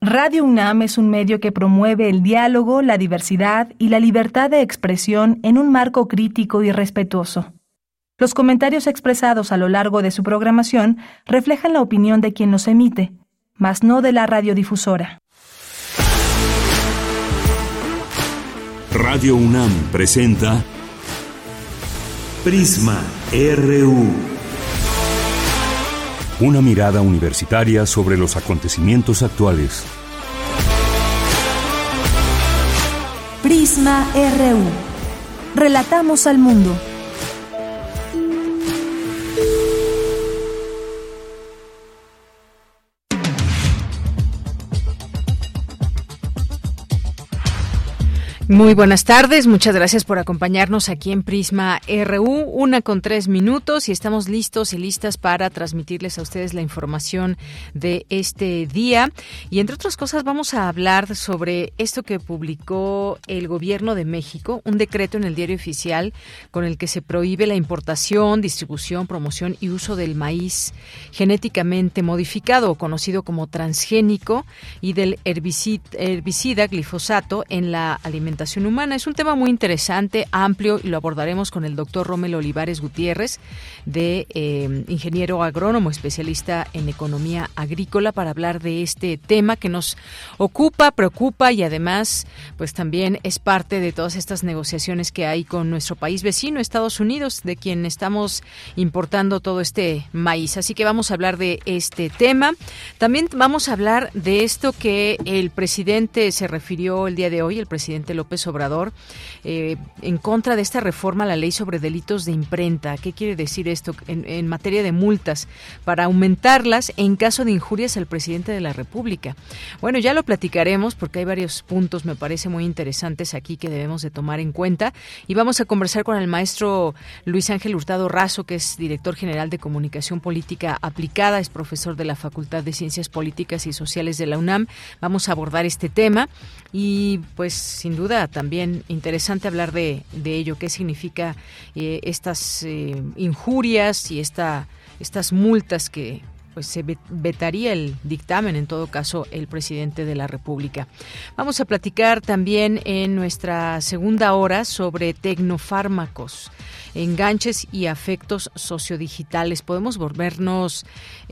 Radio UNAM es un medio que promueve el diálogo, la diversidad y la libertad de expresión en un marco crítico y respetuoso. Los comentarios expresados a lo largo de su programación reflejan la opinión de quien los emite, mas no de la radiodifusora. Radio UNAM presenta Prisma RU. Una mirada universitaria sobre los acontecimientos actuales. Prisma RU. Relatamos al mundo. Muy buenas tardes, muchas gracias por acompañarnos aquí en Prisma RU, 1:03 y estamos listos y listas para transmitirles a ustedes la información de este día. Y entre otras cosas vamos a hablar sobre esto que publicó el Gobierno de México, un decreto en el Diario Oficial con el que se prohíbe la importación, distribución, promoción y uso del maíz genéticamente modificado, conocido como transgénico, y del herbicida glifosato en la alimentación humana. Es un tema muy interesante, amplio, y lo abordaremos con el doctor Rómelo Olivares Gutiérrez, ingeniero agrónomo, especialista en economía agrícola, para hablar de este tema que nos ocupa, preocupa y además pues también es parte de todas estas negociaciones que hay con nuestro país vecino, Estados Unidos, de quien estamos importando todo este maíz. Así que vamos a hablar de este tema. También vamos a hablar de esto que el presidente se refirió el día de hoy, el presidente López Obrador, en contra de esta reforma a la ley sobre delitos de imprenta. ¿Qué quiere decir esto en materia de multas? Para aumentarlas en caso de injurias al presidente de la República. Bueno, ya lo platicaremos porque hay varios puntos, me parece, muy interesantes aquí que debemos de tomar en cuenta. Y vamos a conversar con el maestro Luis Ángel Hurtado Razo, que es director general de Comunicación Política Aplicada, es profesor de la Facultad de Ciencias Políticas y Sociales de la UNAM. Vamos a abordar este tema y pues sin duda también interesante hablar de ello, qué significa estas injurias y estas multas que pues se vetaría el dictamen, en todo caso, el presidente de la República. Vamos a platicar también en nuestra segunda hora sobre tecnofármacos, enganches y afectos sociodigitales. Podemos volvernos,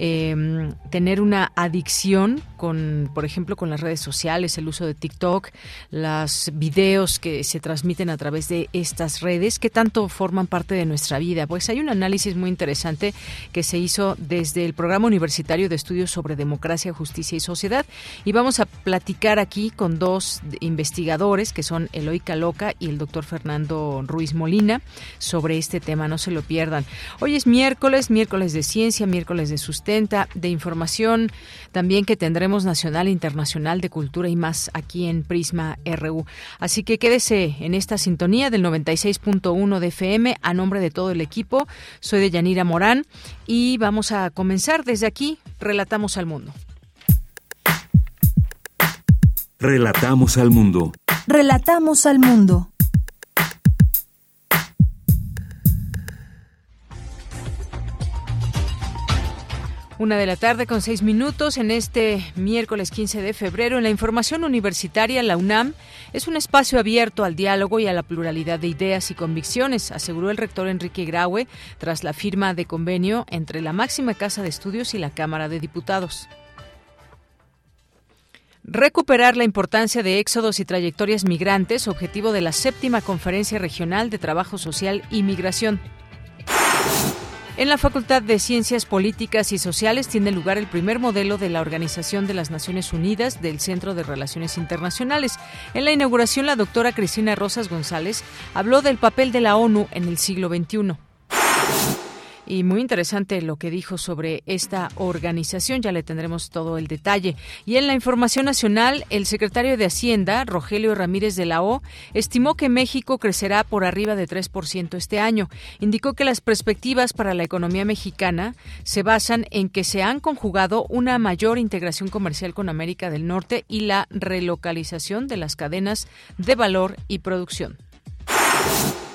tener una adicción con, por ejemplo, con las redes sociales, el uso de TikTok, los videos que se transmiten a través de estas redes, ¿qué tanto forman parte de nuestra vida? Pues hay un análisis muy interesante que se hizo desde el Programa Universitario de Estudios sobre Democracia, Justicia y Sociedad, y vamos a platicar aquí con dos investigadores que son Eloy Caloca y el doctor Fernando Ruiz Molina sobre este tema. No se lo pierdan. Hoy es miércoles de ciencia, miércoles de sustenta, de información también que tendremos nacional e internacional, de cultura y más aquí en Prisma RU. Así que quédese en esta sintonía del 96.1 de FM. A nombre de todo el equipo, soy Deyanira Morán y vamos a comenzar desde aquí. Relatamos al mundo. Relatamos al mundo. Relatamos al mundo. Una de la tarde con 6 minutos en este miércoles 15 de febrero. En la información universitaria, la UNAM es un espacio abierto al diálogo y a la pluralidad de ideas y convicciones, aseguró el rector Enrique Graue tras la firma de convenio entre la máxima casa de estudios y la Cámara de Diputados. Recuperar la importancia de éxodos y trayectorias migrantes, objetivo de la 7ª Conferencia Regional de Trabajo Social y Migración. En la Facultad de Ciencias Políticas y Sociales tiene lugar el primer modelo de la Organización de las Naciones Unidas del Centro de Relaciones Internacionales. En la inauguración, la doctora Cristina Rosas González habló del papel de la ONU en el siglo XXI. Y muy interesante lo que dijo sobre esta organización, ya le tendremos todo el detalle. Y en la información nacional, el secretario de Hacienda, Rogelio Ramírez de la O, estimó que México crecerá por arriba de 3% este año. Indicó que las perspectivas para la economía mexicana se basan en que se han conjugado una mayor integración comercial con América del Norte y la relocalización de las cadenas de valor y producción.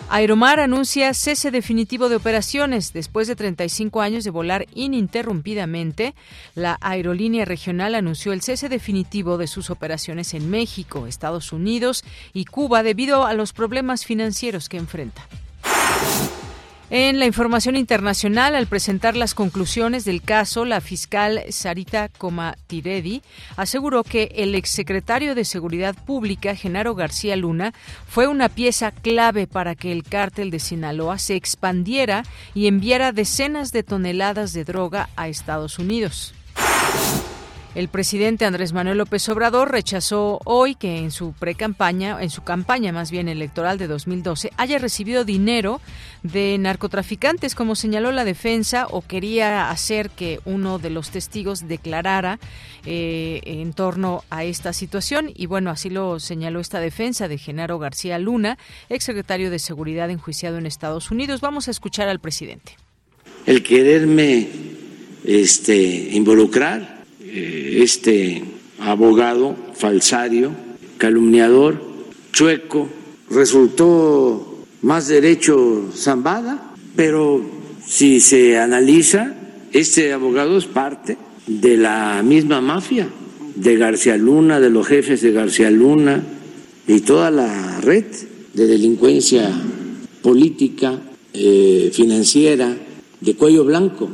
Aeromar anuncia cese definitivo de operaciones. Después de 35 años de volar ininterrumpidamente, la aerolínea regional anunció el cese definitivo de sus operaciones en México, Estados Unidos y Cuba debido a los problemas financieros que enfrenta. En la información internacional, al presentar las conclusiones del caso, la fiscal Sarita Komatiredi aseguró que el exsecretario de Seguridad Pública, Genaro García Luna, fue una pieza clave para que el cártel de Sinaloa se expandiera y enviara decenas de toneladas de droga a Estados Unidos. El presidente Andrés Manuel López Obrador rechazó hoy que en su campaña más bien electoral de 2012, haya recibido dinero de narcotraficantes, como señaló la defensa, o quería hacer que uno de los testigos declarara en torno a esta situación. Y bueno, así lo señaló esta defensa de Genaro García Luna, exsecretario de Seguridad enjuiciado en Estados Unidos. Vamos a escuchar al presidente. El quererme involucrar, este abogado falsario, calumniador, chueco, resultó más derecho Zambada, pero si se analiza, este abogado es parte de la misma mafia de García Luna, de los jefes de García Luna y toda la red de delincuencia política, financiera, de cuello blanco.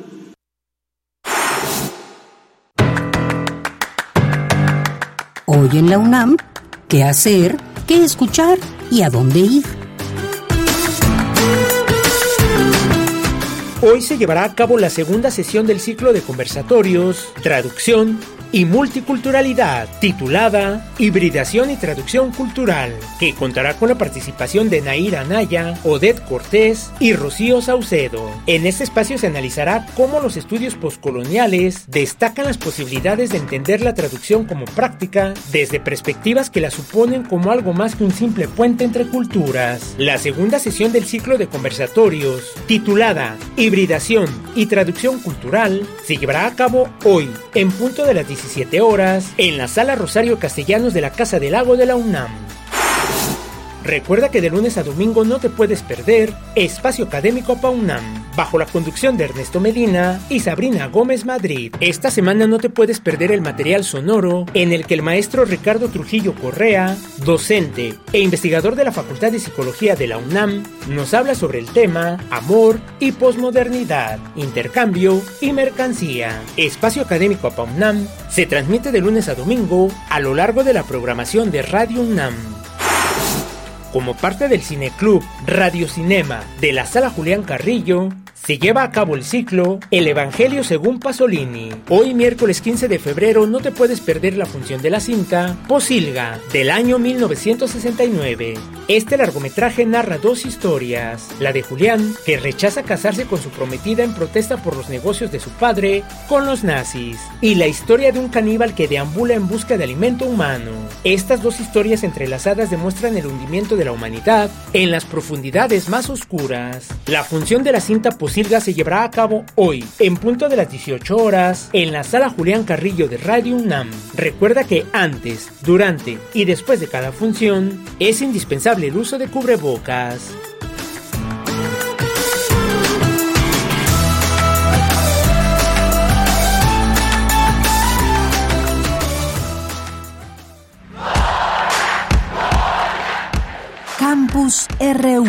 Hoy en la UNAM, ¿qué hacer, qué escuchar y a dónde ir? Hoy se llevará a cabo la segunda sesión del ciclo de conversatorios, traducción y multiculturalidad, titulada Hibridación y Traducción Cultural, que contará con la participación de Naira Anaya, Odette Cortés y Rocío Saucedo. En este espacio se analizará cómo los estudios poscoloniales destacan las posibilidades de entender la traducción como práctica desde perspectivas que la suponen como algo más que un simple puente entre culturas. La segunda sesión del ciclo de conversatorios, titulada Hibridación y Traducción Cultural, se llevará a cabo hoy, en punto de las 17 horas, en la Sala Rosario Castellanos de la Casa del Lago de la UNAM. Recuerda que de lunes a domingo no te puedes perder Espacio Académico PAUNAM, bajo la conducción de Ernesto Medina y Sabrina Gómez Madrid. Esta semana no te puedes perder el material sonoro en el que el maestro Ricardo Trujillo Correa, docente e investigador de la Facultad de Psicología de la UNAM, nos habla sobre el tema Amor y Posmodernidad, Intercambio y Mercancía. Espacio Académico PAUNAM se transmite de lunes a domingo a lo largo de la programación de Radio UNAM. Como parte del Cineclub Radio Cinema de la Sala Julián Carrillo, se lleva a cabo el ciclo El Evangelio según Pasolini. Hoy, miércoles 15 de febrero, no te puedes perder la función de la cinta Posilga, del año 1969. Este largometraje narra dos historias. La de Julián, que rechaza casarse con su prometida en protesta por los negocios de su padre con los nazis. Y la historia de un caníbal que deambula en busca de alimento humano. Estas dos historias entrelazadas demuestran el hundimiento de la humanidad en las profundidades más oscuras. La función de la cinta Posilga se llevará a cabo hoy, en punto de las 18 horas, en la Sala Julián Carrillo de Radio UNAM. Recuerda que antes, durante y después de cada función, es indispensable el uso de cubrebocas. Campus RU.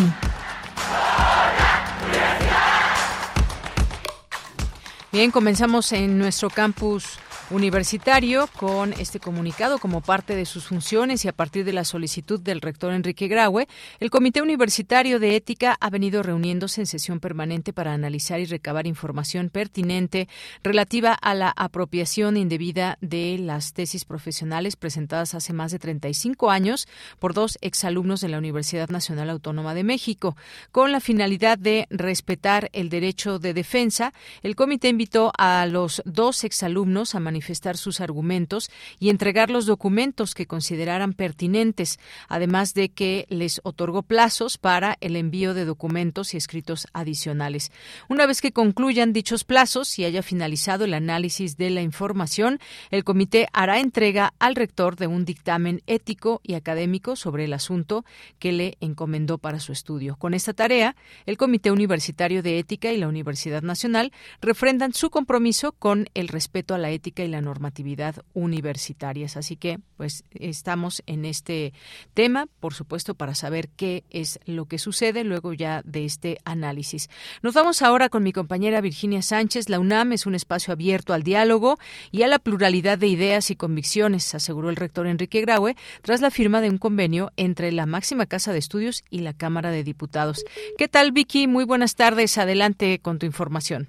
Bien, comenzamos en nuestro campus universitario con este comunicado como parte de sus funciones y a partir de la solicitud del rector Enrique Graue. El Comité Universitario de Ética ha venido reuniéndose en sesión permanente para analizar y recabar información pertinente relativa a la apropiación indebida de las tesis profesionales presentadas hace más de 35 años por dos exalumnos de la Universidad Nacional Autónoma de México. Con la finalidad de respetar el derecho de defensa, el comité invitó a los dos exalumnos a manifestar manifestar sus argumentos y entregar los documentos que consideraran pertinentes, además de que les otorgó plazos para el envío de documentos y escritos adicionales. Una vez que concluyan dichos plazos y haya finalizado el análisis de la información, el comité hará entrega al rector de un dictamen ético y académico sobre el asunto que le encomendó para su estudio. Con esta tarea, el Comité Universitario de Ética y la Universidad Nacional refrendan su compromiso con el respeto a la ética y la normatividad universitarias. Así que, pues, estamos en este tema, por supuesto, para saber qué es lo que sucede luego ya de este análisis. Nos vamos ahora con mi compañera Virginia Sánchez. La UNAM es un espacio abierto al diálogo y a la pluralidad de ideas y convicciones, aseguró el rector Enrique Graue, tras la firma de un convenio entre la máxima casa de estudios y la Cámara de Diputados. ¿Qué tal, Vicky? Muy buenas tardes. Adelante con tu información.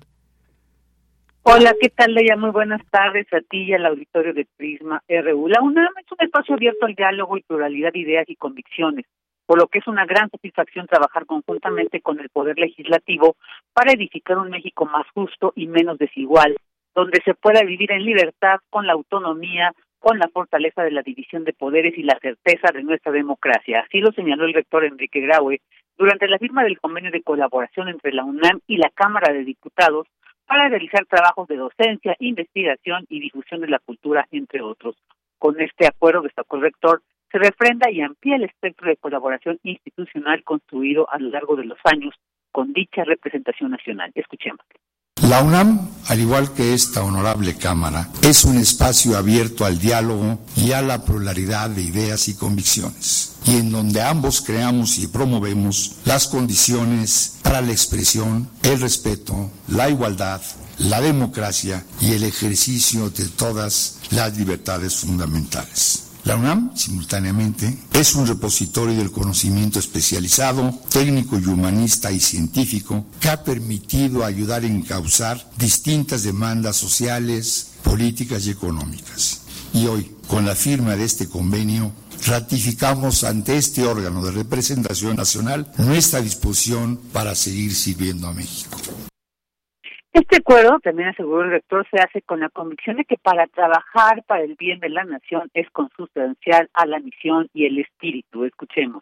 Hola, ¿qué tal, Leia? Muy buenas tardes a ti y al auditorio de Prisma RU. La UNAM es un espacio abierto al diálogo y pluralidad de ideas y convicciones, por lo que es una gran satisfacción trabajar conjuntamente con el Poder Legislativo para edificar un México más justo y menos desigual, donde se pueda vivir en libertad, con la autonomía, con la fortaleza de la división de poderes y la certeza de nuestra democracia. Así lo señaló el rector Enrique Graue durante la firma del convenio de colaboración entre la UNAM y la Cámara de Diputados para realizar trabajos de docencia, investigación y difusión de la cultura, entre otros. Con este acuerdo, destacó el rector, se refrenda y amplía el espectro de colaboración institucional construido a lo largo de los años con dicha representación nacional. Escuchemos. La UNAM, al igual que esta honorable Cámara, es un espacio abierto al diálogo y a la pluralidad de ideas y convicciones, y en donde ambos creamos y promovemos las condiciones para la expresión, el respeto, la igualdad, la democracia y el ejercicio de todas las libertades fundamentales. La UNAM, simultáneamente, es un repositorio del conocimiento especializado, técnico y humanista y científico que ha permitido ayudar a encauzar distintas demandas sociales, políticas y económicas. Y hoy, con la firma de este convenio, ratificamos ante este órgano de representación nacional nuestra disposición para seguir sirviendo a México. Este acuerdo, también aseguró el rector, se hace con la convicción de que para trabajar para el bien de la nación es consustancial a la misión y el espíritu. Escuchemos.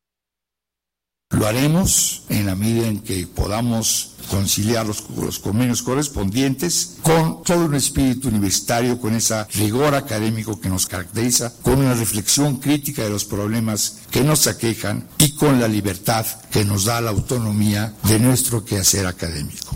Lo haremos en la medida en que podamos conciliar los convenios correspondientes con todo un espíritu universitario, con ese rigor académico que nos caracteriza, con una reflexión crítica de los problemas que nos aquejan y con la libertad que nos da la autonomía de nuestro quehacer académico.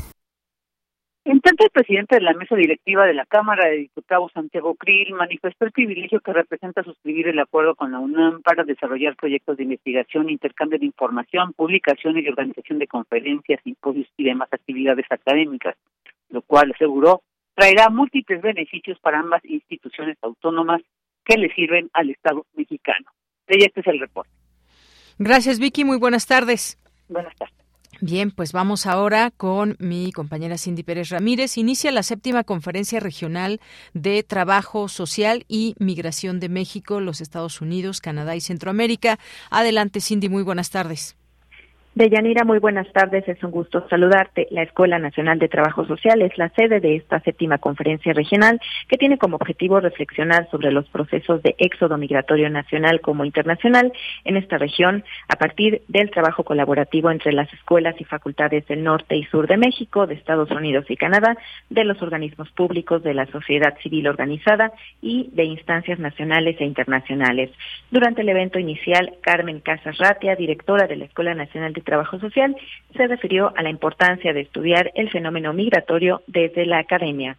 En tanto, el presidente de la mesa directiva de la Cámara de Diputados, Santiago Krill, manifestó el privilegio que representa suscribir el acuerdo con la UNAM para desarrollar proyectos de investigación, intercambio de información, publicaciones y organización de conferencias, simposios y demás actividades académicas, lo cual, aseguró, traerá múltiples beneficios para ambas instituciones autónomas que le sirven al Estado mexicano. Este es el reporte. Gracias, Vicky. Muy buenas tardes. Buenas tardes. Bien, pues vamos ahora con mi compañera Cindy Pérez Ramírez. Inicia la 7ª Conferencia Regional de Trabajo Social y Migración de México, los Estados Unidos, Canadá y Centroamérica. Adelante, Cindy, muy buenas tardes. Deyanira, muy buenas tardes, es un gusto saludarte. La Escuela Nacional de Trabajo Social es la sede de esta 7ª Conferencia Regional, que tiene como objetivo reflexionar sobre los procesos de éxodo migratorio nacional como internacional en esta región, a partir del trabajo colaborativo entre las escuelas y facultades del norte y sur de México, de Estados Unidos y Canadá, de los organismos públicos, de la sociedad civil organizada y de instancias nacionales e internacionales. Durante el evento inicial, Carmen Casas Ratia, directora de la Escuela Nacional de Trabajo Social, se refirió a la importancia de estudiar el fenómeno migratorio desde la academia.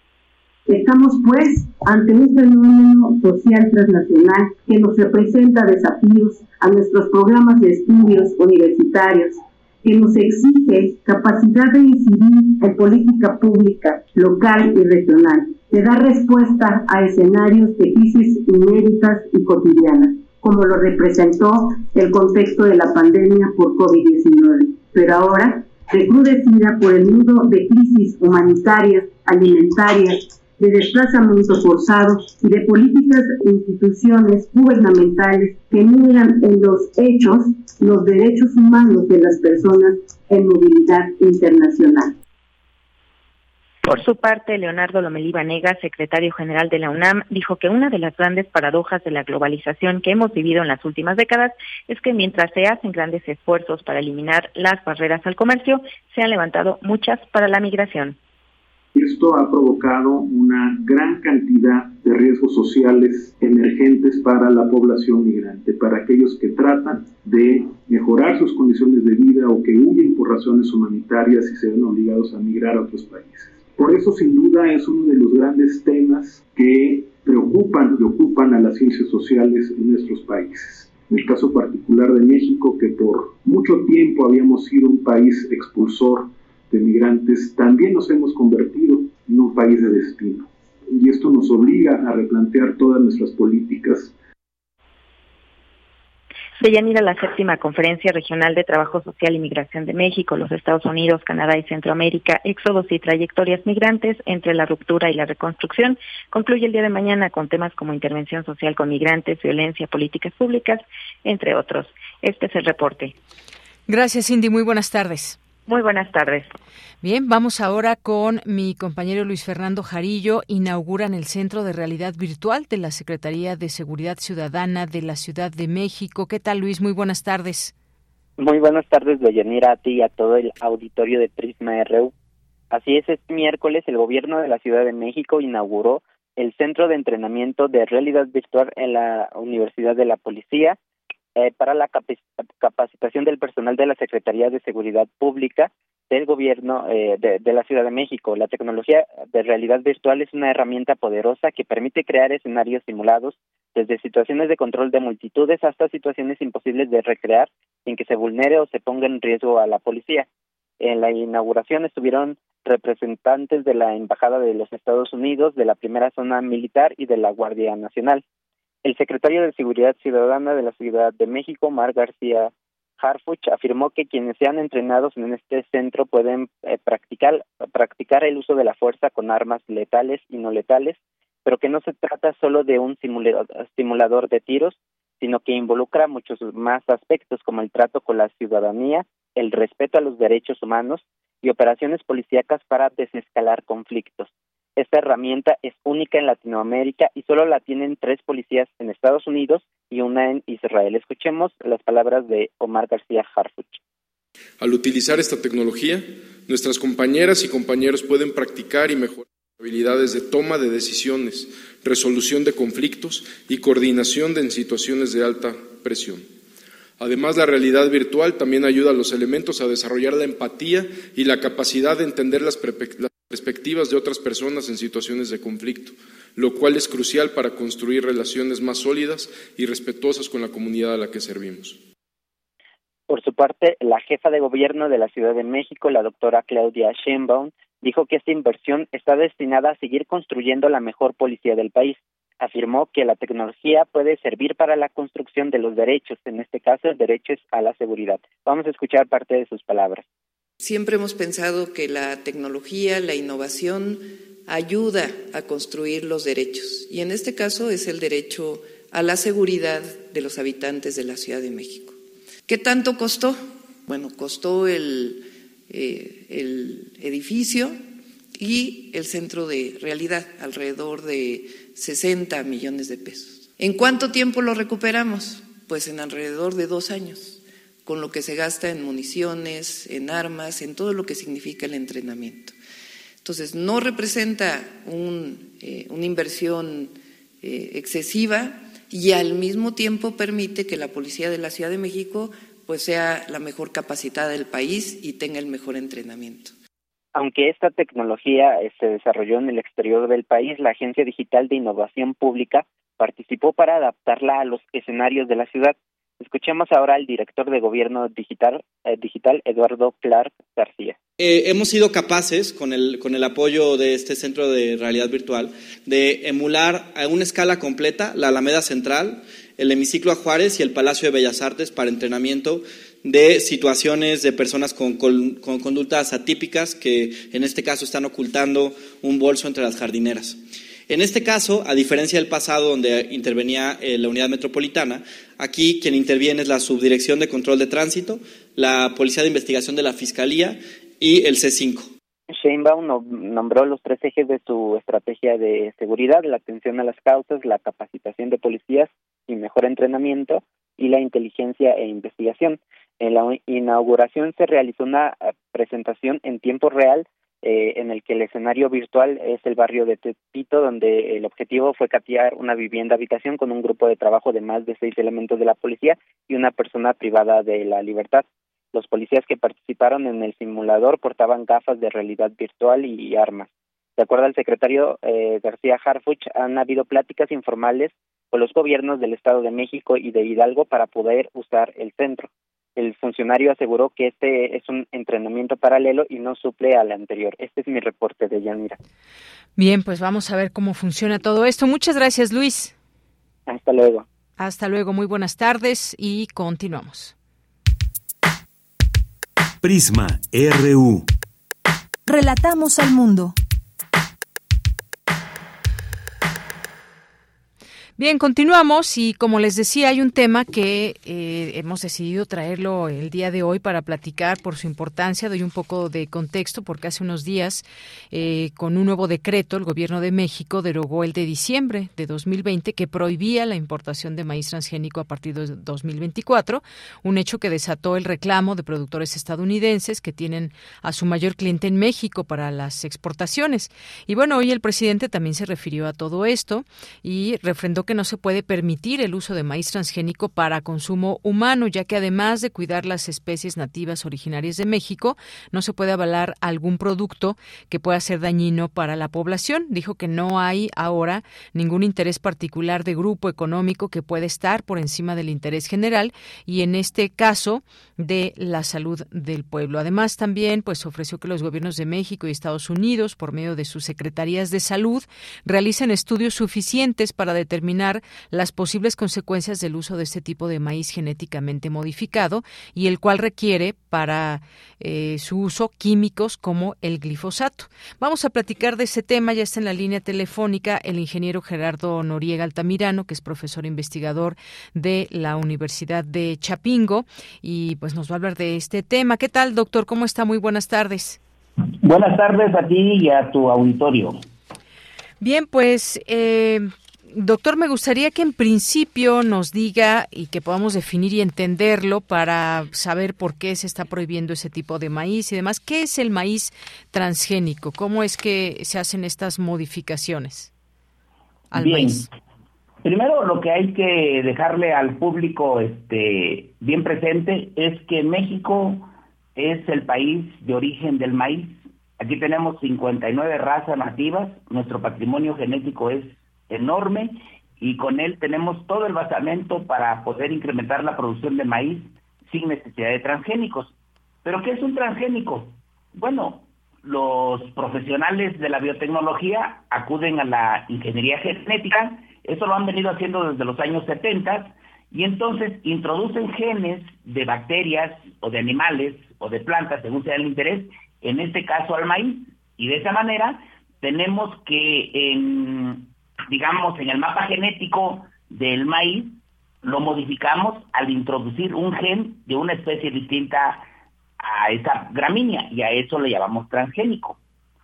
Estamos, pues, ante un fenómeno social transnacional que nos representa desafíos a nuestros programas de estudios universitarios, que nos exige capacidad de incidir en política pública, local y regional, que da respuesta a escenarios de crisis inéditas y cotidianas, como lo representó el contexto de la pandemia por COVID-19, pero ahora recrudecida por el nudo de crisis humanitarias, alimentarias, de desplazamiento forzado y de políticas e instituciones gubernamentales que niegan en los hechos los derechos humanos de las personas en movilidad internacional. Por su parte, Leonardo Lomelí Vanegas, secretario general de la UNAM, dijo que una de las grandes paradojas de la globalización que hemos vivido en las últimas décadas es que mientras se hacen grandes esfuerzos para eliminar las barreras al comercio, se han levantado muchas para la migración. Esto ha provocado una gran cantidad de riesgos sociales emergentes para la población migrante, para aquellos que tratan de mejorar sus condiciones de vida o que huyen por razones humanitarias y se ven obligados a migrar a otros países. Por eso, sin duda, es uno de los grandes temas que preocupan y ocupan a las ciencias sociales en nuestros países. En el caso particular de México, que por mucho tiempo habíamos sido un país expulsor de migrantes, también nos hemos convertido en un país de destino. Y esto nos obliga a replantear todas nuestras políticas. Deyanira, la 7ª Conferencia Regional de Trabajo Social y Migración de México, los Estados Unidos, Canadá y Centroamérica, éxodos y trayectorias migrantes entre la ruptura y la reconstrucción, concluye el día de mañana con temas como intervención social con migrantes, violencia, políticas públicas, entre otros. Este es el reporte. Gracias, Cindy. Muy buenas tardes. Muy buenas tardes. Bien, vamos ahora con mi compañero Luis Fernando Jarillo. Inauguran el Centro de Realidad Virtual de la Secretaría de Seguridad Ciudadana de la Ciudad de México. ¿Qué tal, Luis? Muy buenas tardes. Muy buenas tardes, Deyanira, a ti y a todo el auditorio de Prisma RU. Así es, este miércoles el gobierno de la Ciudad de México inauguró el Centro de Entrenamiento de Realidad Virtual en la Universidad de la Policía para la capacitación del personal de la Secretaría de Seguridad Pública del gobierno de la Ciudad de México. La tecnología de realidad virtual es una herramienta poderosa que permite crear escenarios simulados desde situaciones de control de multitudes hasta situaciones imposibles de recrear sin que se vulnere o se ponga en riesgo a la policía. En la inauguración estuvieron representantes de la Embajada de los Estados Unidos, de la Primera Zona Militar y de la Guardia Nacional. El secretario de Seguridad Ciudadana de la Ciudad de México, Omar García Harfuch, afirmó que quienes sean entrenados en este centro pueden practicar el uso de la fuerza con armas letales y no letales, pero que no se trata solo de un simulador de tiros, sino que involucra muchos más aspectos como el trato con la ciudadanía, el respeto a los derechos humanos y operaciones policíacas para desescalar conflictos. Esta herramienta es única en Latinoamérica y solo la tienen 3 policías en Estados Unidos y una en Israel. Escuchemos las palabras de Omar García Harfuch. Al utilizar esta tecnología, nuestras compañeras y compañeros pueden practicar y mejorar habilidades de toma de decisiones, resolución de conflictos y coordinación en situaciones de alta presión. Además, la realidad virtual también ayuda a los elementos a desarrollar la empatía y la capacidad de entender las perspectivas de otras personas en situaciones de conflicto, lo cual es crucial para construir relaciones más sólidas y respetuosas con la comunidad a la que servimos. Por su parte, la jefa de gobierno de la Ciudad de México, la doctora Claudia Sheinbaum, dijo que esta inversión está destinada a seguir construyendo la mejor policía del país. Afirmó que la tecnología puede servir para la construcción de los derechos, en este caso el derecho es a la seguridad. Vamos a escuchar parte de sus palabras. Siempre hemos pensado que la tecnología, la innovación, ayuda a construir los derechos. Y en este caso es el derecho a la seguridad de los habitantes de la Ciudad de México. ¿Qué tanto costó? Bueno, costó el edificio y el centro de realidad, alrededor de 60 millones de pesos. ¿En cuánto tiempo lo recuperamos? Pues en alrededor de 2 años. Con lo que se gasta en municiones, en armas, en todo lo que significa el entrenamiento. Entonces, no representa una inversión excesiva y al mismo tiempo permite que la Policía de la Ciudad de México pues sea la mejor capacitada del país y tenga el mejor entrenamiento. Aunque esta tecnología se desarrolló en el exterior del país, la Agencia Digital de Innovación Pública participó para adaptarla a los escenarios de la ciudad. Escuchemos ahora al director de Gobierno Digital, Eduardo Clark García. Hemos sido capaces, con el apoyo de este centro de realidad virtual, de emular a una escala completa la Alameda Central, el Hemiciclo a Juárez y el Palacio de Bellas Artes para entrenamiento de situaciones de personas con conductas atípicas que en este caso están ocultando un bolso entre las jardineras. En este caso, a diferencia del pasado donde intervenía la unidad metropolitana, aquí quien interviene es la Subdirección de Control de Tránsito, la Policía de Investigación de la Fiscalía y el C5. Sheinbaum nombró los 3 ejes de su estrategia de seguridad: la atención a las causas, la capacitación de policías y mejor entrenamiento, y la inteligencia e investigación. En la inauguración se realizó una presentación en tiempo real en el que el escenario virtual es el barrio de Tepito, donde el objetivo fue catear una vivienda habitación con un grupo de trabajo de más de 6 elementos de la policía y una persona privada de la libertad. Los policías que participaron en el simulador portaban gafas de realidad virtual y armas. De acuerdo al secretario García Harfuch, han habido pláticas informales con los gobiernos del Estado de México y de Hidalgo para poder usar el centro. El funcionario aseguró que este es un entrenamiento paralelo y no suple al anterior. Este es mi reporte de Yanira. Bien, pues vamos a ver cómo funciona todo esto. Muchas gracias, Luis. Hasta luego. Hasta luego, muy buenas tardes y continuamos. Prisma RU. Relatamos al mundo. Bien, continuamos y como les decía, hay un tema que hemos decidido traerlo el día de hoy para platicar por su importancia. Doy un poco de contexto porque hace unos días, con un nuevo decreto, el Gobierno de México derogó el de diciembre de 2020 que prohibía la importación de maíz transgénico a partir de 2024, un hecho que desató el reclamo de productores estadounidenses que tienen a su mayor cliente en México para las exportaciones. Y bueno, hoy el presidente también se refirió a todo esto y refrendó que no se puede permitir el uso de maíz transgénico para consumo humano, ya que además de cuidar las especies nativas originarias de México, no se puede avalar algún producto que pueda ser dañino para la población. Dijo que no hay ahora ningún interés particular de grupo económico que pueda estar por encima del interés general y en este caso de la salud del pueblo. Además, también pues ofreció que los gobiernos de México y Estados Unidos, por medio de sus secretarías de salud, realicen estudios suficientes para determinar las posibles consecuencias del uso de este tipo de maíz genéticamente modificado y el cual requiere para su uso químicos como el glifosato. Vamos a platicar de ese tema. Ya está en la línea telefónica el ingeniero Gerardo Noriega Altamirano, que es profesor investigador de la Universidad de Chapingo y pues nos va a hablar de este tema. ¿Qué tal, doctor? ¿Cómo está? Muy buenas tardes. Buenas tardes a ti y a tu auditorio. Bien, pues doctor, me gustaría que en principio nos diga y que podamos definir y entenderlo para saber por qué se está prohibiendo ese tipo de maíz y demás. ¿Qué es el maíz transgénico? ¿Cómo es que se hacen estas modificaciones al maíz? Primero, lo que hay que dejarle al público bien presente es que México es el país de origen del maíz. Aquí tenemos 59 razas nativas. Nuestro patrimonio genético es enorme y con él tenemos todo el basamento para poder incrementar la producción de maíz sin necesidad de transgénicos. ¿Pero qué es un transgénico? Bueno, los profesionales de la biotecnología acuden a la ingeniería genética, eso lo han venido haciendo desde los años 70, y entonces introducen genes de bacterias o de animales o de plantas, según sea el interés, en este caso al maíz, y de esa manera tenemos que en el mapa genético del maíz lo modificamos al introducir un gen de una especie distinta a esa gramínea y a eso le llamamos transgénico.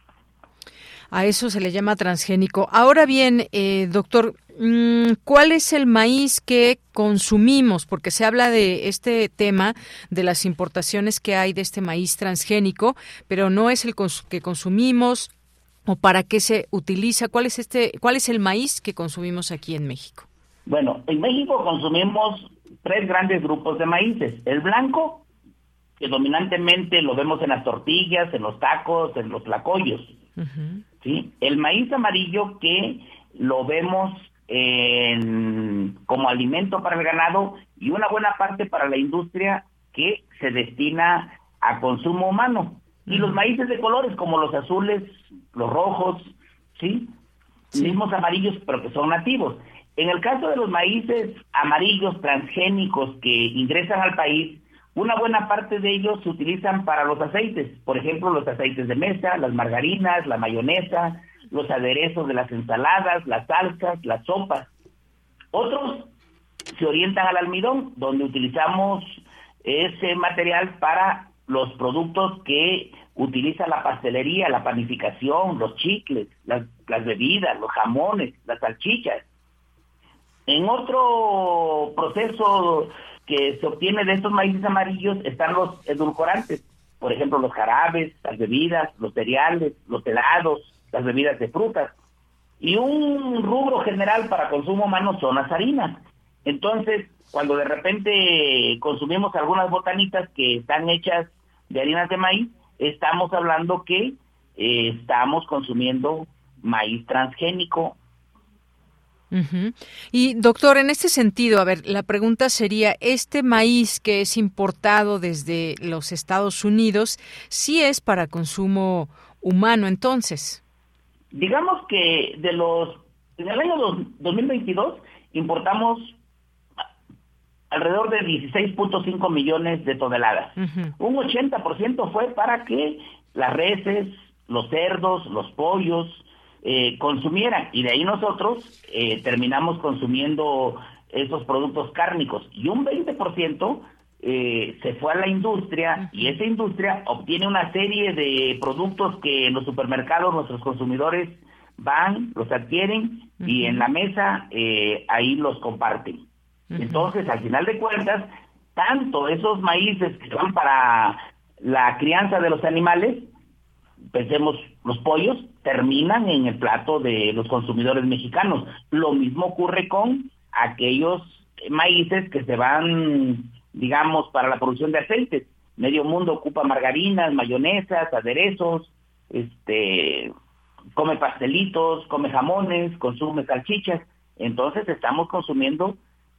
A eso se le llama transgénico. Ahora bien, doctor, ¿cuál es el maíz que consumimos? Porque se habla de este tema de las importaciones que hay de este maíz transgénico, pero no es el que consumimos. ¿O para qué se utiliza? ¿Cuál es el maíz que consumimos aquí en México? Bueno, en México consumimos 3 grandes grupos de maíces. El blanco, que dominantemente lo vemos en las tortillas, en los tacos, en los tlacoyos. Uh-huh. ¿Sí? El maíz amarillo, que lo vemos como alimento para el ganado y una buena parte para la industria que se destina a consumo humano. Y los maíces de colores como los azules, los rojos, ¿sí? Mismos amarillos, pero que son nativos. En el caso de los maíces amarillos transgénicos que ingresan al país, una buena parte de ellos se utilizan para los aceites. Por ejemplo, los aceites de mesa, las margarinas, la mayonesa, los aderezos de las ensaladas, las salsas, las sopas. Otros se orientan al almidón, donde utilizamos ese material para los productos que utiliza la pastelería, la panificación, los chicles, las bebidas, los jamones, las salchichas. En otro proceso que se obtiene de estos maíces amarillos están los edulcorantes, por ejemplo, los jarabes, las bebidas, los cereales, los helados, las bebidas de frutas. Y un rubro general para consumo humano son las harinas. Entonces, cuando de repente consumimos algunas botanitas que están hechas de harinas de maíz, estamos hablando que estamos consumiendo maíz transgénico. Uh-huh. Y doctor, en este sentido, a ver, la pregunta sería, ¿este maíz que es importado desde los Estados Unidos, sí es para consumo humano entonces? Digamos que en el año 2022 importamos alrededor de 16.5 millones de toneladas. Uh-huh. Un 80% fue para que las reses, los cerdos, los pollos consumieran, y de ahí nosotros terminamos consumiendo esos productos cárnicos, y un 20% se fue a la industria, y esa industria obtiene una serie de productos que en los supermercados nuestros consumidores van, los adquieren, y en la mesa ahí los comparten. Entonces, al final de cuentas, tanto esos maíces que van para la crianza de los animales, pensemos, los pollos, terminan en el plato de los consumidores mexicanos. Lo mismo ocurre con aquellos maíces que se van, digamos, para la producción de aceites. Medio mundo ocupa margarinas, mayonesas, aderezos, come pastelitos, come jamones, consume salchichas. Entonces estamos consumiendo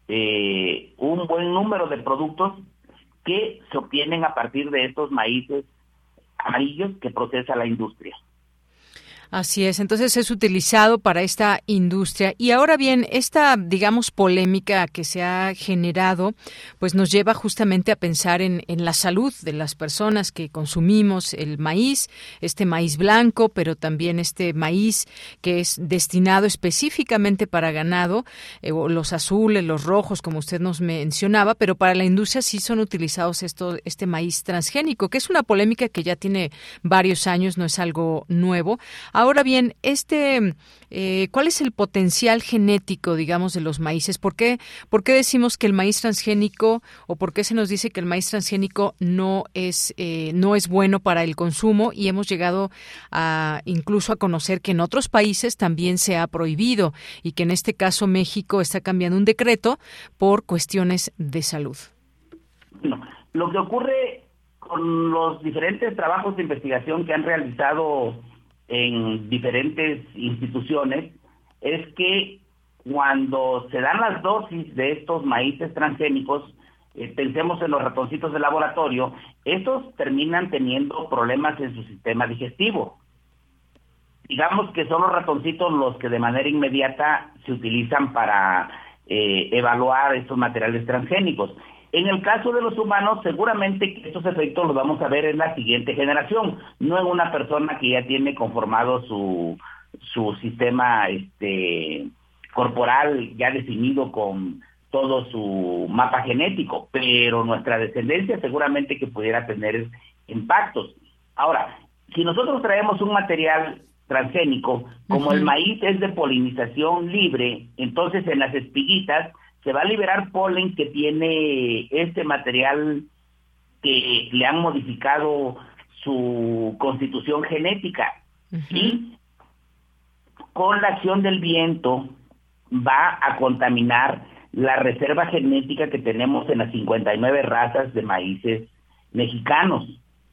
un buen número de productos que se obtienen a partir de estos maíces amarillos que procesa la industria. Así es, entonces es utilizado para esta industria. Y ahora bien, esta, digamos, polémica que se ha generado, pues nos lleva justamente a pensar en la salud de las personas que consumimos el maíz, este maíz blanco, pero también este maíz que es destinado específicamente para ganado, los azules, los rojos, como usted nos mencionaba, pero para la industria sí son utilizados este maíz transgénico, que es una polémica que ya tiene varios años, no es algo nuevo. Ahora bien, ¿cuál es el potencial genético, digamos, de los maíces? ¿Por qué decimos que el maíz transgénico, o por qué se nos dice que el maíz transgénico no es bueno para el consumo? Y hemos llegado incluso a conocer que en otros países también se ha prohibido, y que en este caso México está cambiando un decreto por cuestiones de salud. Bueno, lo que ocurre con los diferentes trabajos de investigación que han realizado en diferentes instituciones es que cuando se dan las dosis de estos maíces transgénicos, pensemos en los ratoncitos de laboratorio, estos terminan teniendo problemas en su sistema digestivo. Digamos que son los ratoncitos los que de manera inmediata se utilizan para evaluar estos materiales transgénicos. En el caso de los humanos, seguramente que estos efectos los vamos a ver en la siguiente generación, no en una persona que ya tiene conformado su sistema corporal ya definido con todo su mapa genético, pero nuestra descendencia seguramente que pudiera tener impactos. Ahora, si nosotros traemos un material transgénico, como el maíz es de polinización libre, entonces en las espiguitas se va a liberar polen que tiene este material que le han modificado su constitución genética. Y con la acción del viento va a contaminar la reserva genética que tenemos en las 59 razas de maíces mexicanos.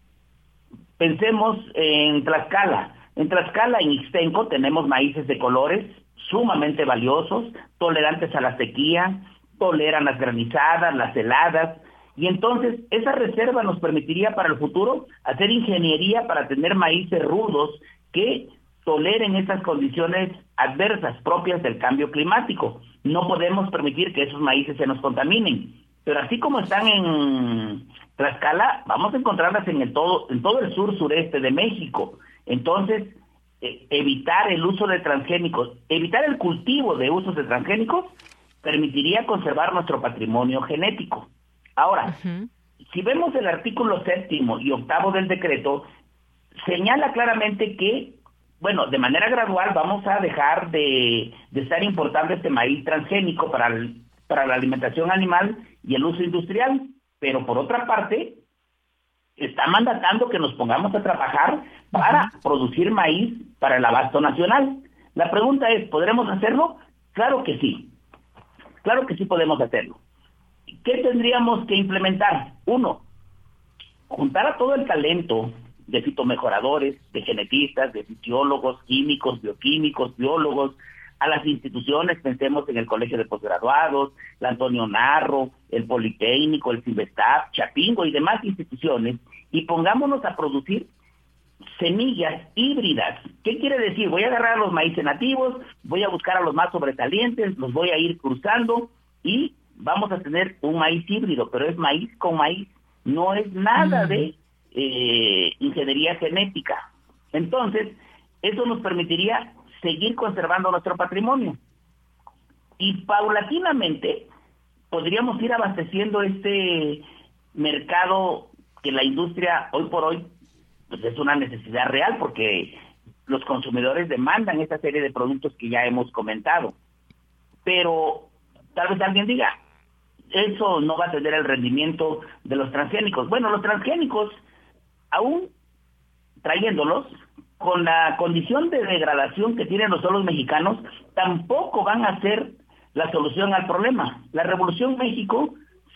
Pensemos en Tlaxcala. En Tlaxcala, en Ixtenco, tenemos maíces de colores sumamente valiosos, tolerantes a la sequía, toleran las granizadas, las heladas, y entonces esa reserva nos permitiría para el futuro hacer ingeniería para tener maíces rudos que toleren esas condiciones adversas propias del cambio climático. No podemos permitir que esos maíces se nos contaminen, pero así como están en Tlaxcala, vamos a encontrarlas en todo el sur-sureste de México. Entonces, evitar el uso de transgénicos, evitar el cultivo de usos de transgénicos, permitiría conservar nuestro patrimonio genético. Ahora, si vemos el artículo 7º y 8º del decreto, señala claramente que, bueno, de manera gradual vamos a dejar de estar importando este maíz transgénico para la alimentación animal y el uso industrial, pero por otra parte está mandatando que nos pongamos a trabajar para producir maíz para el abasto nacional. La pregunta es, ¿podremos hacerlo? Claro que sí podemos hacerlo. ¿Qué tendríamos que implementar? 1, juntar a todo el talento de fitomejoradores, de genetistas, de fisiólogos, químicos, bioquímicos, biólogos, a las instituciones, pensemos en el Colegio de Postgraduados, la Antonio Narro, el Politécnico, el Cinvestav, Chapingo y demás instituciones, y pongámonos a producir semillas híbridas. ¿Qué quiere decir? Voy a agarrar a los maíces nativos, voy a buscar a los más sobresalientes, los voy a ir cruzando y vamos a tener un maíz híbrido, pero es maíz con maíz, no es nada de ingeniería genética. Entonces, eso nos permitiría seguir conservando nuestro patrimonio. Y paulatinamente podríamos ir abasteciendo este mercado que la industria hoy por hoy pues es una necesidad real, porque los consumidores demandan esta serie de productos que ya hemos comentado. Pero tal vez alguien diga, eso no va a tener el rendimiento de los transgénicos. Bueno, los transgénicos, aún trayéndolos, con la condición de degradación que tienen los suelos mexicanos, tampoco van a ser la solución al problema. La Revolución México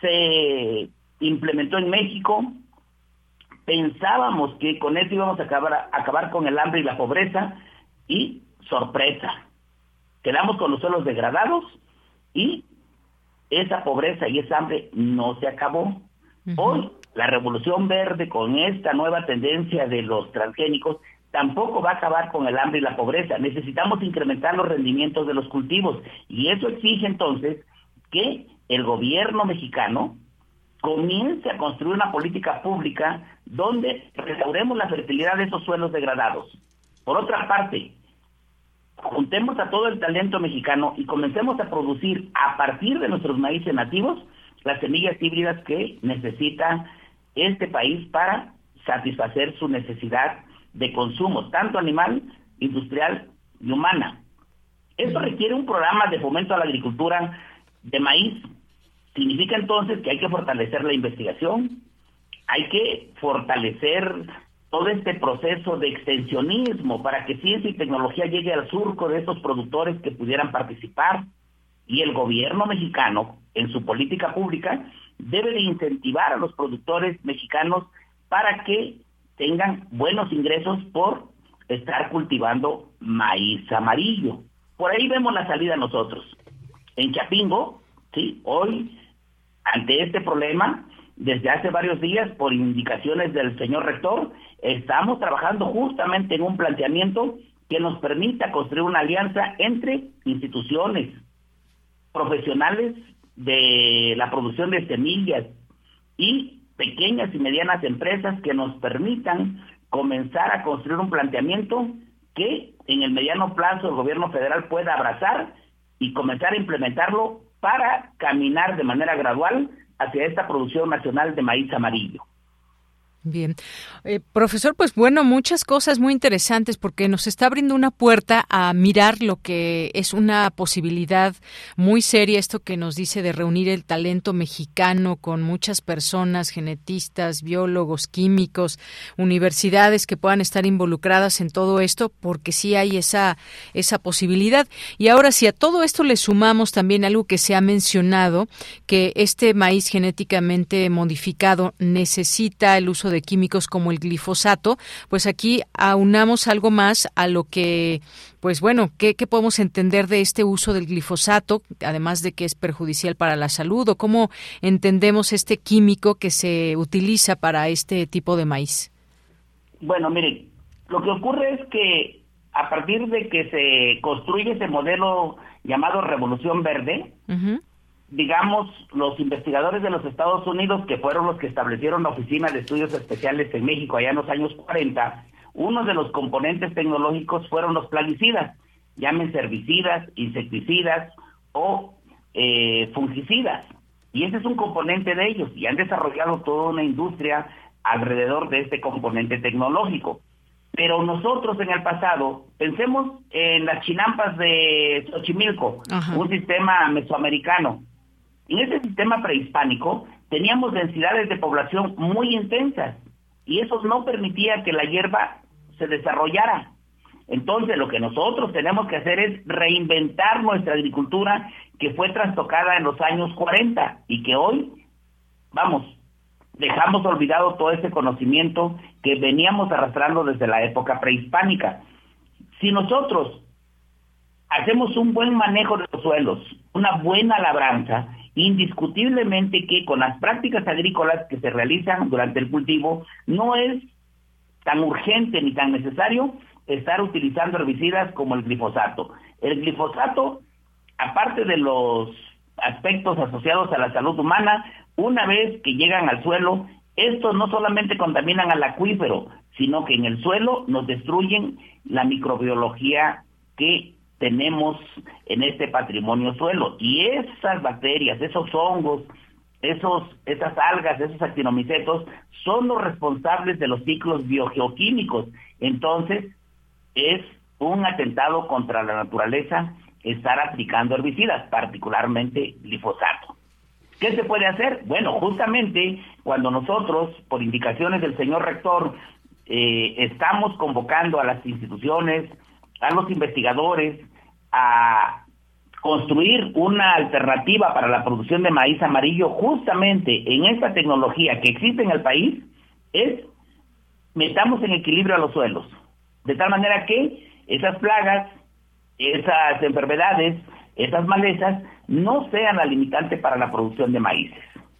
se implementó en México. Pensábamos que con eso íbamos a acabar con el hambre y la pobreza, y sorpresa, quedamos con los suelos degradados y esa pobreza y esa hambre no se acabó. Hoy la Revolución Verde, con esta nueva tendencia de los transgénicos, tampoco va a acabar con el hambre y la pobreza. Necesitamos incrementar los rendimientos de los cultivos, y eso exige entonces que el gobierno mexicano comience a construir una política pública donde restauremos la fertilidad de esos suelos degradados. Por otra parte, juntemos a todo el talento mexicano y comencemos a producir a partir de nuestros maíces nativos las semillas híbridas que necesita este país para satisfacer su necesidad de consumo, tanto animal, industrial y humana. Esto requiere un programa de fomento a la agricultura de maíz. Significa entonces que hay que fortalecer la investigación, hay que fortalecer todo este proceso de extensionismo para que ciencia y tecnología llegue al surco de estos productores que pudieran participar, y el gobierno mexicano, en su política pública, debe de incentivar a los productores mexicanos para que tengan buenos ingresos por estar cultivando maíz amarillo. Por ahí vemos la salida nosotros. En Chapingo, sí, hoy, ante este problema, desde hace varios días, por indicaciones del señor rector, estamos trabajando justamente en un planteamiento que nos permita construir una alianza entre instituciones, profesionales de la producción de semillas y pequeñas y medianas empresas que nos permitan comenzar a construir un planteamiento que en el mediano plazo el gobierno federal pueda abrazar y comenzar a implementarlo para caminar de manera gradual hacia esta producción nacional de maíz amarillo. Bien. Profesor, pues bueno, muchas cosas muy interesantes, porque nos está abriendo una puerta a mirar lo que es una posibilidad muy seria, esto que nos dice de reunir el talento mexicano con muchas personas, genetistas, biólogos, químicos, universidades que puedan estar involucradas en todo esto, porque sí hay esa posibilidad. Y ahora, si a todo esto le sumamos también algo que se ha mencionado, que este maíz genéticamente modificado necesita el uso de químicos como el glifosato, pues aquí aunamos algo más a lo que, pues bueno, ¿qué podemos entender de este uso del glifosato, además de que es perjudicial para la salud, o cómo entendemos este químico que se utiliza para este tipo de maíz? Bueno, miren, lo que ocurre es que a partir de que se construye ese modelo llamado Revolución Verde, digamos, los investigadores de los Estados Unidos, que fueron los que establecieron la Oficina de Estudios Especiales en México allá en los años 40, uno de los componentes tecnológicos fueron los plaguicidas, llámense herbicidas, insecticidas o fungicidas. Y ese es un componente de ellos, y han desarrollado toda una industria alrededor de este componente tecnológico. Pero nosotros en el pasado, pensemos en las chinampas de Xochimilco, un sistema mesoamericano. En ese sistema prehispánico teníamos densidades de población muy intensas y eso no permitía que la hierba se desarrollara. Entonces lo que nosotros tenemos que hacer es reinventar nuestra agricultura que fue trastocada en los años 40 y que hoy, dejamos olvidado todo ese conocimiento que veníamos arrastrando desde la época prehispánica. Si nosotros hacemos un buen manejo de los suelos, una buena labranza, indiscutiblemente que con las prácticas agrícolas que se realizan durante el cultivo, no es tan urgente ni tan necesario estar utilizando herbicidas como el glifosato. El glifosato, aparte de los aspectos asociados a la salud humana, una vez que llegan al suelo, estos no solamente contaminan al acuífero, sino que en el suelo nos destruyen la microbiología que tenemos en este patrimonio suelo. Y esas bacterias, esos hongos, esas algas, esos actinomicetos, son los responsables de los ciclos biogeoquímicos. Entonces, es un atentado contra la naturaleza estar aplicando herbicidas, particularmente glifosato. ¿Qué se puede hacer? Bueno, justamente cuando nosotros, por indicaciones del señor rector, estamos convocando a las instituciones, a los investigadores, a construir una alternativa para la producción de maíz amarillo, justamente en esta tecnología que existe en el país, es metamos en equilibrio a los suelos, de tal manera que esas plagas, esas enfermedades, esas malezas no sean la limitante para la producción de maíces.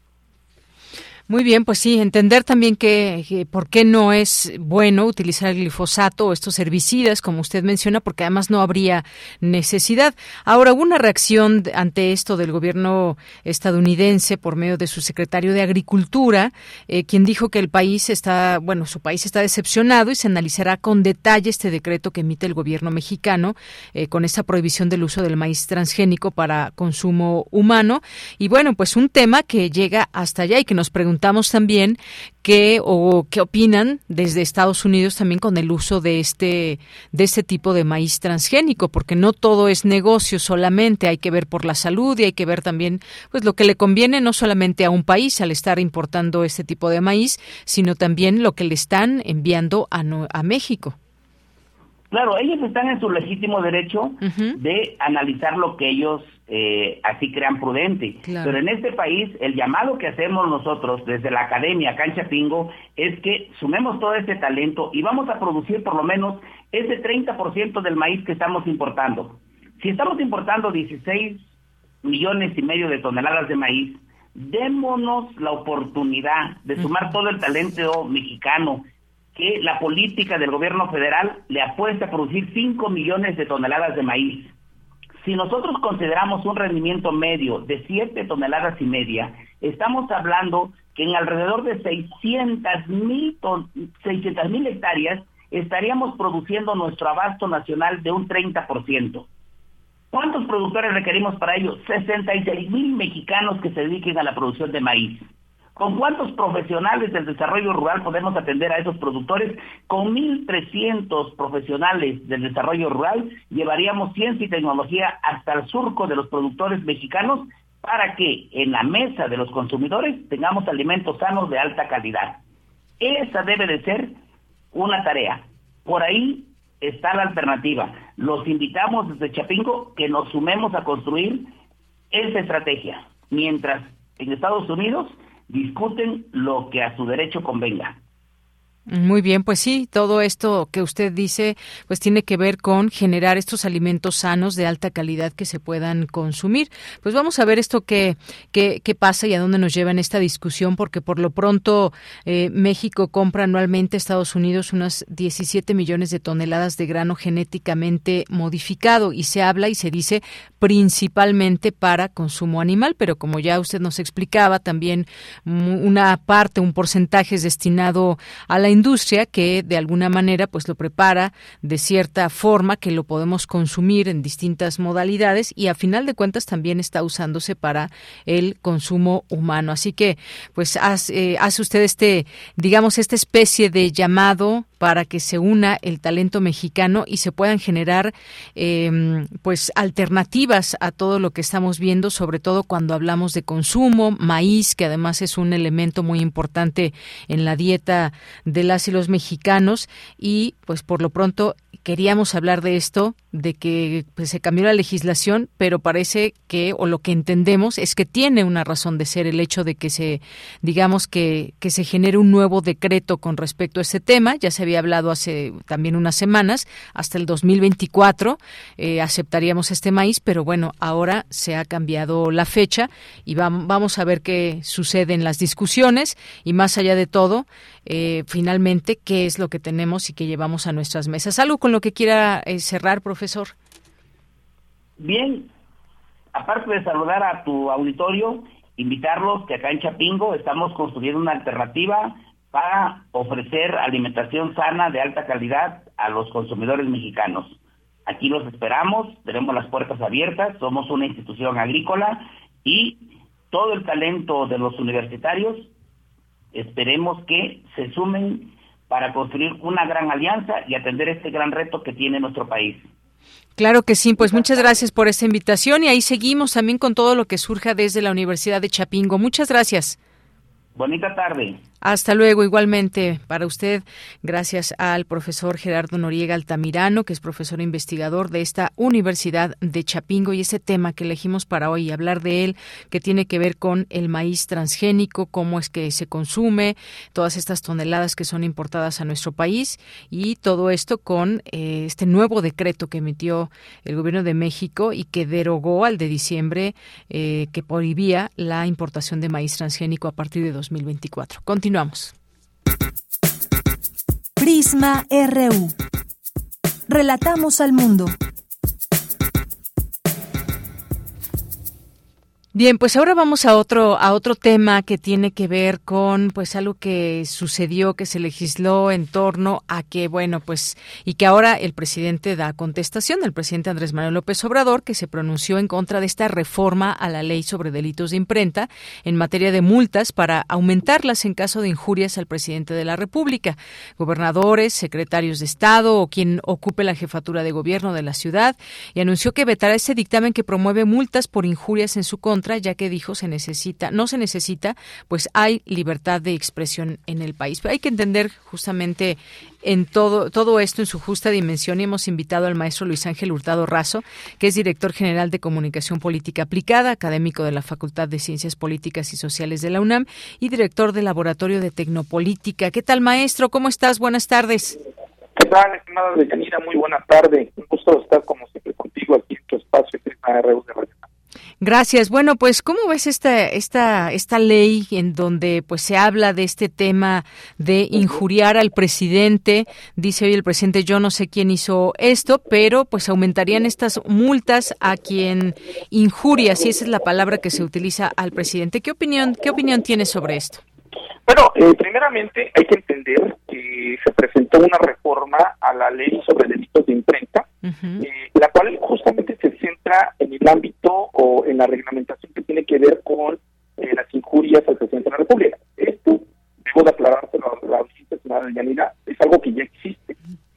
Muy bien, pues sí, entender también que por qué no es bueno utilizar el glifosato o estos herbicidas, como usted menciona, porque además no habría necesidad. Ahora, hubo una reacción ante esto del gobierno estadounidense por medio de su secretario de Agricultura, quien dijo que su país está decepcionado y se analizará con detalle este decreto que emite el gobierno mexicano con esta prohibición del uso del maíz transgénico para consumo humano. Y bueno, pues un tema que llega hasta allá y que nos preguntamos también qué opinan desde Estados Unidos también con el uso de este tipo de maíz transgénico, porque no todo es negocio solamente, hay que ver por la salud y hay que ver también pues lo que le conviene no solamente a un país al estar importando este tipo de maíz, sino también lo que le están enviando a México. Claro, ellos están en su legítimo derecho de analizar lo que ellos así crean prudente. Claro. Pero en este país, el llamado que hacemos nosotros desde la academia acá en Chapingo es que sumemos todo ese talento y vamos a producir por lo menos ese 30% del maíz que estamos importando. Si estamos importando 16,5 millones de toneladas de maíz, démonos la oportunidad de sumar todo el talento mexicano, que la política del gobierno federal le apuesta a producir 5 millones de toneladas de maíz. Si nosotros consideramos un rendimiento medio de 7,5 toneladas, estamos hablando que en alrededor de 600,000 hectáreas estaríamos produciendo nuestro abasto nacional de un 30%. ¿Cuántos productores requerimos para ello? 66,000 mexicanos que se dediquen a la producción de maíz. ¿Con cuántos profesionales del desarrollo rural podemos atender a esos productores? Con 1,300 profesionales del desarrollo rural llevaríamos ciencia y tecnología hasta el surco de los productores mexicanos para que en la mesa de los consumidores tengamos alimentos sanos de alta calidad. Esa debe de ser una tarea. Por ahí está la alternativa. Los invitamos desde Chapingo que nos sumemos a construir esa estrategia, mientras en Estados Unidos discuten lo que a su derecho convenga. Muy bien, pues sí, todo esto que usted dice pues tiene que ver con generar estos alimentos sanos de alta calidad que se puedan consumir. Pues vamos a ver esto qué pasa y a dónde nos lleva en esta discusión, porque por lo pronto México compra anualmente a Estados Unidos unas 17 millones de toneladas de grano genéticamente modificado y se habla y se dice principalmente para consumo animal, pero como ya usted nos explicaba, también una parte, un porcentaje es destinado a la industria industria que de alguna manera pues lo prepara de cierta forma que lo podemos consumir en distintas modalidades y a final de cuentas también está usándose para el consumo humano. Así que pues hace usted esta especie de llamado para que se una el talento mexicano y se puedan generar pues alternativas a todo lo que estamos viendo, sobre todo cuando hablamos de consumo, maíz, que además es un elemento muy importante en la dieta de las y los mexicanos, y pues por lo pronto queríamos hablar de esto, de que pues, se cambió la legislación, pero parece que, o lo que entendemos, es que tiene una razón de ser el hecho de que se genere un nuevo decreto con respecto a este tema. Ya se había hablado hace también unas semanas, hasta el 2024 aceptaríamos este maíz, pero bueno, ahora se ha cambiado la fecha y vamos a ver qué sucede en las discusiones y más allá de todo, finalmente, qué es lo que tenemos y que llevamos a nuestras mesas. ¿Algo con lo que quiera cerrar, profesor? Bien, aparte de saludar a tu auditorio, invitarlos que acá en Chapingo estamos construyendo una alternativa para ofrecer alimentación sana de alta calidad a los consumidores mexicanos. Aquí los esperamos, tenemos las puertas abiertas, somos una institución agrícola y todo el talento de los universitarios esperemos que se sumen para construir una gran alianza y atender este gran reto que tiene nuestro país. Claro que sí, pues muchas gracias por esta invitación y ahí seguimos también con todo lo que surja desde la Universidad de Chapingo. Muchas gracias. Bonita tarde. Hasta luego, igualmente para usted. Gracias al profesor Gerardo Noriega Altamirano, que es profesor investigador de esta Universidad de Chapingo, y ese tema que elegimos para hoy, hablar de él, que tiene que ver con el maíz transgénico, cómo es que se consume, todas estas toneladas que son importadas a nuestro país, y todo esto con este nuevo decreto que emitió el Gobierno de México y que derogó al de diciembre, que prohibía la importación de maíz transgénico a partir de 2024. Continuamos. Prisma RU. Relatamos al mundo. Bien, pues ahora vamos a otro tema que tiene que ver con pues algo que sucedió, que se legisló en torno a que, bueno, pues y que ahora el presidente da contestación, el presidente Andrés Manuel López Obrador, que se pronunció en contra de esta reforma a la ley sobre delitos de imprenta en materia de multas para aumentarlas en caso de injurias al presidente de la República. Gobernadores, secretarios de Estado o quien ocupe la jefatura de gobierno de la ciudad, y anunció que vetará ese dictamen que promueve multas por injurias en su contra, ya que dijo no se necesita, pues hay libertad de expresión en el país. Pero hay que entender justamente en todo esto en su justa dimensión, y hemos invitado al maestro Luis Ángel Hurtado Razo, que es director general de Comunicación Política Aplicada, académico de la Facultad de Ciencias Políticas y Sociales de la UNAM y director del Laboratorio de Tecnopolítica. ¿Qué tal, maestro? ¿Cómo estás? Buenas tardes. ¿Qué tal, estimada Deyanira? Muy buena tarde. Un gusto estar como siempre contigo aquí en tu espacio Prisma RU de Radio. Gracias. Bueno, pues ¿cómo ves esta ley en donde pues se habla de este tema de injuriar al presidente? Dice hoy el presidente, yo no sé quién hizo esto, pero pues aumentarían estas multas a quien injuria, si esa es la palabra que se utiliza al presidente. ¿Qué opinión tienes sobre esto? Bueno, primeramente hay que entender que se presentó una reforma a la ley sobre delitos de imprenta, la cual justamente se centra en el ámbito o en la reglamentación que tiene que ver con las injurias al presidente de la República. Esto, debo de aclarárselo a la audiencia, señora Deyanira, es algo que ya existe.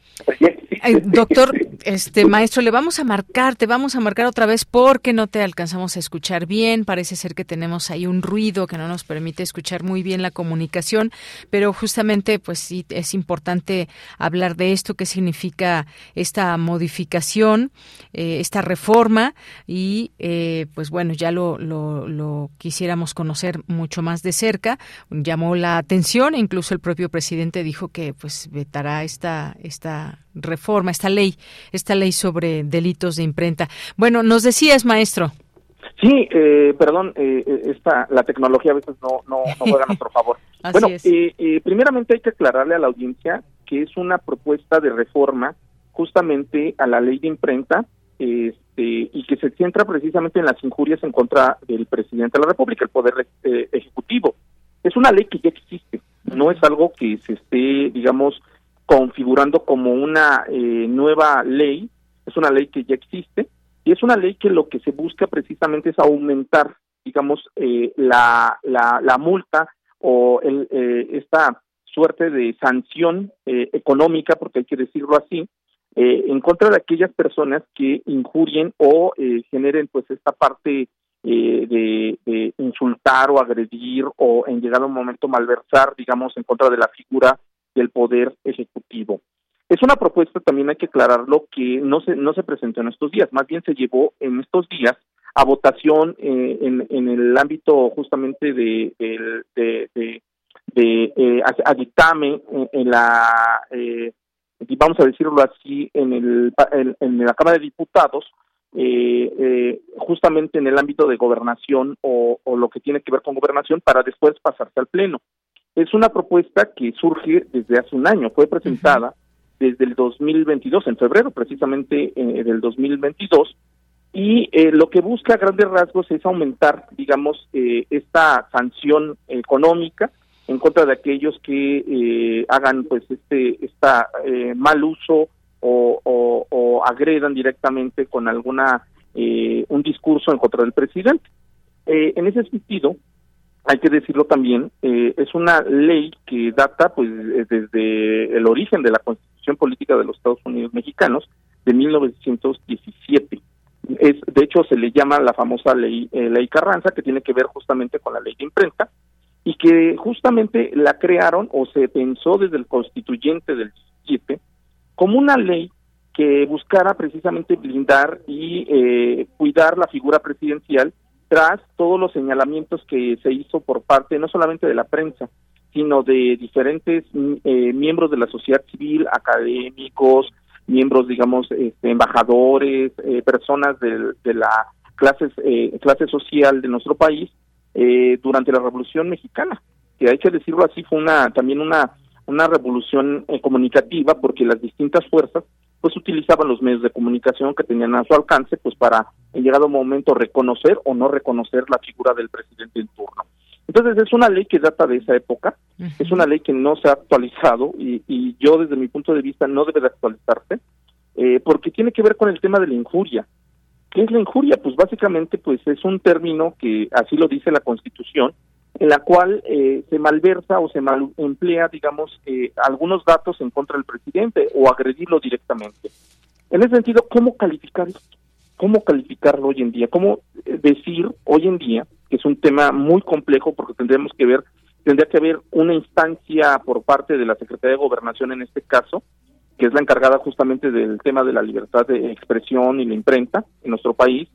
Doctor, maestro, te vamos a marcar otra vez porque no te alcanzamos a escuchar bien. Parece ser que tenemos ahí un ruido que no nos permite escuchar muy bien la comunicación, pero justamente pues sí es importante hablar de esto, qué significa esta modificación, esta reforma, y pues bueno, ya lo quisiéramos conocer mucho más de cerca. Llamó la atención e incluso el propio presidente dijo que pues vetará esta reforma, esta ley sobre delitos de imprenta. Bueno, nos decías, maestro. Sí, perdón, la tecnología a veces no juega a nuestro favor. Bueno, primeramente hay que aclararle a la audiencia que es una propuesta de reforma justamente a la ley de imprenta, y que se centra precisamente en las injurias en contra del presidente de la República, el Poder Ejecutivo. Es una ley que ya existe, no no es algo que se esté, digamos, configurando como una nueva ley, es una ley que ya existe, y es una ley que lo que se busca precisamente es aumentar, digamos, la multa o esta suerte de sanción económica, porque hay que decirlo así, en contra de aquellas personas que injurien o generen pues esta parte de insultar o agredir o en llegado un momento malversar, digamos, en contra de la figura del poder ejecutivo. Es una propuesta, también hay que aclararlo, que no se presentó en estos días, más bien se llevó en estos días a votación en el ámbito justamente a dictamen en la vamos a decirlo así, en la Cámara de Diputados, justamente en el ámbito de gobernación o lo que tiene que ver con gobernación, para después pasarse al Pleno. Es una propuesta que surge desde hace un año, fue presentada desde el 2022, en febrero precisamente del 2022, y lo que busca a grandes rasgos es aumentar, digamos, esta sanción económica en contra de aquellos que hagan pues mal uso o agredan directamente con un discurso en contra del presidente. En ese sentido, hay que decirlo también, es una ley que data pues desde el origen de la Constitución Política de los Estados Unidos Mexicanos de 1917. De hecho, se le llama la famosa ley Carranza, que tiene que ver justamente con la ley de imprenta, y que justamente la crearon o se pensó desde el constituyente del 17 como una ley que buscara precisamente blindar y cuidar la figura presidencial tras todos los señalamientos que se hizo por parte no solamente de la prensa, sino de diferentes miembros de la sociedad civil, académicos, miembros, digamos, embajadores, personas de la clase social de nuestro país, durante la Revolución Mexicana, que hay que decirlo así, fue también una revolución comunicativa, porque las distintas fuerzas pues utilizaban los medios de comunicación que tenían a su alcance pues para, en llegado momento, reconocer o no reconocer la figura del presidente en turno. Entonces es una ley que data de esa época, es una ley que no se ha actualizado y yo desde mi punto de vista no debe de actualizarse, porque tiene que ver con el tema de la injuria. ¿Qué es la injuria? Pues básicamente pues es un término que así lo dice la Constitución, en la cual se malversa o se emplea, digamos, algunos datos en contra del presidente o agredirlo directamente. En ese sentido, ¿cómo calificar esto? ¿Cómo calificarlo hoy en día? ¿Cómo decir hoy en día, que es un tema muy complejo porque tendría que haber una instancia por parte de la Secretaría de Gobernación en este caso, que es la encargada justamente del tema de la libertad de expresión y la imprenta en nuestro país,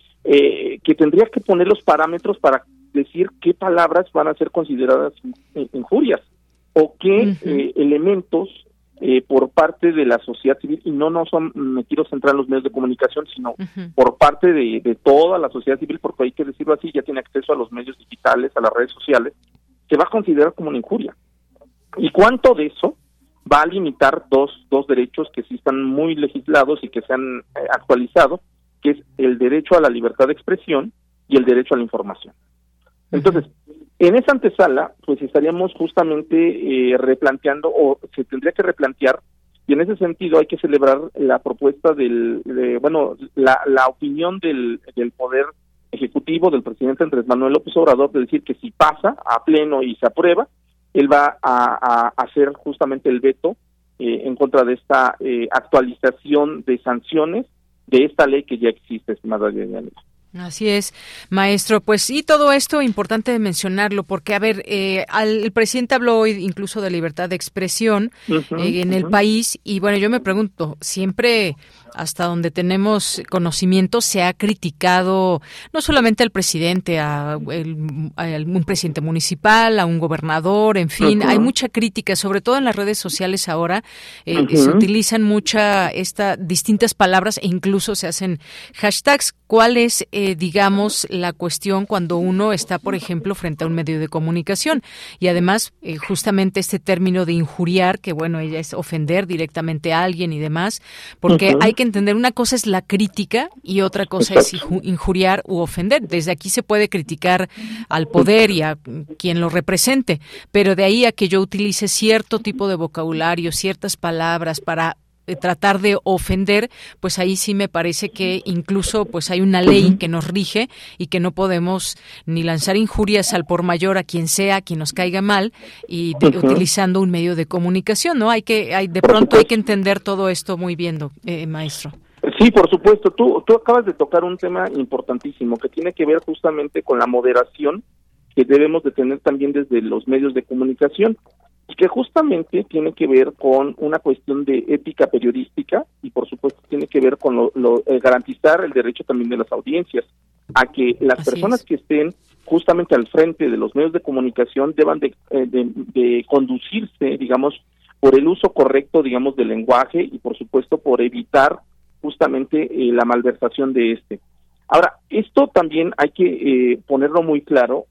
que tendría que poner los parámetros para decir qué palabras van a ser consideradas injurias o qué elementos por parte de la sociedad civil, y no me quiero centrar en los medios de comunicación, sino por parte de toda la sociedad civil, porque hay que decirlo así, ya tiene acceso a los medios digitales, a las redes sociales, se va a considerar como una injuria. ¿Y cuánto de eso va a limitar dos derechos que sí están muy legislados y que se han actualizado, que es el derecho a la libertad de expresión y el derecho a la información? Entonces, en esa antesala, pues estaríamos justamente replanteando, o se tendría que replantear, y en ese sentido hay que celebrar la propuesta la opinión del Poder Ejecutivo, del presidente Andrés Manuel López Obrador, de decir que si pasa a pleno y se aprueba, él va a hacer justamente el veto en contra de esta actualización de sanciones de esta ley que ya existe, estimada Yanira. Así es, maestro. Pues sí, todo esto importante mencionarlo porque, a ver, el presidente habló hoy incluso de libertad de expresión en el país y, bueno, yo me pregunto, siempre hasta donde tenemos conocimiento se ha criticado no solamente al presidente, a un presidente municipal, a un gobernador, en fin, hay mucha crítica, sobre todo en las redes sociales ahora, se utilizan distintas palabras e incluso se hacen hashtags. ¿Cuál es, digamos, la cuestión cuando uno está, por ejemplo, frente a un medio de comunicación? Y además, justamente este término de injuriar, que bueno, ella es ofender directamente a alguien y demás, porque hay que entender, una cosa es la crítica y otra cosa es injuriar u ofender. Desde aquí se puede criticar al poder y a quien lo represente, pero de ahí a que yo utilice cierto tipo de vocabulario, ciertas palabras para tratar de ofender, pues ahí sí me parece que incluso pues hay una ley que nos rige y que no podemos ni lanzar injurias al por mayor a quien sea, a quien nos caiga mal, y utilizando un medio de comunicación, ¿no? De pronto hay que entender todo esto muy bien, maestro. Sí, por supuesto. Tú acabas de tocar un tema importantísimo que tiene que ver justamente con la moderación que debemos de tener también desde los medios de comunicación, y que justamente tiene que ver con una cuestión de ética periodística y por supuesto tiene que ver con garantizar el derecho también de las audiencias a que las personas que estén justamente al frente de los medios de comunicación deban de conducirse, digamos, por el uso correcto, digamos, del lenguaje y por supuesto por evitar justamente la malversación de este. Ahora, esto también hay que ponerlo muy claro.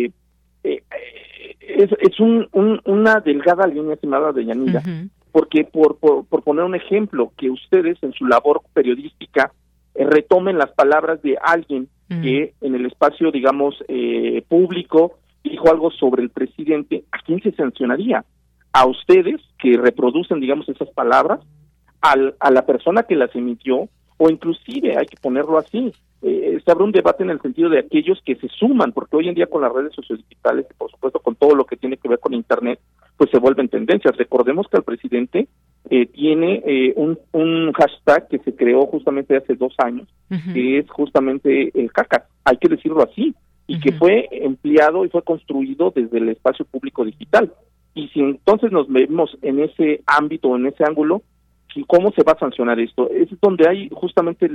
Es una delgada línea, estimada Deyanira, porque por poner un ejemplo, que ustedes en su labor periodística retomen las palabras de alguien que en el espacio, digamos, público dijo algo sobre el presidente, ¿a quién se sancionaría? ¿A ustedes que reproducen, digamos, esas palabras? ¿A la persona que las emitió? O inclusive, hay que ponerlo así, se abre un debate en el sentido de aquellos que se suman, porque hoy en día con las redes sociodigitales y por supuesto con todo lo que tiene que ver con Internet, pues se vuelven tendencias. Recordemos que el presidente tiene un hashtag que se creó justamente hace 2 años, que es justamente el caca, hay que decirlo así, y que fue empleado y fue construido desde el espacio público digital. Y si entonces nos vemos en ese ámbito, en ese ángulo, ¿cómo se va a sancionar esto? Es donde hay justamente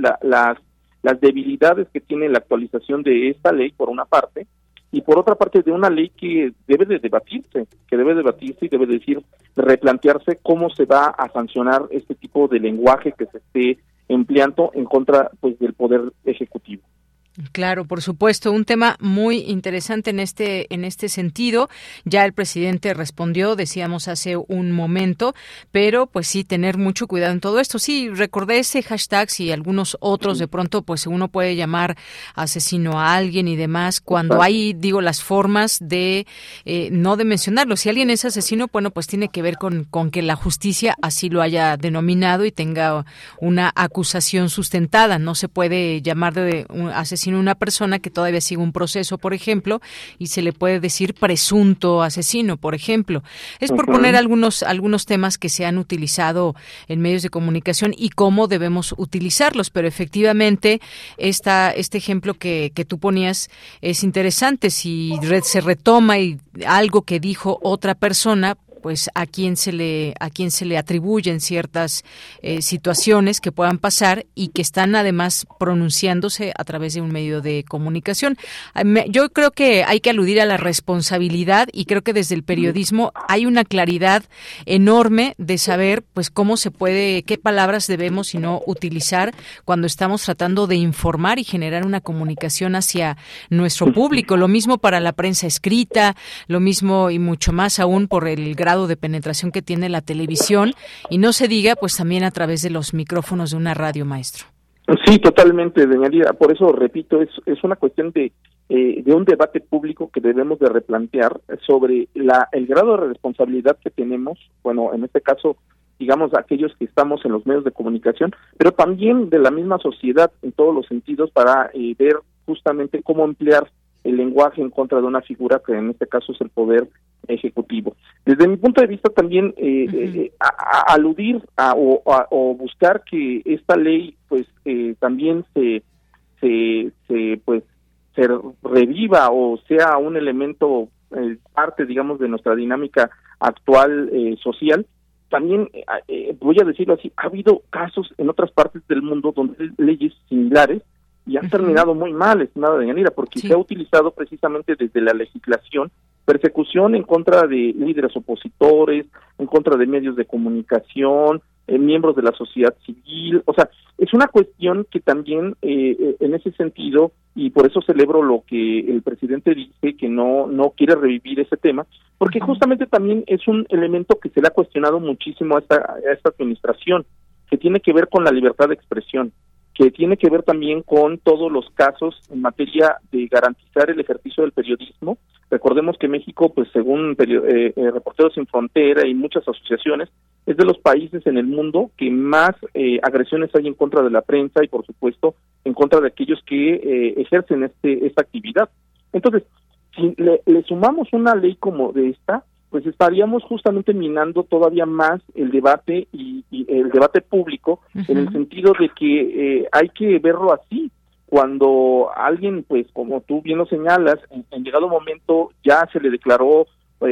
las debilidades que tiene la actualización de esta ley, por una parte, y por otra parte de una ley que debe de debatirse y debe decir, replantearse cómo se va a sancionar este tipo de lenguaje que se esté empleando en contra, pues, del Poder Ejecutivo. Claro, por supuesto, un tema muy interesante en este sentido. Ya el presidente respondió, decíamos hace un momento, pero pues sí, tener mucho cuidado en todo esto. Sí, recordé ese hashtag y algunos otros, de pronto pues uno puede llamar asesino a alguien y demás, cuando hay, digo, las formas de no de mencionarlo. Si alguien es asesino, bueno, pues tiene que ver con que la justicia así lo haya denominado y tenga una acusación sustentada. No se puede llamar de un asesino una persona que todavía sigue un proceso, por ejemplo, y se le puede decir presunto asesino, por ejemplo. Es por poner algunos temas que se han utilizado en medios de comunicación y cómo debemos utilizarlos, pero efectivamente este ejemplo que tú ponías es interesante. Si se retoma y algo que dijo otra persona, pues a quién se le atribuyen ciertas situaciones que puedan pasar y que están además pronunciándose a través de un medio de comunicación. Yo creo que hay que aludir a la responsabilidad y creo que desde el periodismo hay una claridad enorme de saber pues qué palabras debemos y no utilizar cuando estamos tratando de informar y generar una comunicación hacia nuestro público. Lo mismo para la prensa escrita, lo mismo y mucho más aún por el grado de penetración que tiene la televisión y no se diga pues también a través de los micrófonos de una radio, maestro. Sí, totalmente, doña Lida. Por eso, repito, es una cuestión de un debate público que debemos de replantear sobre el grado de responsabilidad que tenemos, bueno, en este caso, digamos, aquellos que estamos en los medios de comunicación, pero también de la misma sociedad en todos los sentidos para ver justamente cómo emplear el lenguaje en contra de una figura que en este caso es el Poder Ejecutivo. Desde mi punto de vista también aludir o buscar que esta ley pues también se reviva o sea un elemento parte, digamos, de nuestra dinámica actual social. También voy a decirlo así, ha habido casos en otras partes del mundo donde hay leyes similares y han terminado muy mal, estimada Deyanira, porque se ha utilizado precisamente desde la legislación persecución en contra de líderes opositores, en contra de medios de comunicación, miembros de la sociedad civil. O sea, es una cuestión que también en ese sentido, y por eso celebro lo que el presidente dice, que no quiere revivir ese tema, porque justamente también es un elemento que se le ha cuestionado muchísimo a esta administración, que tiene que ver con la libertad de expresión, que tiene que ver también con todos los casos en materia de garantizar el ejercicio del periodismo. Recordemos que México, pues según Reporteros Sin Frontera y muchas asociaciones, es de los países en el mundo que más agresiones hay en contra de la prensa y, por supuesto, en contra de aquellos que ejercen esta actividad. Entonces, si le sumamos una ley como de esta, pues estaríamos justamente minando todavía más el debate y el debate público, en el sentido de que hay que verlo así. Cuando alguien, pues como tú bien lo señalas, en llegado momento ya se le declaró,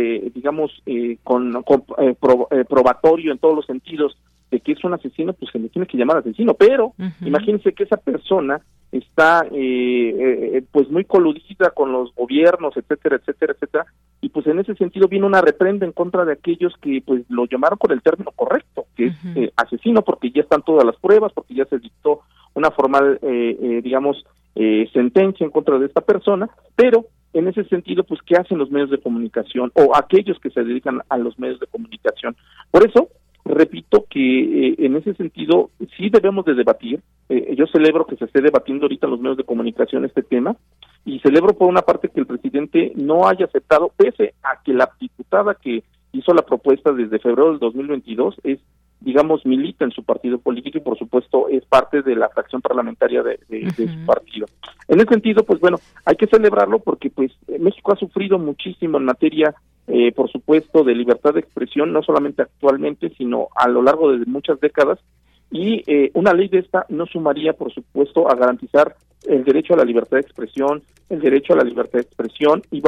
probatorio en todos los sentidos de que es un asesino, pues se le tiene que llamar asesino, pero imagínense que esa persona está pues muy coludida con los gobiernos, etcétera, etcétera, etcétera, y pues en ese sentido viene una reprenda en contra de aquellos que pues lo llamaron con el término correcto, que es asesino, porque ya están todas las pruebas, porque ya se dictó una formal, sentencia en contra de esta persona, pero en ese sentido, pues, ¿qué hacen los medios de comunicación o aquellos que se dedican a los medios de comunicación? Por eso, repito que en ese sentido sí debemos de debatir. Yo celebro que se esté debatiendo ahorita en los medios de comunicación este tema, y celebro por una parte que el presidente no haya aceptado, pese a que la diputada que hizo la propuesta desde febrero del 2022 es, milita en su partido político y por supuesto es parte de la fracción parlamentaria de su partido. En ese sentido, pues bueno, hay que celebrarlo porque pues México ha sufrido muchísimo en materia, por supuesto, de libertad de expresión, no solamente actualmente, sino a lo largo de muchas décadas, y una ley de esta no sumaría, por supuesto, a garantizar el derecho a la libertad de expresión, el derecho a la libertad de expresión, y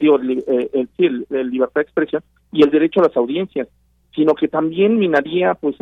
el libertad de expresión y el derecho a las audiencias, sino que también minaría pues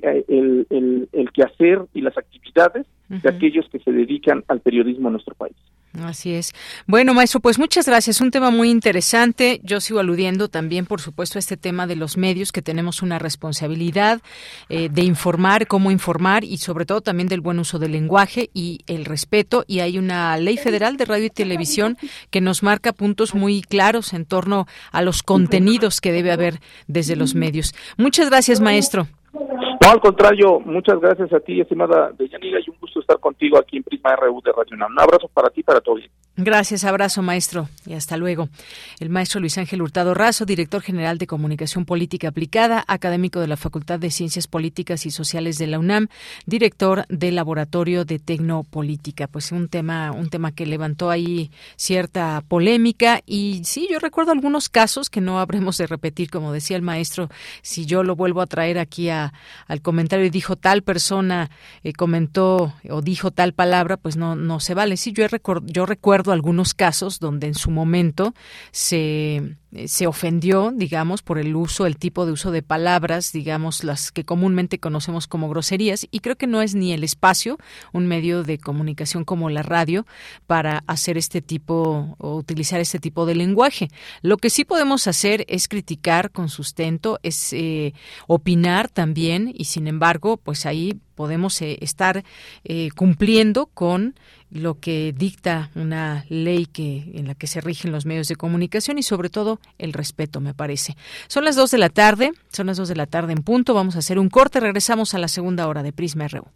el quehacer y las actividades de aquellos que se dedican al periodismo en nuestro país. Así es. Bueno, maestro, pues muchas gracias. Un tema muy interesante. Yo sigo aludiendo también, por supuesto, a este tema de los medios, que tenemos una responsabilidad de informar, cómo informar y sobre todo también del buen uso del lenguaje y el respeto. Y hay una ley federal de radio y televisión que nos marca puntos muy claros en torno a los contenidos que debe haber desde los medios. Muchas gracias, maestro. No, al contrario, muchas gracias a ti, estimada Deyanira, y un gusto estar contigo aquí en Prisma RU de Radio UNAM. Un abrazo para ti y para todos. Gracias, abrazo, maestro, y hasta luego. El maestro Luis Ángel Hurtado Razo, director general de Comunicación Política Aplicada, académico de la Facultad de Ciencias Políticas y Sociales de la UNAM, director del Laboratorio de Tecnopolítica. Pues un tema que levantó ahí cierta polémica, y sí, yo recuerdo algunos casos que no habremos de repetir, como decía el maestro. Si yo lo vuelvo a traer aquí al comentario y dijo tal persona, comentó o dijo tal palabra, pues no se vale. Sí, yo recuerdo algunos casos donde en su momento se ofendió, por el tipo de uso de palabras, las que comúnmente conocemos como groserías, y creo que no es ni el espacio, un medio de comunicación como la radio, para hacer utilizar este tipo de lenguaje. Lo que sí podemos hacer es criticar con sustento, es opinar también, y sin embargo, pues ahí podemos estar cumpliendo con lo que dicta una ley en la que se rigen los medios de comunicación, y sobre todo el respeto, me parece. Son las 2 de la tarde en punto. Vamos a hacer un corte, regresamos a la segunda hora de Prisma RU.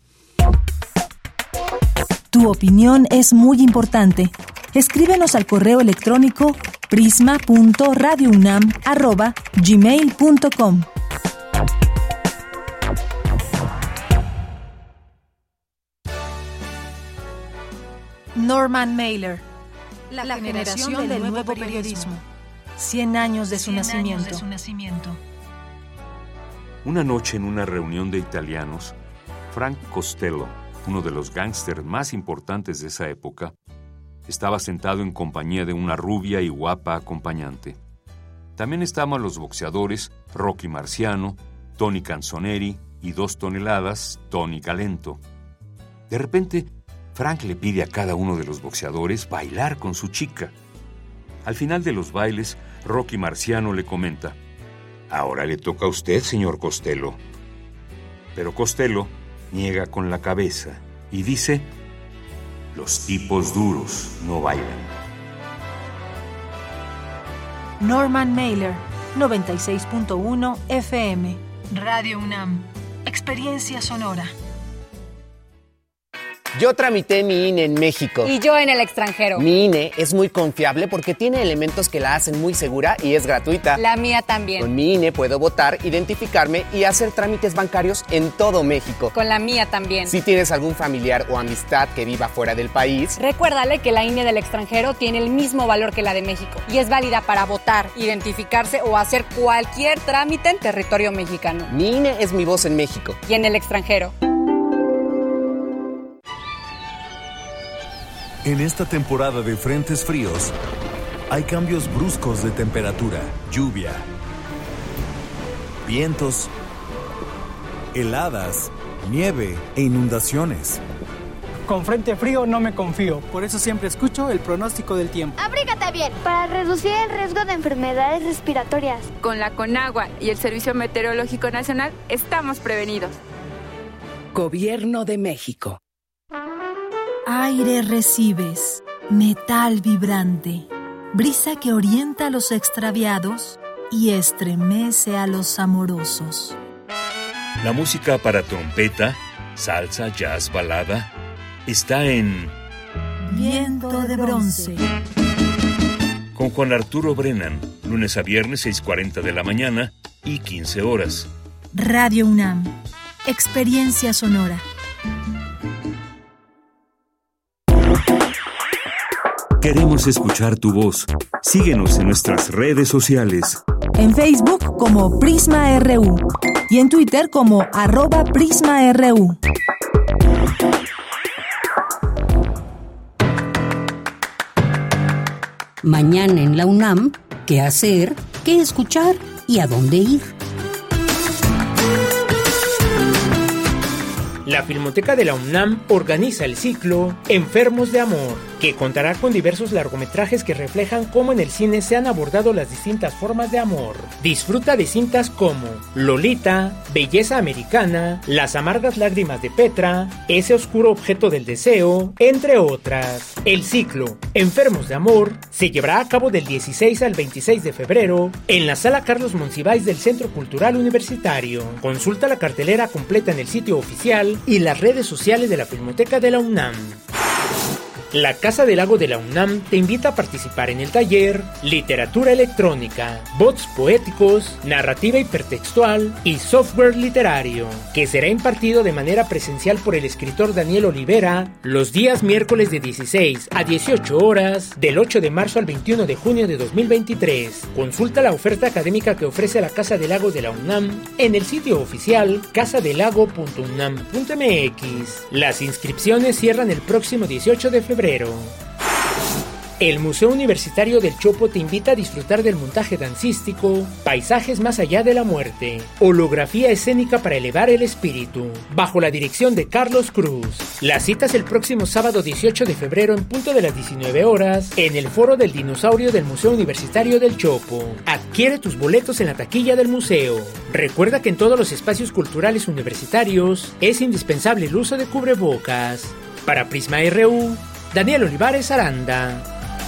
Tu opinión es muy importante. Escríbenos al correo electrónico prisma.radiounam@gmail.com. Norman Mailer, la generación del nuevo periodismo. 100 años de su nacimiento. Una noche en una reunión de italianos, Frank Costello, uno de los gángsters más importantes de esa época, estaba sentado en compañía de una rubia y guapa acompañante. También estaban los boxeadores Rocky Marciano, Tony Canzoneri y 2 toneladas, Tony Calento. De repente, Frank le pide a cada uno de los boxeadores bailar con su chica. Al final de los bailes, Rocky Marciano le comenta: «Ahora le toca a usted, señor Costello». Pero Costello niega con la cabeza y dice: «Los tipos duros no bailan». Norman Mailer, 96.1 FM. Radio UNAM. Experiencia sonora. Yo tramité mi INE en México. Y yo en el extranjero. Mi INE es muy confiable porque tiene elementos que la hacen muy segura y es gratuita. La mía también. Con mi INE puedo votar, identificarme y hacer trámites bancarios en todo México. Con la mía también. Si tienes algún familiar o amistad que viva fuera del país, recuérdale que la INE del extranjero tiene el mismo valor que la de México y es válida para votar, identificarse o hacer cualquier trámite en territorio mexicano. Mi INE es mi voz en México. Y en el extranjero. En esta temporada de frentes fríos, hay cambios bruscos de temperatura, lluvia, vientos, heladas, nieve e inundaciones. Con frente frío no me confío, por eso siempre escucho el pronóstico del tiempo. Abrígate bien para reducir el riesgo de enfermedades respiratorias. Con la Conagua y el Servicio Meteorológico Nacional estamos prevenidos. Gobierno de México. Aire recibes, metal vibrante, brisa que orienta a los extraviados y estremece a los amorosos. La música para trompeta, salsa, jazz, balada, está en Viento de bronce. Con Juan Arturo Brennan, lunes a viernes 6:40 de la mañana y 15 horas. Radio UNAM, experiencia sonora. Queremos escuchar tu voz. Síguenos en nuestras redes sociales. En Facebook como Prisma RU y en Twitter como @PrismaRU. Mañana en la UNAM, ¿qué hacer, qué escuchar y a dónde ir? La Filmoteca de la UNAM organiza el ciclo Enfermos de Amor, que contará con diversos largometrajes que reflejan cómo en el cine se han abordado las distintas formas de amor. Disfruta de cintas como Lolita, Belleza Americana, Las amargas lágrimas de Petra, Ese oscuro objeto del deseo, entre otras. El ciclo Enfermos de Amor se llevará a cabo del 16 al 26 de febrero en la Sala Carlos Monsiváis del Centro Cultural Universitario. Consulta la cartelera completa en el sitio oficial y las redes sociales de la Filmoteca de la UNAM. La Casa del Lago de la UNAM te invita a participar en el taller Literatura Electrónica, Bots Poéticos, Narrativa Hipertextual y Software Literario, que será impartido de manera presencial por el escritor Daniel Olivera los días miércoles de 16 a 18 horas del 8 de marzo al 21 de junio de 2023. Consulta la oferta académica que ofrece la Casa del Lago de la UNAM en el sitio oficial casadelago.unam.mx. Las inscripciones cierran el próximo 18 de febrero. El Museo Universitario del Chopo te invita a disfrutar del montaje dancístico Paisajes más allá de la muerte, holografía escénica para elevar el espíritu, bajo la dirección de Carlos Cruz. La cita es el próximo sábado 18 de febrero en punto de las 19 horas en el Foro del Dinosaurio del Museo Universitario del Chopo. Adquiere tus boletos en la taquilla del museo. Recuerda que en todos los espacios culturales universitarios es indispensable el uso de cubrebocas. Para Prisma RU, Daniel Olivares Aranda.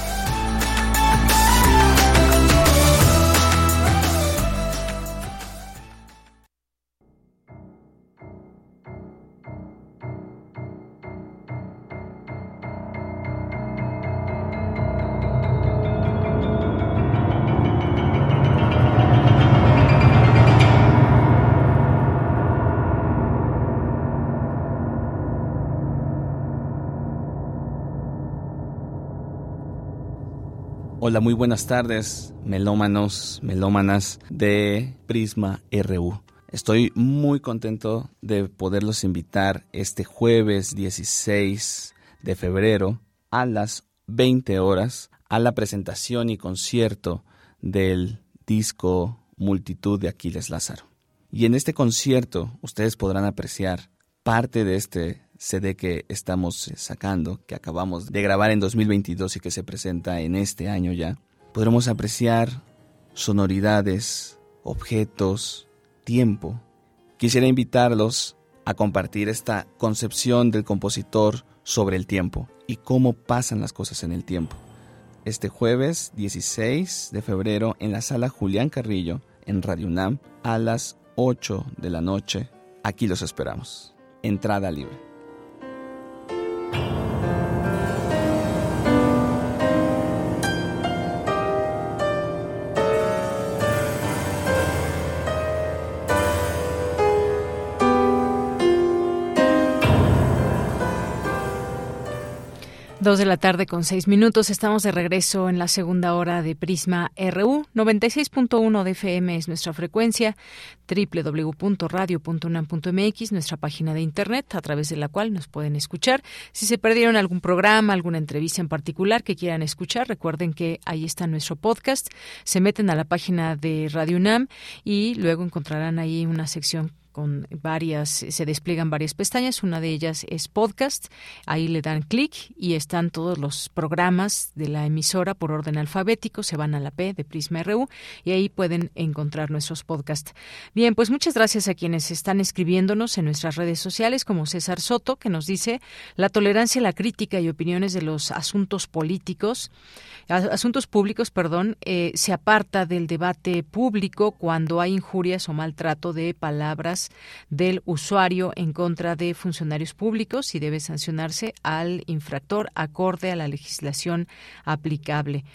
Hola, muy buenas tardes, melómanos, melómanas de Prisma RU. Estoy muy contento de poderlos invitar este jueves 16 de febrero a las 20 horas a la presentación y concierto del disco Multitud de Aquiles Lázaro. Y en este concierto ustedes podrán apreciar parte de este CD que estamos sacando, que acabamos de grabar en 2022 y que se presenta en este año ya. Podremos apreciar sonoridades, objetos, tiempo. Quisiera invitarlos a compartir esta concepción del compositor sobre el tiempo y cómo pasan las cosas en el tiempo. Este jueves 16 de febrero en la Sala Julián Carrillo en Radio UNAM a las 8 de la noche aquí los esperamos. Entrada libre. Dos de la tarde con 6 minutos. Estamos de regreso en la segunda hora de Prisma RU. 96.1 de FM es nuestra frecuencia, www.radio.unam.mx, nuestra página de internet a través de la cual nos pueden escuchar. Si se perdieron algún programa, alguna entrevista en particular que quieran escuchar, recuerden que ahí está nuestro podcast. Se meten a la página de Radio UNAM y luego encontrarán ahí una sección con se despliegan varias pestañas, una de ellas es podcast, ahí le dan clic y están todos los programas de la emisora por orden alfabético, se van a la P de Prisma RU y ahí pueden encontrar nuestros podcasts. Bien, pues muchas gracias a quienes están escribiéndonos en nuestras redes sociales, como César Soto, que nos dice: la tolerancia a la crítica y opiniones de los asuntos públicos, se aparta del debate público cuando hay injurias o maltrato de palabras del usuario en contra de funcionarios públicos y debe sancionarse al infractor acorde a la legislación aplicable.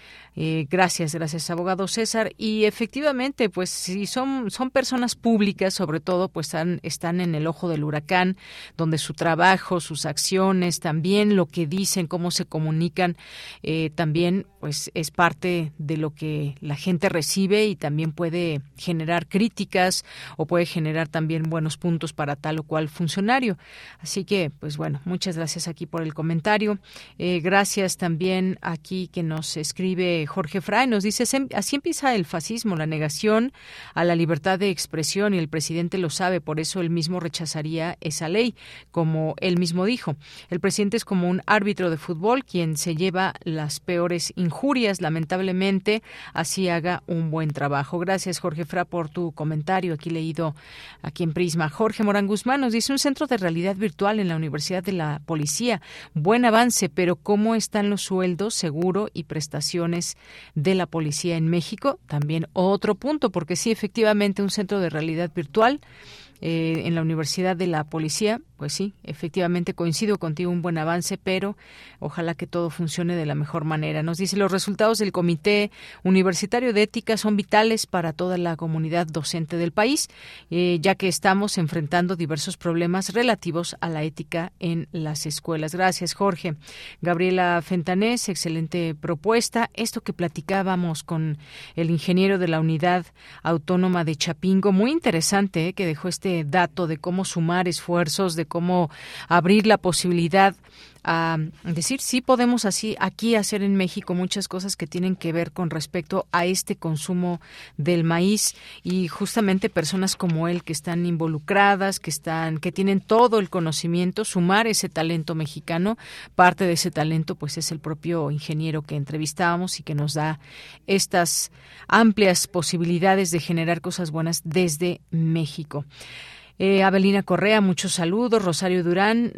Gracias, abogado César. Y efectivamente, pues si son personas públicas, sobre todo, pues están en el ojo del huracán, donde su trabajo, sus acciones, también lo que dicen, cómo se comunican, también pues es parte de lo que la gente recibe y también puede generar críticas o puede generar también buenos puntos para tal o cual funcionario. Así que, pues bueno, muchas gracias aquí por el comentario. Gracias también aquí que nos escribe Jorge Fray, nos dice: así empieza el fascismo, la negación a la libertad de expresión, y el presidente lo sabe, por eso él mismo rechazaría esa ley, como él mismo dijo. El presidente es como un árbitro de fútbol quien se lleva las peores injurias, lamentablemente, así haga un buen trabajo. Gracias, Jorge Fray, por tu comentario aquí leído aquí en Prisma. Jorge Morán Guzmán nos dice: un centro de realidad virtual en la Universidad de la Policía, buen avance, pero ¿cómo están los sueldos, seguro y prestaciones de la policía en México? También otro punto, porque sí, efectivamente, un centro de realidad virtual en la Universidad de la Policía, pues sí, efectivamente coincido contigo, un buen avance, pero ojalá que todo funcione de la mejor manera. Nos dice: los resultados del Comité Universitario de Ética son vitales para toda la comunidad docente del país, ya que estamos enfrentando diversos problemas relativos a la ética en las escuelas. Gracias, Jorge. Gabriela Fentanés, excelente propuesta. Esto que platicábamos con el ingeniero de la Unidad Autónoma de Chapingo, muy interesante, que dejó este dato de cómo sumar esfuerzos, de cómo abrir la posibilidad a decir sí podemos así aquí hacer en México muchas cosas que tienen que ver con respecto a este consumo del maíz, y justamente personas como él que están involucradas, que tienen todo el conocimiento, sumar ese talento mexicano. Parte de ese talento pues es el propio ingeniero que entrevistábamos y que nos da estas amplias posibilidades de generar cosas buenas desde México. Abelina Correa, muchos saludos. Rosario Durán,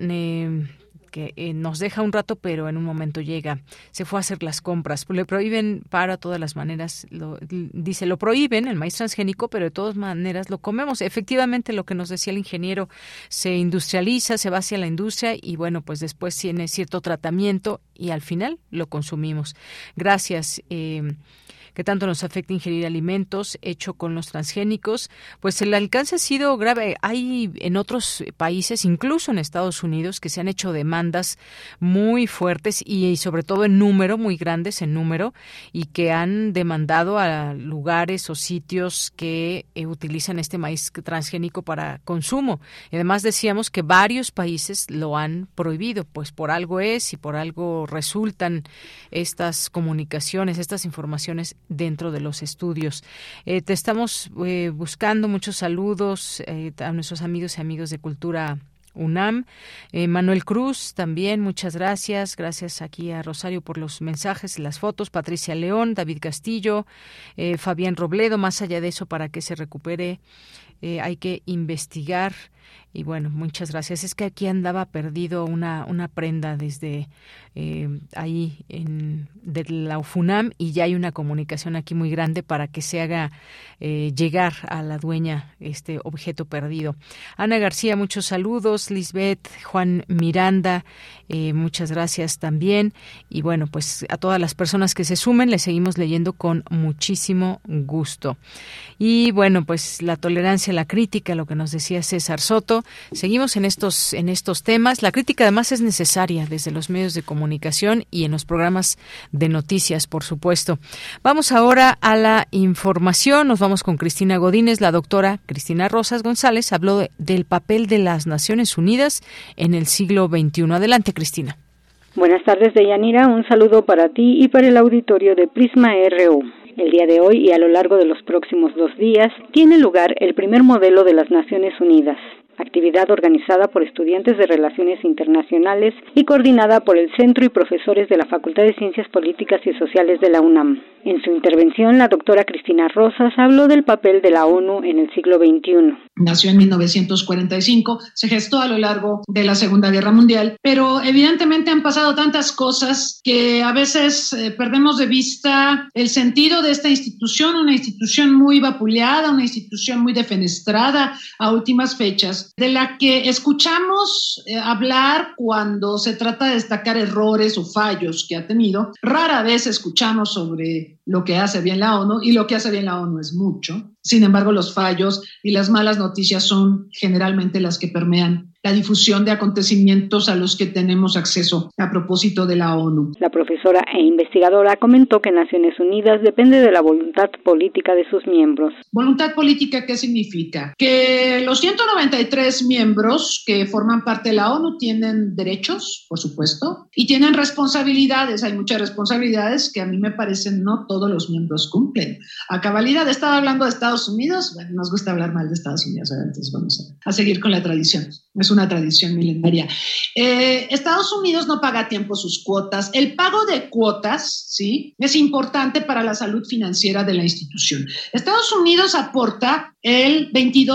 que nos deja un rato, pero en un momento llega. Se fue a hacer las compras. Le prohíben para todas las maneras, lo prohíben, el maíz transgénico, pero de todas maneras lo comemos. Efectivamente, lo que nos decía el ingeniero, se industrializa, se va hacia la industria y bueno, pues después tiene cierto tratamiento y al final lo consumimos. Gracias. Que tanto nos afecta ingerir alimentos hecho con los transgénicos, pues el alcance ha sido grave. Hay en otros países, incluso en Estados Unidos, que se han hecho demandas muy fuertes y sobre todo en número, muy grandes en número, y que han demandado a lugares o sitios que utilizan este maíz transgénico para consumo. Y además decíamos que varios países lo han prohibido, pues por algo es y por algo resultan estas comunicaciones, estas informaciones dentro de los estudios. Te estamos buscando muchos saludos a nuestros amigos y amigos de Cultura UNAM. Manuel Cruz también, muchas gracias. Gracias aquí a Rosario por los mensajes, las fotos. Patricia León, David Castillo, Fabián Robledo. Más allá de eso, para que se recupere hay que investigar Y bueno, muchas gracias. Es que aquí andaba perdido una prenda desde ahí de la UFUNAM, y ya hay una comunicación aquí muy grande para que se haga llegar a la dueña este objeto perdido. Ana García, muchos saludos. Lisbeth, Juan Miranda, muchas gracias también. Y bueno, pues a todas las personas que se sumen, les seguimos leyendo con muchísimo gusto. Y bueno, pues la tolerancia a la crítica, lo que nos decía César Soto. Seguimos en estos temas. La crítica además es necesaria desde los medios de comunicación y en los programas de noticias, por supuesto. Vamos ahora a la información. Nos vamos con Cristina Godínez. La doctora Cristina Rosas González habló del papel de las Naciones Unidas en el siglo XXI. Adelante, Cristina. Buenas tardes, Deyanira. Un saludo para ti y para el auditorio de Prisma RU. El día de hoy y a lo largo de los próximos 2 días tiene lugar el primer modelo de las Naciones Unidas, actividad organizada por estudiantes de Relaciones Internacionales y coordinada por el Centro y profesores de la Facultad de Ciencias Políticas y Sociales de la UNAM. En su intervención, la doctora Cristina Rosas habló del papel de la ONU en el siglo XXI. Nació en 1945, se gestó a lo largo de la Segunda Guerra Mundial, pero evidentemente han pasado tantas cosas que a veces perdemos de vista el sentido de esta institución, una institución muy vapuleada, una institución muy defenestrada a últimas fechas, de la que escuchamos hablar cuando se trata de destacar errores o fallos que ha tenido. Rara vez escuchamos sobre lo que hace bien la ONU, y lo que hace bien la ONU es mucho. Sin embargo, los fallos y las malas noticias son generalmente las que permean la difusión de acontecimientos a los que tenemos acceso a propósito de la ONU. La profesora e investigadora comentó que Naciones Unidas depende de la voluntad política de sus miembros. ¿Voluntad política qué significa? Que los 193 miembros que forman parte de la ONU tienen derechos, por supuesto, y tienen responsabilidades. Hay muchas responsabilidades que a mí me parecen no todos los miembros cumplen. A cabalidad, estaba hablando de Estados Unidos. Bueno, nos gusta hablar mal de Estados Unidos, entonces vamos a seguir con la tradición. Es una tradición milenaria. Estados Unidos no paga a tiempo sus cuotas. El pago de cuotas, ¿sí?, es importante para la salud financiera de la institución. Estados Unidos aporta el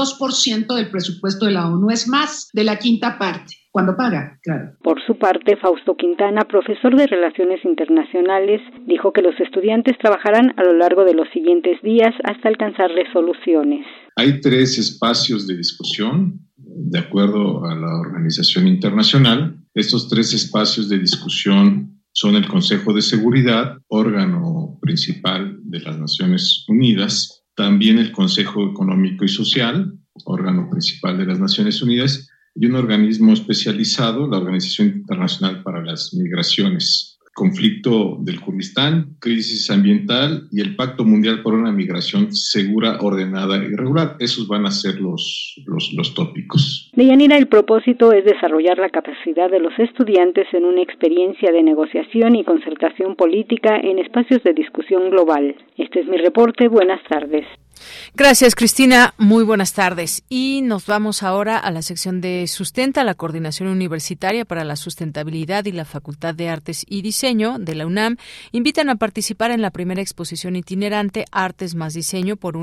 22% del presupuesto de la ONU, es más de la quinta parte. Cuando paga, claro. Por su parte, Fausto Quintana, profesor de Relaciones Internacionales, dijo que los estudiantes trabajarán a lo largo de los siguientes días hasta alcanzar resoluciones. Hay 3 espacios de discusión, de acuerdo a la Organización Internacional. Estos 3 espacios de discusión son el Consejo de Seguridad, órgano principal de las Naciones Unidas, también el Consejo Económico y Social, órgano principal de las Naciones Unidas, y un organismo especializado, la Organización Internacional para las Migraciones, conflicto del Kurdistán, crisis ambiental y el Pacto Mundial por una Migración Segura, Ordenada y Regular. Esos van a ser los tópicos. Deyanira, el propósito es desarrollar la capacidad de los estudiantes en una experiencia de negociación y concertación política en espacios de discusión global. Este es mi reporte. Buenas tardes. Gracias, Cristina. Muy buenas tardes. Y nos vamos ahora a la sección de Sustenta, la Coordinación Universitaria para la Sustentabilidad y la Facultad de Artes y Diseño de la UNAM invitan a participar en la primera exposición itinerante Artes más Diseño por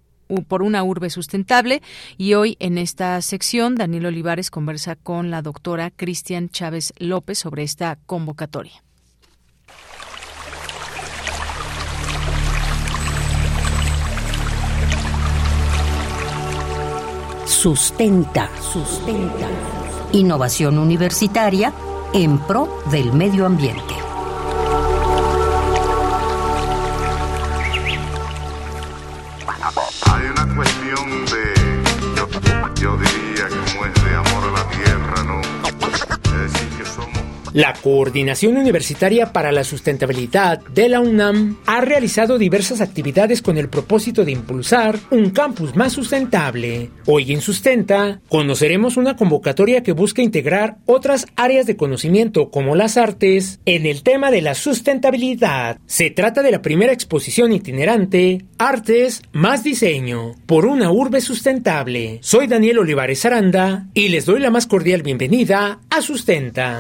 una urbe sustentable. Y hoy en esta sección Daniel Olivares conversa con la doctora Cristian Chávez López sobre esta convocatoria. Sustenta. Innovación universitaria en pro del medio ambiente. Hay una cuestión yo diría como es de amor a la tierra, ¿no? Es decir, que somos... La Coordinación Universitaria para la Sustentabilidad de la UNAM ha realizado diversas actividades con el propósito de impulsar un campus más sustentable. Hoy en Sustenta conoceremos una convocatoria que busca integrar otras áreas de conocimiento como las artes en el tema de la sustentabilidad. Se trata de la primera exposición itinerante Artes más Diseño por una urbe sustentable. Soy Daniel Olivares Aranda y les doy la más cordial bienvenida a Sustenta.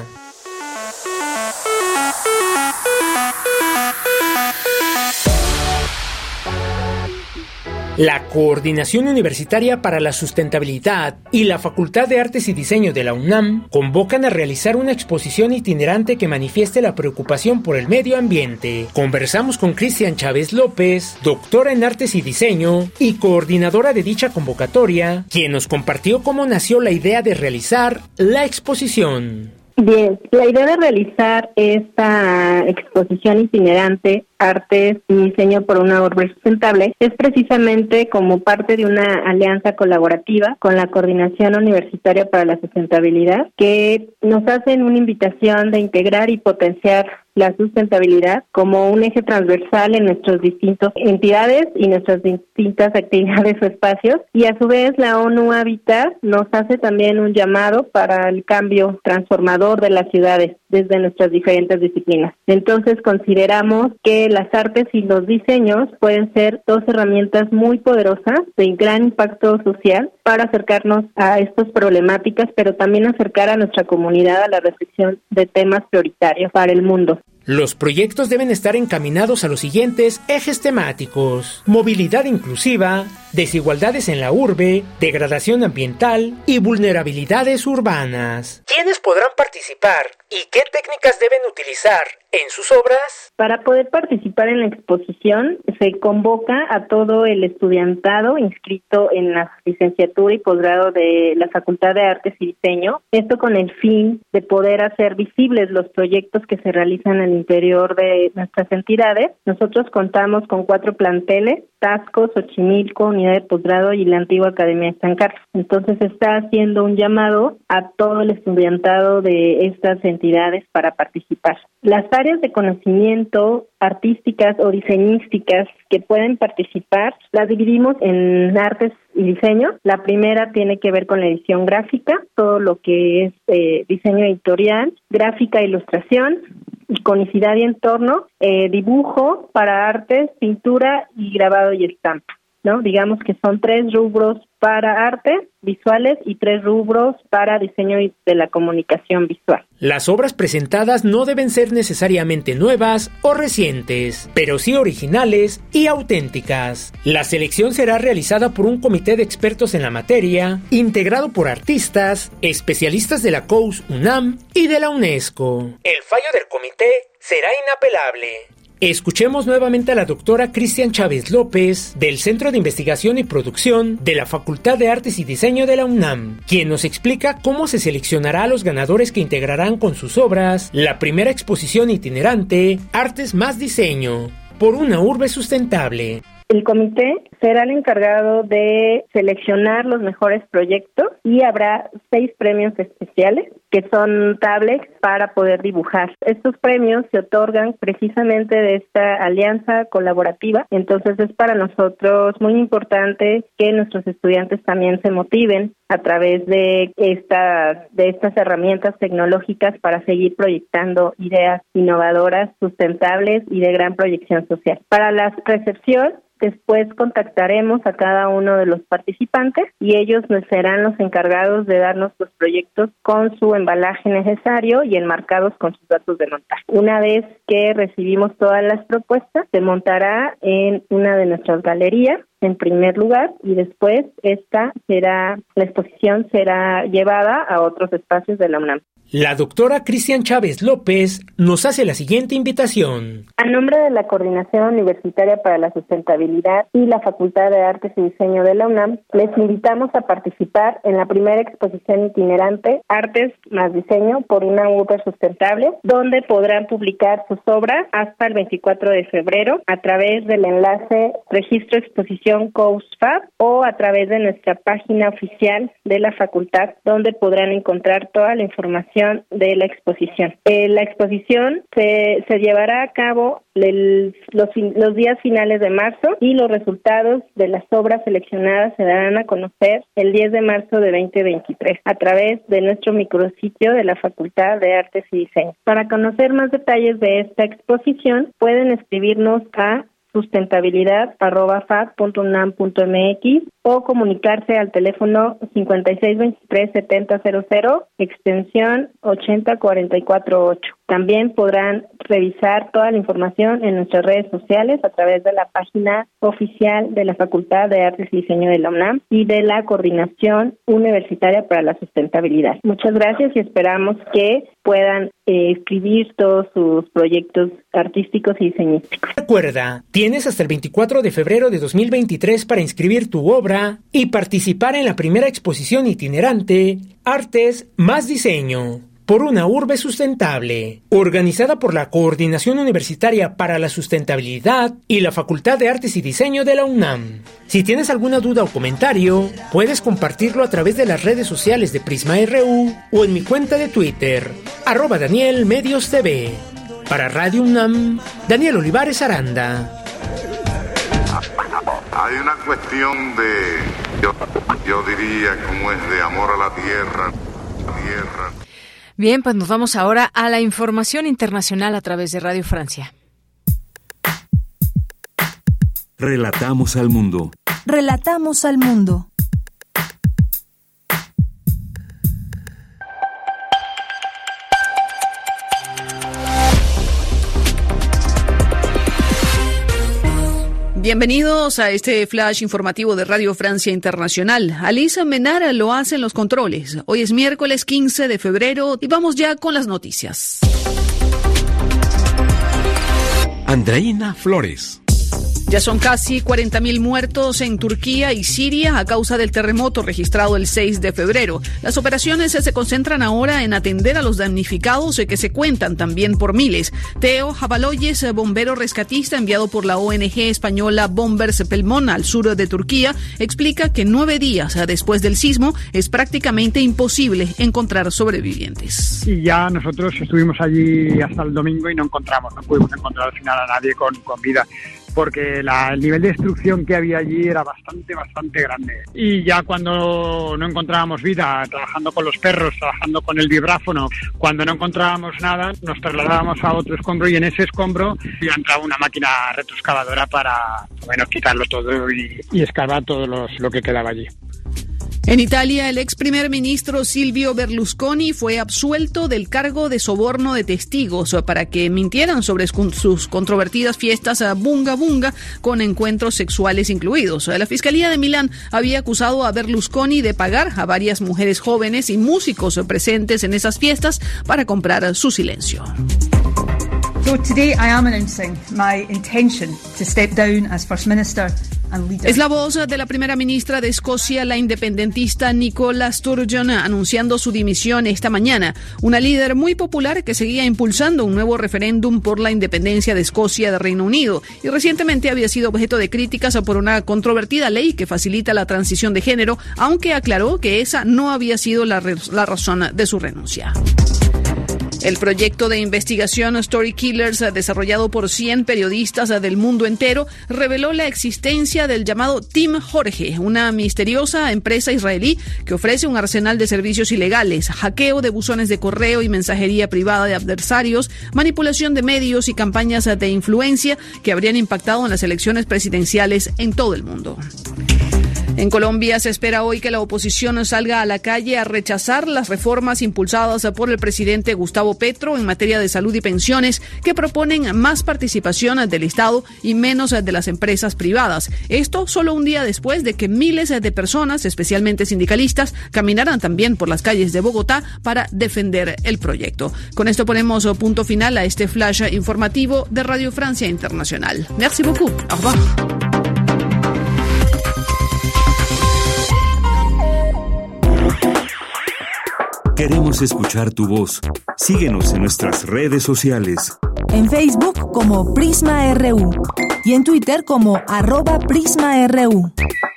La Coordinación Universitaria para la Sustentabilidad y la Facultad de Artes y Diseño de la UNAM convocan a realizar una exposición itinerante que manifieste la preocupación por el medio ambiente. Conversamos con Cristian Chávez López, doctora en Artes y Diseño y coordinadora de dicha convocatoria, quien nos compartió cómo nació la idea de realizar la exposición. Bien, la idea de realizar esta exposición itinerante Artes y Diseño por una Urbe Sustentable es precisamente como parte de una alianza colaborativa con la Coordinación Universitaria para la Sustentabilidad, que nos hacen una invitación de integrar y potenciar la sustentabilidad como un eje transversal en nuestras distintas entidades y nuestras distintas actividades o espacios, y a su vez la ONU Habitat nos hace también un llamado para el cambio transformador de las ciudades desde nuestras diferentes disciplinas. Entonces consideramos que las artes y los diseños pueden ser dos herramientas muy poderosas de gran impacto social para acercarnos a estas problemáticas, pero también acercar a nuestra comunidad a la reflexión de temas prioritarios para el mundo. Los proyectos deben estar encaminados a los siguientes ejes temáticos: movilidad inclusiva, desigualdades en la urbe, degradación ambiental y vulnerabilidades urbanas. ¿Quiénes podrán participar y qué técnicas deben utilizar en sus obras? Para poder participar en la exposición se convoca a todo el estudiantado inscrito en la licenciatura y posgrado de la Facultad de Artes y Diseño, esto con el fin de poder hacer visibles los proyectos que se realizan al interior de nuestras entidades. Nosotros contamos con 4 planteles: Taxco, Xochimilco, Unidad de Posgrado y la antigua Academia de San Carlos. Entonces se está haciendo un llamado a todo el estudiantado de estas entidades para participar. Las áreas de conocimiento artísticas o diseñísticas que pueden participar las dividimos en artes y diseño. La primera tiene que ver con la edición gráfica, todo lo que es diseño editorial, gráfica, ilustración, iconicidad y entorno, dibujo para artes, pintura y grabado y estampa, ¿no? Digamos que son 3 rubros para artes visuales y 3 rubros para diseño de la comunicación visual. Las obras presentadas no deben ser necesariamente nuevas o recientes, pero sí originales y auténticas. La selección será realizada por un comité de expertos en la materia, integrado por artistas, especialistas de la COUS UNAM y de la UNESCO. El fallo del comité será inapelable. Escuchemos nuevamente a la doctora Cristian Chávez López, del Centro de Investigación y Producción de la Facultad de Artes y Diseño de la UNAM, quien nos explica cómo se seleccionará a los ganadores que integrarán con sus obras la primera exposición itinerante Artes más Diseño por una urbe sustentable. El comité será el encargado de seleccionar los mejores proyectos y habrá 6 premios especiales que son tablets para poder dibujar. Estos premios se otorgan precisamente de esta alianza colaborativa, entonces es para nosotros muy importante que nuestros estudiantes también se motiven a través de estas herramientas tecnológicas para seguir proyectando ideas innovadoras, sustentables y de gran proyección social. Para la recepción, después contactaremos a cada uno de los participantes y ellos nos serán los encargados de darnos los proyectos con su embalaje necesario y enmarcados con sus datos de montaje. Una vez que recibimos todas las propuestas, se montará en una de nuestras galerías en primer lugar y después la exposición será llevada a otros espacios de la UNAM. La doctora Cristian Chávez López nos hace la siguiente invitación. A nombre de la Coordinación Universitaria para la Sustentabilidad y la Facultad de Artes y Diseño de la UNAM, les invitamos a participar en la primera exposición itinerante Artes más Diseño por una urbe sustentable, donde podrán publicar sus obras hasta el 24 de febrero a través del enlace Registro Exposición COUSFAB o a través de nuestra página oficial de la facultad, donde podrán encontrar toda la información de la exposición. La exposición se llevará a cabo los días finales de marzo y los resultados de las obras seleccionadas se darán a conocer el 10 de marzo de 2023 a través de nuestro micrositio de la Facultad de Artes y Diseño. Para conocer más detalles de esta exposición, pueden escribirnos a sustentabilidad@fab.unam.mx o comunicarse al teléfono 5623-7000, extensión 80448. También podrán revisar toda la información en nuestras redes sociales a través de la página oficial de la Facultad de Artes y Diseño de la UNAM y de la Coordinación Universitaria para la Sustentabilidad. Muchas gracias y esperamos que puedan escribir todos sus proyectos artísticos y diseñísticos. Recuerda, tienes hasta el 24 de febrero de 2023 para inscribir tu obra y participar en la primera exposición itinerante Artes más Diseño por una urbe sustentable, organizada por la Coordinación Universitaria para la Sustentabilidad y la Facultad de Artes y Diseño de la UNAM. Si tienes alguna duda o comentario, puedes compartirlo a través de las redes sociales de Prisma RU o en mi cuenta de Twitter, @DanielMediosTV. Para Radio UNAM, Daniel Olivares Aranda. Hay una cuestión de, yo diría, como es de amor a la tierra. Bien, pues nos vamos ahora a la información internacional a través de Radio Francia. Relatamos al mundo. Relatamos al mundo. Bienvenidos a este flash informativo de Radio Francia Internacional. Alisa Menara lo hace en los controles. Hoy es miércoles 15 de febrero y vamos ya con las noticias. Andreina Flores. Ya son casi 40.000 muertos en Turquía y Siria a causa del terremoto registrado el 6 de febrero. Las operaciones se concentran ahora en atender a los damnificados que se cuentan también por miles. Teo Javaloyes, bombero rescatista enviado por la ONG española Bombers Pelmón al sur de Turquía, explica que 9 días después del sismo es prácticamente imposible encontrar sobrevivientes. Y ya nosotros estuvimos allí hasta el domingo y no pudimos encontrar al final a nadie con vida, porque el nivel de destrucción que había allí era bastante grande. Y ya cuando no encontrábamos vida, trabajando con los perros, trabajando con el vibráfono, cuando no encontrábamos nada, nos trasladábamos a otro escombro y en ese escombro ya entraba una máquina retroexcavadora para, quitarlo todo y excavar todo lo que quedaba allí. En Italia, el ex primer ministro Silvio Berlusconi fue absuelto del cargo de soborno de testigos para que mintieran sobre sus controvertidas fiestas a Bunga Bunga con encuentros sexuales incluidos. La Fiscalía de Milán había acusado a Berlusconi de pagar a varias mujeres jóvenes y músicos presentes en esas fiestas para comprar su silencio. So today I am announcing my intention to step down as First Minister. Es la voz de la primera ministra de Escocia, la independentista Nicola Sturgeon, anunciando su dimisión esta mañana. Una líder muy popular que seguía impulsando un nuevo referéndum por la independencia de Escocia de Reino Unido y recientemente había sido objeto de críticas por una controvertida ley que facilita la transición de género, aunque aclaró que esa no había sido la razón de su renuncia. El proyecto de investigación Story Killers, desarrollado por 100 periodistas del mundo entero, reveló la existencia del llamado Team Jorge, una misteriosa empresa israelí que ofrece un arsenal de servicios ilegales, hackeo de buzones de correo y mensajería privada de adversarios, manipulación de medios y campañas de influencia que habrían impactado en las elecciones presidenciales en todo el mundo. En Colombia se espera hoy que la oposición salga a la calle a rechazar las reformas impulsadas por el presidente Gustavo Petro en materia de salud y pensiones que proponen más participación del Estado y menos de las empresas privadas. Esto solo un día después de que miles de personas, especialmente sindicalistas, caminaran también por las calles de Bogotá para defender el proyecto. Con esto ponemos punto final a este flash informativo de Radio Francia Internacional. Merci beaucoup. Au revoir. Queremos escuchar tu voz. Síguenos en nuestras redes sociales. En Facebook como Prisma RU y en Twitter como @PrismaRU.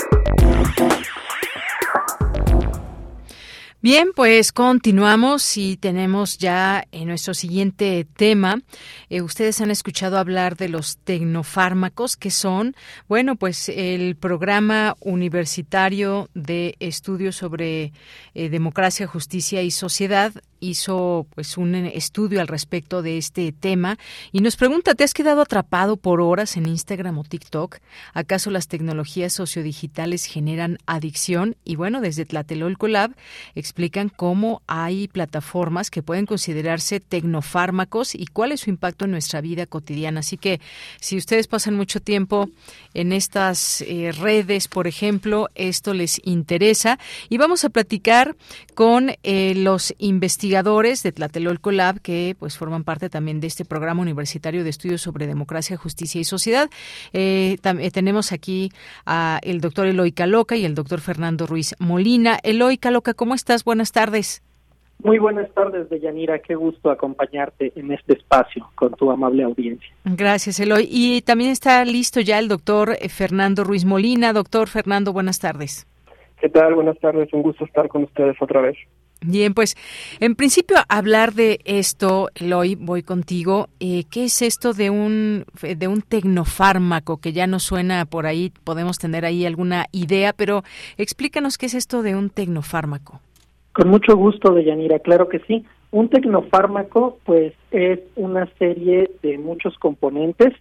Bien, pues continuamos y tenemos ya en nuestro siguiente tema. Ustedes han escuchado hablar de los tecnofármacos, que son, bueno, pues el programa universitario de estudios sobre democracia, justicia y sociedad hizo pues un estudio al respecto de este tema y nos pregunta, ¿te has quedado atrapado por horas en Instagram o TikTok? ¿Acaso las tecnologías sociodigitales generan adicción? Y bueno, desde Tlatelolco Lab explican cómo hay plataformas que pueden considerarse tecnofármacos y cuál es su impacto en nuestra vida cotidiana. Así que si ustedes pasan mucho tiempo en estas redes, por ejemplo, esto les interesa. Y vamos a platicar con los investigadores de Tlatelolco Lab, que pues forman parte también de este programa universitario de estudios sobre democracia, justicia y sociedad. Tenemos aquí a el doctor Eloy Caloca y el doctor Fernando Ruiz Molina. Eloy Caloca, ¿cómo estás? Buenas tardes. Muy buenas tardes, Deyanira. Qué gusto acompañarte en este espacio con tu amable audiencia. Gracias, Eloy. Y también está listo ya el doctor Fernando Ruiz Molina. Doctor Fernando, buenas tardes. ¿Qué tal? Buenas tardes. Un gusto estar con ustedes otra vez. Bien, pues en principio hablar de esto, Eloy, voy contigo. ¿Qué es esto de un tecnofármaco? Que ya nos suena por ahí, podemos tener ahí alguna idea, pero explícanos qué es esto de un tecnofármaco. Con mucho gusto, Deyanira, claro que sí. Un tecnofármaco, pues, es una serie de muchos componentes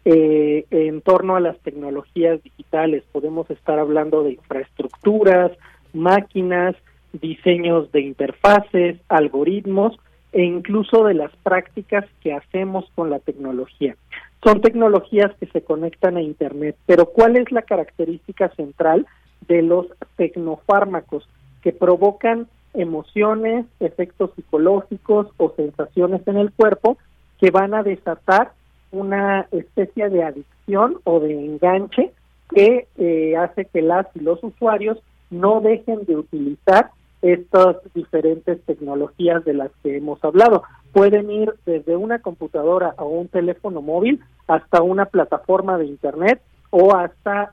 en torno a las tecnologías digitales. Podemos estar hablando de infraestructuras, máquinas, diseños de interfaces, algoritmos e incluso de las prácticas que hacemos con la tecnología. Son tecnologías que se conectan a Internet, pero ¿cuál es la característica central de los tecnofármacos? Que provocan emociones, efectos psicológicos o sensaciones en el cuerpo que van a desatar una especie de adicción o de enganche que hace que las y los usuarios no dejen de utilizar estas diferentes tecnologías de las que hemos hablado. Pueden ir desde una computadora o un teléfono móvil hasta una plataforma de Internet o hasta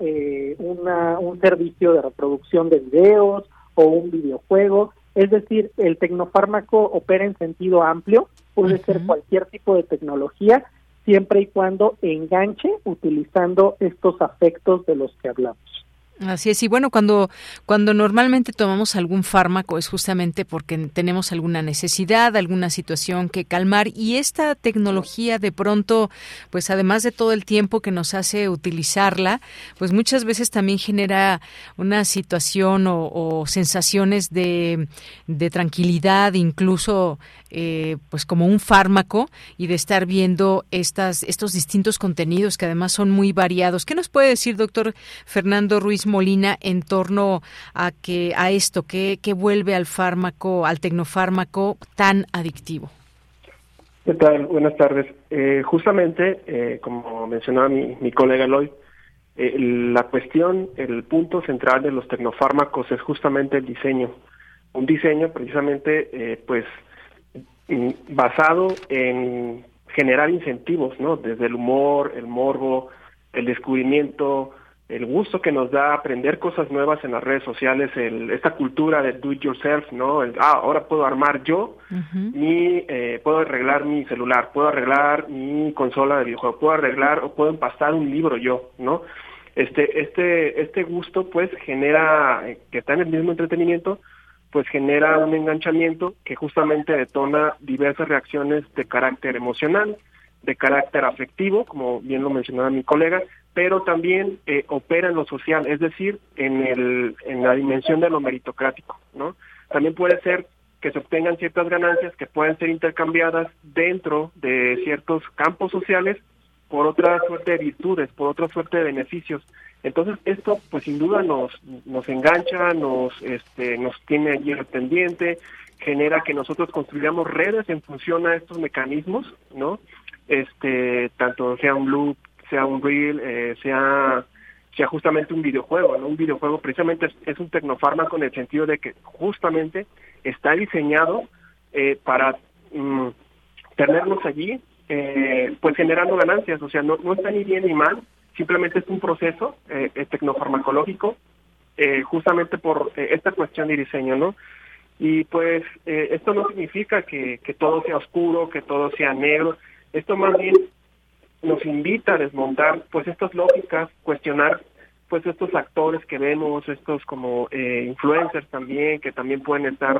un servicio de reproducción de videos o un videojuego. Es decir, el tecnofármaco opera en sentido amplio, puede ser cualquier tipo de tecnología, siempre y cuando enganche utilizando estos afectos de los que hablamos. Así es, y bueno, cuando normalmente tomamos algún fármaco es justamente porque tenemos alguna necesidad, alguna situación que calmar, y esta tecnología de pronto, pues además de todo el tiempo que nos hace utilizarla, pues muchas veces también genera una situación o sensaciones de tranquilidad, incluso pues como un fármaco, y de estar viendo estos distintos contenidos que además son muy variados. ¿Qué nos puede decir, doctor Fernando Ruiz Molina, en torno a esto que vuelve al tecnofármaco tan adictivo? ¿Qué tal? Buenas tardes. Justamente, como mencionaba mi colega Eloy, la cuestión, el punto central de los tecnofármacos es justamente el diseño. Un diseño precisamente, basado en generar incentivos, ¿no? Desde el humor, el morbo, el descubrimiento, el gusto que nos da aprender cosas nuevas en las redes sociales, esta cultura de do it yourself, ¿no? Ahora puedo armar yo, puedo arreglar mi celular, puedo arreglar mi consola de videojuego, puedo arreglar o puedo empastar un libro yo, ¿no? Este gusto, pues, genera, que está en el mismo entretenimiento, pues genera un enganchamiento que justamente detona diversas reacciones de carácter emocional, de carácter afectivo, como bien lo mencionaba mi colega, pero también opera en lo social, es decir, en la dimensión de lo meritocrático, ¿no? También puede ser que se obtengan ciertas ganancias que pueden ser intercambiadas dentro de ciertos campos sociales por otra suerte de virtudes, por otra suerte de beneficios. Entonces esto pues sin duda nos engancha, nos tiene allí al pendiente, genera que nosotros construyamos redes en función a estos mecanismos, ¿no? Tanto sea un loop, sea un reel, sea justamente un videojuego, ¿no? Un videojuego precisamente es un tecnofármaco en el sentido de que justamente está diseñado para tenernos allí, pues generando ganancias, o sea, no está ni bien ni mal, simplemente es un proceso tecnofarmacológico, justamente por esta cuestión de diseño, ¿no? Y pues esto no significa que todo sea oscuro, que todo sea negro. Esto más bien nos invita a desmontar pues estas lógicas, cuestionar pues estos actores que vemos, estos como influencers también, que también pueden estar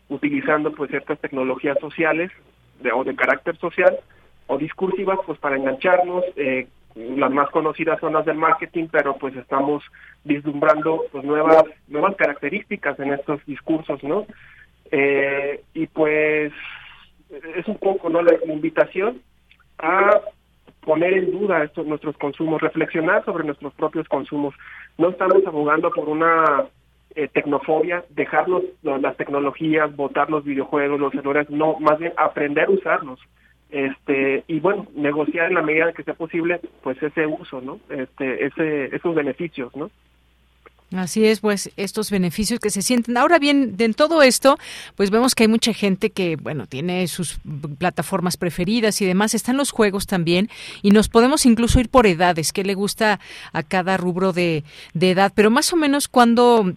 utilizando pues ciertas tecnologías sociales o de carácter social o discursivas pues para engancharnos. Las más conocidas son las del marketing, pero pues estamos vislumbrando pues nuevas características en estos discursos, ¿no? Y pues es un poco, ¿no?, la invitación a poner en duda nuestros consumos, reflexionar sobre nuestros propios consumos. No estamos abogando por una tecnofobia, dejarnos las tecnologías, botar los videojuegos, los celulares, no, más bien aprender a usarlos. Y bueno, negociar en la medida que sea posible, pues ese uso, ¿no? Esos beneficios, ¿no? Así es, pues estos beneficios que se sienten. Ahora bien, en todo esto, pues vemos que hay mucha gente que, bueno, tiene sus plataformas preferidas y demás. Están los juegos también y nos podemos incluso ir por edades, qué le gusta a cada rubro de edad. Pero más o menos cuando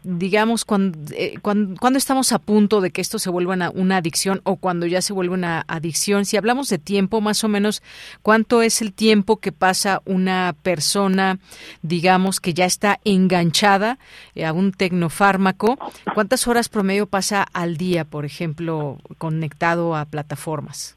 estamos a punto de que esto se vuelva una adicción o cuando ya se vuelve una adicción. Si hablamos de tiempo, más o menos, ¿cuánto es el tiempo que pasa una persona, digamos, que ya está enganchada a un tecnofármaco? ¿Cuántas horas promedio pasa al día, por ejemplo, conectado a plataformas?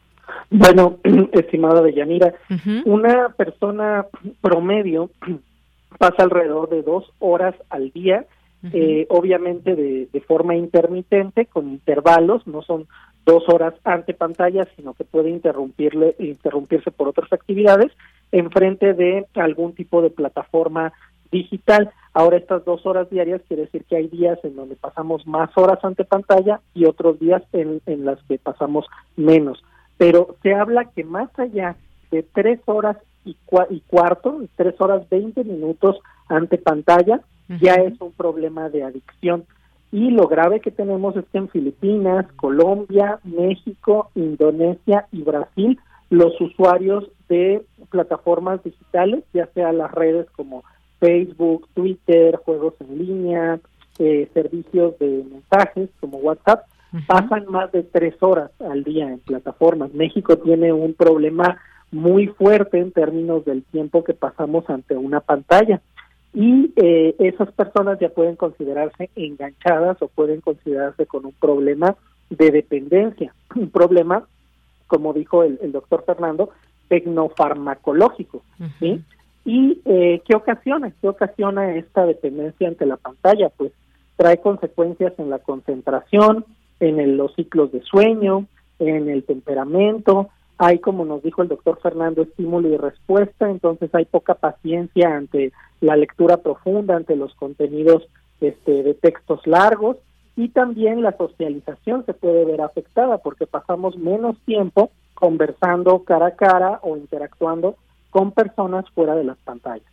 Bueno, estimada Deyanira, una persona promedio pasa alrededor de 2 horas al día, obviamente de forma intermitente, con intervalos, no son 2 horas ante pantalla, sino que puede interrumpirse por otras actividades enfrente de algún tipo de plataforma digital. Ahora, estas 2 horas diarias quiere decir que hay días en donde pasamos más horas ante pantalla y otros días en las que pasamos menos. Pero se habla que más allá de 3 horas y cuarto, 3 horas 20 minutos ante pantalla, ya es un problema de adicción. Y lo grave que tenemos es que en Filipinas, Colombia, México, Indonesia y Brasil, los usuarios de plataformas digitales, ya sea las redes como Facebook, Twitter, juegos en línea, servicios de mensajes como WhatsApp, pasan más de 3 horas al día en plataformas. México tiene un problema muy fuerte en términos del tiempo que pasamos ante una pantalla. Y esas personas ya pueden considerarse enganchadas o pueden considerarse con un problema de dependencia. Un problema, como dijo el doctor Fernando, tecnofarmacológico, ¿sí? ¿Y qué ocasiona esta dependencia ante la pantalla? Pues trae consecuencias en la concentración, en los ciclos de sueño, en el temperamento. Hay, como nos dijo el doctor Fernando, estímulo y respuesta, entonces hay poca paciencia ante la lectura profunda, ante los contenidos de textos largos, y también la socialización se puede ver afectada porque pasamos menos tiempo conversando cara a cara o interactuando con personas fuera de las pantallas.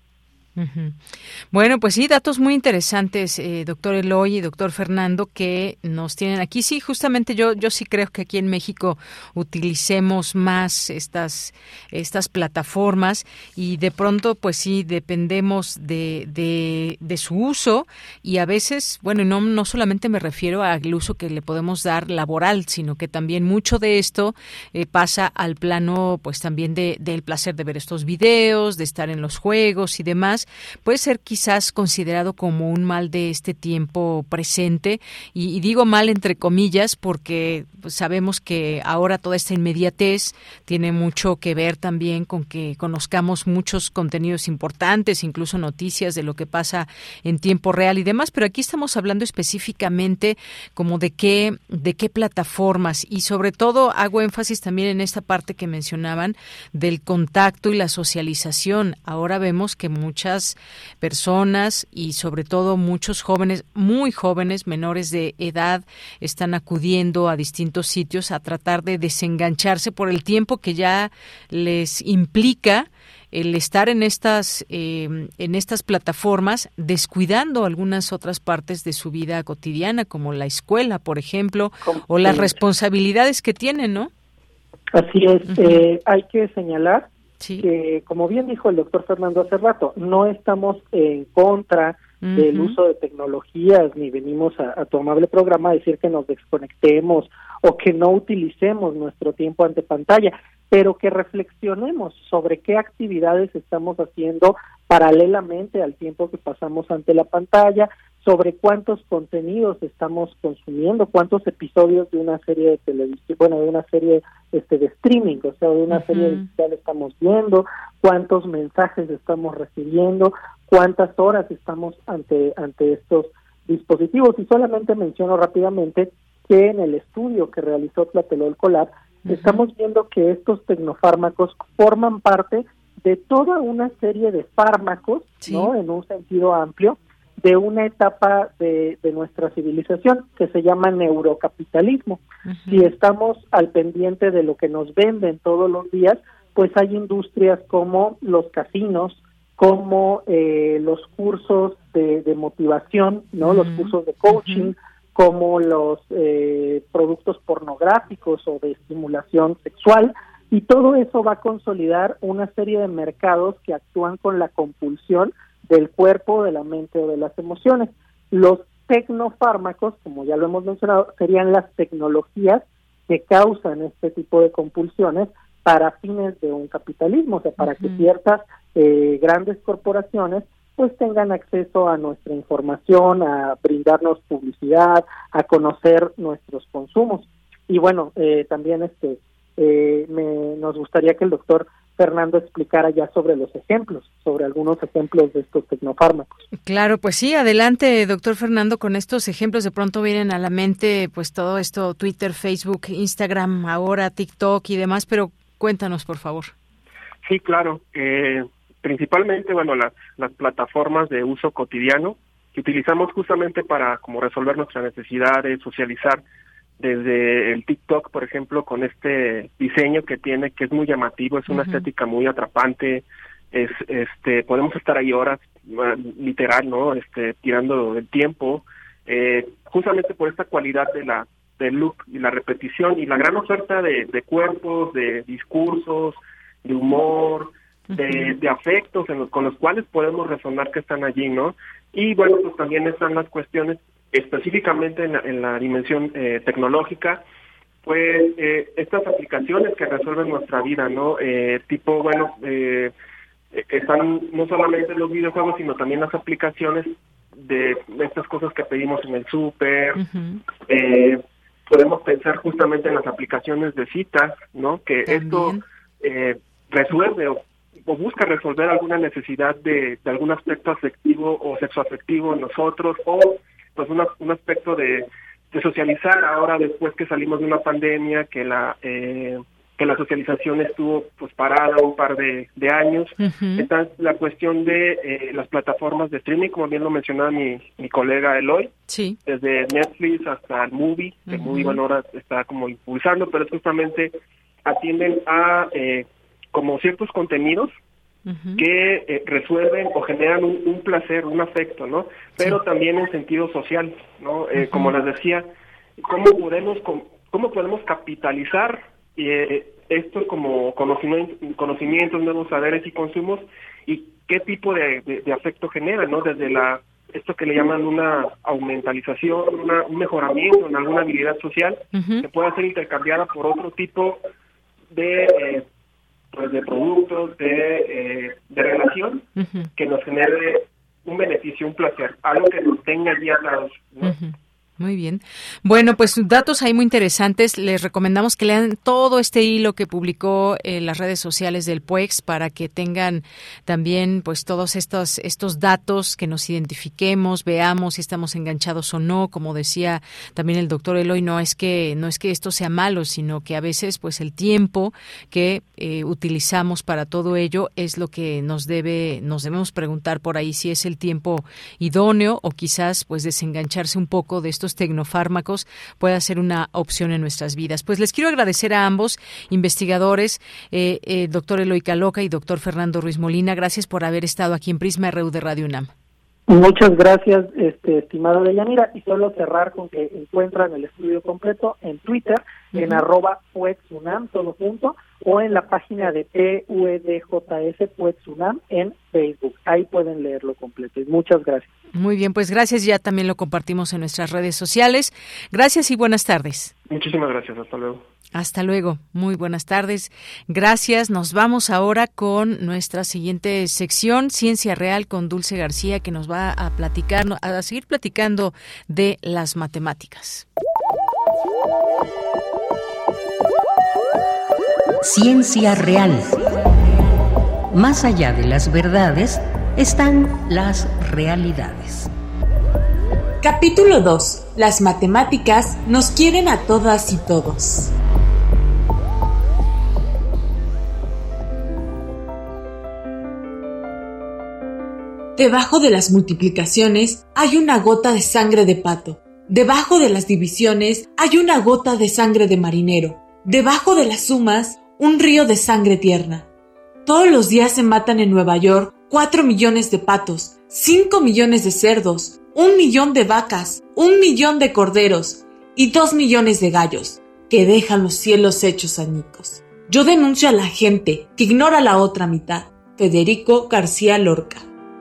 Bueno, pues sí, datos muy interesantes, doctor Eloy y doctor Fernando, que nos tienen aquí. Sí, justamente yo sí creo que aquí en México utilicemos más estas plataformas y de pronto, pues sí, dependemos de su uso y a veces, bueno, no solamente me refiero al uso que le podemos dar laboral, sino que también mucho de esto pasa al plano, pues también del placer de ver estos videos, de estar en los juegos y demás. Puede ser quizás considerado como un mal de este tiempo presente y digo mal entre comillas porque pues, sabemos que ahora toda esta inmediatez tiene mucho que ver también con que conozcamos muchos contenidos importantes, incluso noticias de lo que pasa en tiempo real y demás, pero aquí estamos hablando específicamente como de qué plataformas y sobre todo hago énfasis también en esta parte que mencionaban del contacto y la socialización. Ahora vemos que muchas personas y sobre todo muchos jóvenes, muy jóvenes, menores de edad, están acudiendo a distintos sitios a tratar de desengancharse por el tiempo que ya les implica el estar en estas plataformas, descuidando algunas otras partes de su vida cotidiana, como la escuela, por ejemplo, o las responsabilidades que tienen, ¿no? Así es. Hay que señalar que, como bien dijo el doctor Fernando hace rato, no estamos en contra del uso de tecnologías, ni venimos a tu amable programa a decir que nos desconectemos o que no utilicemos nuestro tiempo ante pantalla, pero que reflexionemos sobre qué actividades estamos haciendo paralelamente al tiempo que pasamos ante la pantalla, sobre cuántos contenidos estamos consumiendo, cuántos episodios de una serie de televisión, de una serie de streaming, o sea, de una serie digital estamos viendo, cuántos mensajes estamos recibiendo, cuántas horas estamos ante estos dispositivos. Y solamente menciono rápidamente que en el estudio que realizó Tlatelolco Lab, estamos viendo que estos tecnofármacos forman parte de toda una serie de fármacos, ¿no? En un sentido amplio, de una etapa de nuestra civilización que se llama neurocapitalismo. Si estamos al pendiente de lo que nos venden todos los días, pues hay industrias como los casinos, como los cursos de motivación, ¿no? Los cursos de coaching, como los productos pornográficos o de estimulación sexual, y todo eso va a consolidar una serie de mercados que actúan con la compulsión del cuerpo, de la mente o de las emociones. Los tecnofármacos, como ya lo hemos mencionado, serían las tecnologías que causan este tipo de compulsiones para fines de un capitalismo, o sea, para que ciertas grandes corporaciones pues tengan acceso a nuestra información, a brindarnos publicidad, a conocer nuestros consumos. Y bueno, también nos gustaría que el doctor Fernando explicara ya sobre los ejemplos, sobre algunos ejemplos de estos tecnofármacos. Claro, pues sí, adelante, doctor Fernando, con estos ejemplos. De pronto vienen a la mente pues todo esto, Twitter, Facebook, Instagram, ahora TikTok y demás, pero cuéntanos, por favor. Sí, claro. Principalmente, las plataformas de uso cotidiano que utilizamos justamente para como resolver nuestras necesidades, socializar, desde el TikTok, por ejemplo, con este diseño que tiene, que es muy llamativo, es una estética muy atrapante, podemos estar ahí horas, literal, ¿no? Tirando el tiempo, justamente por esta cualidad del look y la repetición y la gran oferta de cuerpos, de discursos, de humor, de afectos con los cuales podemos resonar que están allí, ¿no? Y bueno, pues también están las cuestiones específicamente en la dimensión tecnológica, pues estas aplicaciones que resuelven nuestra vida, ¿no? Están no solamente los videojuegos, sino también las aplicaciones de estas cosas que pedimos en el súper. Podemos pensar justamente en las aplicaciones de citas, ¿no? Que también esto resuelve o busca resolver alguna necesidad de algún aspecto afectivo o sexoafectivo en nosotros, o pues un aspecto de socializar ahora después que salimos de una pandemia, que la socialización estuvo pues parada un par de años. Está la cuestión de las plataformas de streaming, como bien lo mencionaba mi colega Eloy, desde Netflix hasta el Movie, que el Movie ahora está como impulsando, pero justamente atienden a como ciertos contenidos que resuelven o generan un placer, un afecto, ¿no? Pero también en sentido social, ¿no? Como les decía, ¿cómo podemos capitalizar estos como conocimientos, nuevos saberes y consumos, y qué tipo de afecto genera, ¿no? Desde esto que le llaman una aumentalización, un mejoramiento en alguna habilidad social, que pueda ser intercambiada por otro tipo de productos, de relación, que nos genere un beneficio, un placer, algo que nos tenga allí atados, ¿no? Muy bien. Bueno, pues datos ahí muy interesantes. Les recomendamos que lean todo este hilo que publicó en las redes sociales del PUEX para que tengan también pues todos estos datos, que nos identifiquemos, veamos si estamos enganchados o no. Como decía también el doctor Eloy, no es que esto sea malo, sino que a veces pues el tiempo que utilizamos para todo ello es lo que nos debemos preguntar por ahí si es el tiempo idóneo, o quizás pues desengancharse un poco de estos tecnofármacos pueda ser una opción en nuestras vidas. Pues les quiero agradecer a ambos investigadores, doctor Eloy Caloca y doctor Fernando Ruiz Molina. Gracias por haber estado aquí en Prisma RU de Radio UNAM. Muchas gracias, estimada Deyanira, y solo cerrar con que encuentran el estudio completo en Twitter, en @PUEXUNAM, todo junto, o en la página de PUEDJS PUEXUNAM en Facebook. Ahí pueden leerlo completo. Y muchas gracias. Muy bien, pues gracias. Ya también lo compartimos en nuestras redes sociales. Gracias y buenas tardes. Muchísimas gracias. Hasta luego. Hasta luego. Muy buenas tardes. Gracias. Nos vamos ahora con nuestra siguiente sección, Ciencia Real, con Dulce García, que nos va a seguir platicando de las matemáticas. Ciencia Real. Más allá de las verdades están las realidades. Capítulo 2. Las matemáticas nos quieren a todas y todos. Debajo de las multiplicaciones hay una gota de sangre de pato. Debajo de las divisiones hay una gota de sangre de marinero. Debajo de las sumas, un río de sangre tierna. Todos los días se matan en Nueva York 4 millones de patos, 5 millones de cerdos, 1 millón de vacas, 1 millón de corderos y 2 millones de gallos, que dejan los cielos hechos añicos. Yo denuncio a la gente que ignora la otra mitad. Federico García Lorca.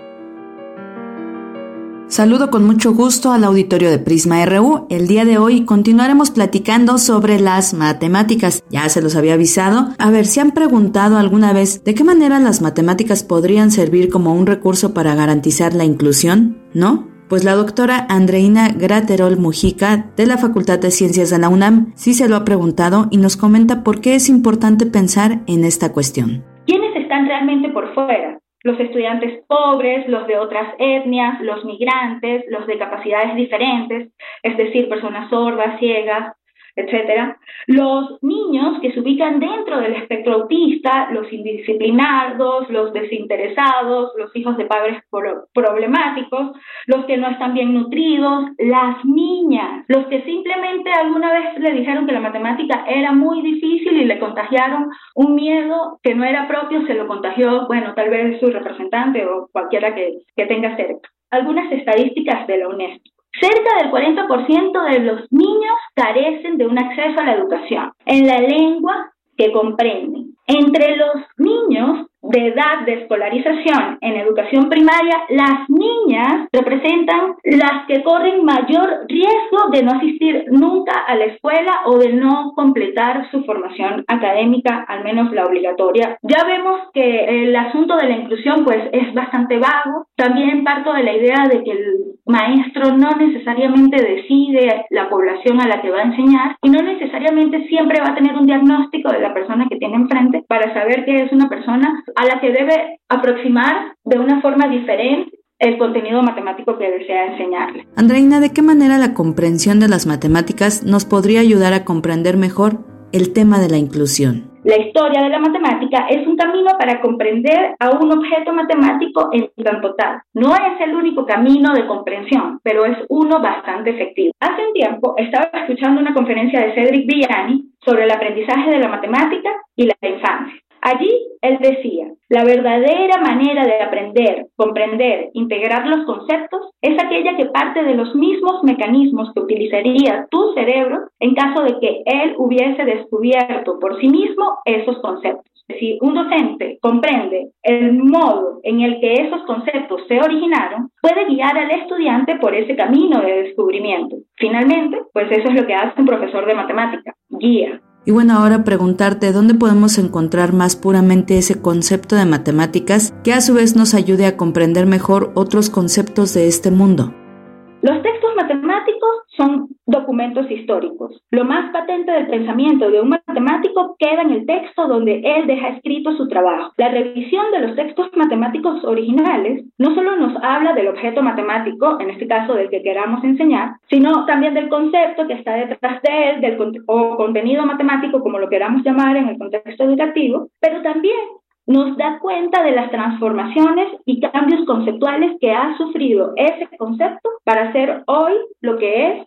Saludo con mucho gusto al auditorio de Prisma RU. El día de hoy continuaremos platicando sobre las matemáticas. Ya se los había avisado. A ver, ¿se han preguntado alguna vez de qué manera las matemáticas podrían servir como un recurso para garantizar la inclusión? ¿No? Pues la doctora Andreina Graterol Mujica, de la Facultad de Ciencias de la UNAM, sí se lo ha preguntado y nos comenta por qué es importante pensar en esta cuestión. ¿Quiénes están realmente por fuera? Los estudiantes pobres, los de otras etnias, los migrantes, los de capacidades diferentes, es decir, personas sordas, ciegas, etcétera. Los niños que se ubican dentro del espectro autista, los indisciplinados, los desinteresados, los hijos de padres problemáticos, los que no están bien nutridos, las niñas, los que simplemente alguna vez le dijeron que la matemática era muy difícil y le contagiaron un miedo que no era propio, se lo contagió, bueno, tal vez su representante o cualquiera que tenga cerca. Algunas estadísticas de la UNESCO. Cerca del 40% de los niños carecen de un acceso a la educación en la lengua que comprenden. Entre los niños de edad de escolarización en educación primaria, las niñas representan las que corren mayor riesgo de no asistir nunca a la escuela o de no completar su formación académica, al menos la obligatoria. Ya vemos que el asunto de la inclusión pues es bastante vago. También parto de la idea de que el maestro no necesariamente decide la población a la que va a enseñar y no necesariamente siempre va a tener un diagnóstico de la persona que tiene enfrente para saber que es una persona a la que debe aproximar de una forma diferente el contenido matemático que desea enseñarle. Andreina, ¿de qué manera la comprensión de las matemáticas nos podría ayudar a comprender mejor el tema de la inclusión? La historia de la matemática es un camino para comprender a un objeto matemático en tanto tal. No es el único camino de comprensión, pero es uno bastante efectivo. Hace un tiempo estaba escuchando una conferencia de Cedric Villani sobre el aprendizaje de la matemática y la infancia. Allí él decía, la verdadera manera de aprender, comprender, integrar los conceptos es aquella que parte de los mismos mecanismos que utilizaría tu cerebro en caso de que él hubiese descubierto por sí mismo esos conceptos. Si un docente comprende el modo en el que esos conceptos se originaron, puede guiar al estudiante por ese camino de descubrimiento. Finalmente, pues eso es lo que hace un profesor de matemática, guía. Y bueno, ahora preguntarte dónde podemos encontrar más puramente ese concepto de matemáticas que a su vez nos ayude a comprender mejor otros conceptos de este mundo. Los textos matemáticos son documentos históricos. Lo más patente del pensamiento de un matemático queda en el texto donde él deja escrito su trabajo. La revisión de los textos matemáticos originales no solo nos habla del objeto matemático, en este caso del que queramos enseñar, sino también del concepto que está detrás de él, o contenido matemático, como lo queramos llamar en el contexto educativo, pero también nos da cuenta de las transformaciones y cambios conceptuales que ha sufrido ese concepto para ser hoy lo que es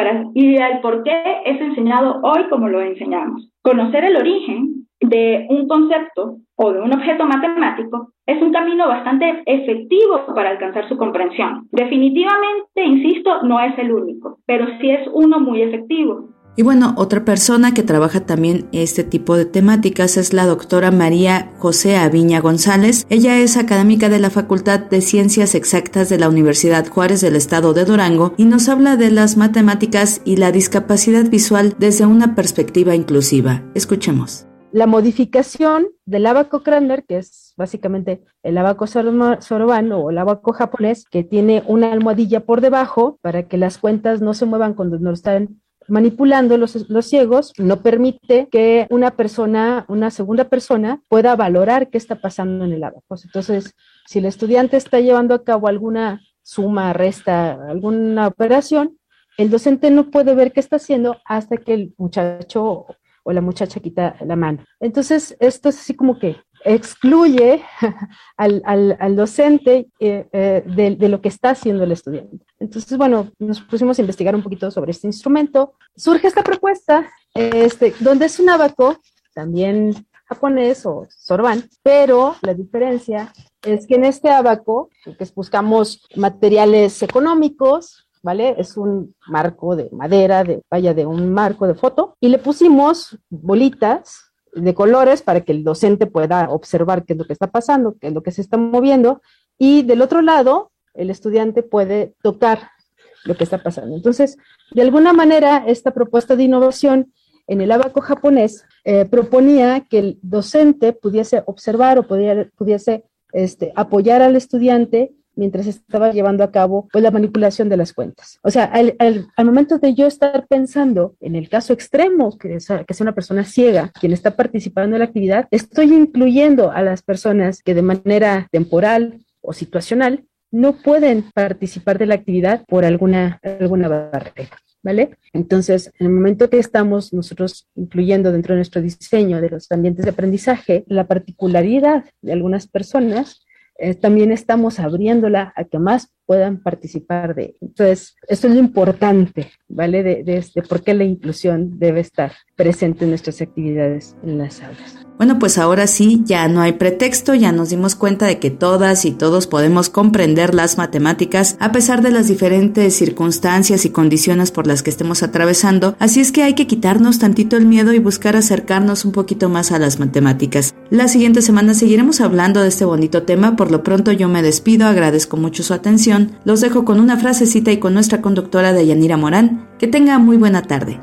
y el por qué es enseñado hoy como lo enseñamos. Conocer el origen de un concepto o de un objeto matemático es un camino bastante efectivo para alcanzar su comprensión. Definitivamente, insisto, no es el único, pero sí es uno muy efectivo. Y bueno, otra persona que trabaja también este tipo de temáticas es la doctora María José Aviña González. Ella es académica de la Facultad de Ciencias Exactas de la Universidad Juárez del Estado de Durango y nos habla de las matemáticas y la discapacidad visual desde una perspectiva inclusiva. Escuchemos. La modificación del ábaco Cranmer, que es básicamente el ábaco soroban o el ábaco japonés, que tiene una almohadilla por debajo para que las cuentas no se muevan cuando no están manipulando los ciegos, no permite que una segunda persona, pueda valorar qué está pasando en el ábaco. Entonces, si el estudiante está llevando a cabo alguna suma, resta, alguna operación, el docente no puede ver qué está haciendo hasta que el muchacho o la muchacha quita la mano. Entonces, esto es así como que excluye al docente de lo que está haciendo el estudiante. Entonces, bueno, nos pusimos a investigar un poquito sobre este instrumento. Surge esta propuesta, donde es un ábaco, también japonés o soroban, pero la diferencia es que en este ábaco, que buscamos materiales económicos, ¿vale? Es un marco de madera, de un marco de foto, y le pusimos bolitas de colores para que el docente pueda observar qué es lo que está pasando, qué es lo que se está moviendo, y del otro lado, el estudiante puede tocar lo que está pasando. Entonces, de alguna manera, esta propuesta de innovación en el ábaco japonés proponía que el docente pudiese observar o pudiese apoyar al estudiante mientras estaba llevando a cabo pues, la manipulación de las cuentas. O sea, al momento de yo estar pensando en el caso extremo, que sea una persona ciega quien está participando en la actividad, estoy incluyendo a las personas que de manera temporal o situacional no pueden participar de la actividad por alguna barrera, ¿vale? Entonces, en el momento que estamos nosotros incluyendo dentro de nuestro diseño de los ambientes de aprendizaje la particularidad de algunas personas, también estamos abriéndola a que más puedan participar de. Entonces, esto es lo importante, ¿vale? De por qué la inclusión debe estar presente en nuestras actividades en las aulas. Bueno, pues ahora sí, ya no hay pretexto, ya nos dimos cuenta de que todas y todos podemos comprender las matemáticas a pesar de las diferentes circunstancias y condiciones por las que estemos atravesando, así es que hay que quitarnos tantito el miedo y buscar acercarnos un poquito más a las matemáticas. La siguiente semana seguiremos hablando de este bonito tema, por lo pronto yo me despido, agradezco mucho su atención, los dejo con una frasecita y con nuestra conductora Deyanira Morán, que tenga muy buena tarde.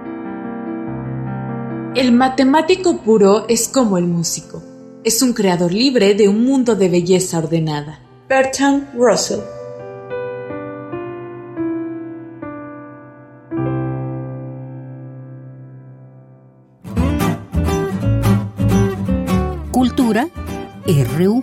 El matemático puro es como el músico. Es un creador libre de un mundo de belleza ordenada. Bertrand Russell. Cultura RU.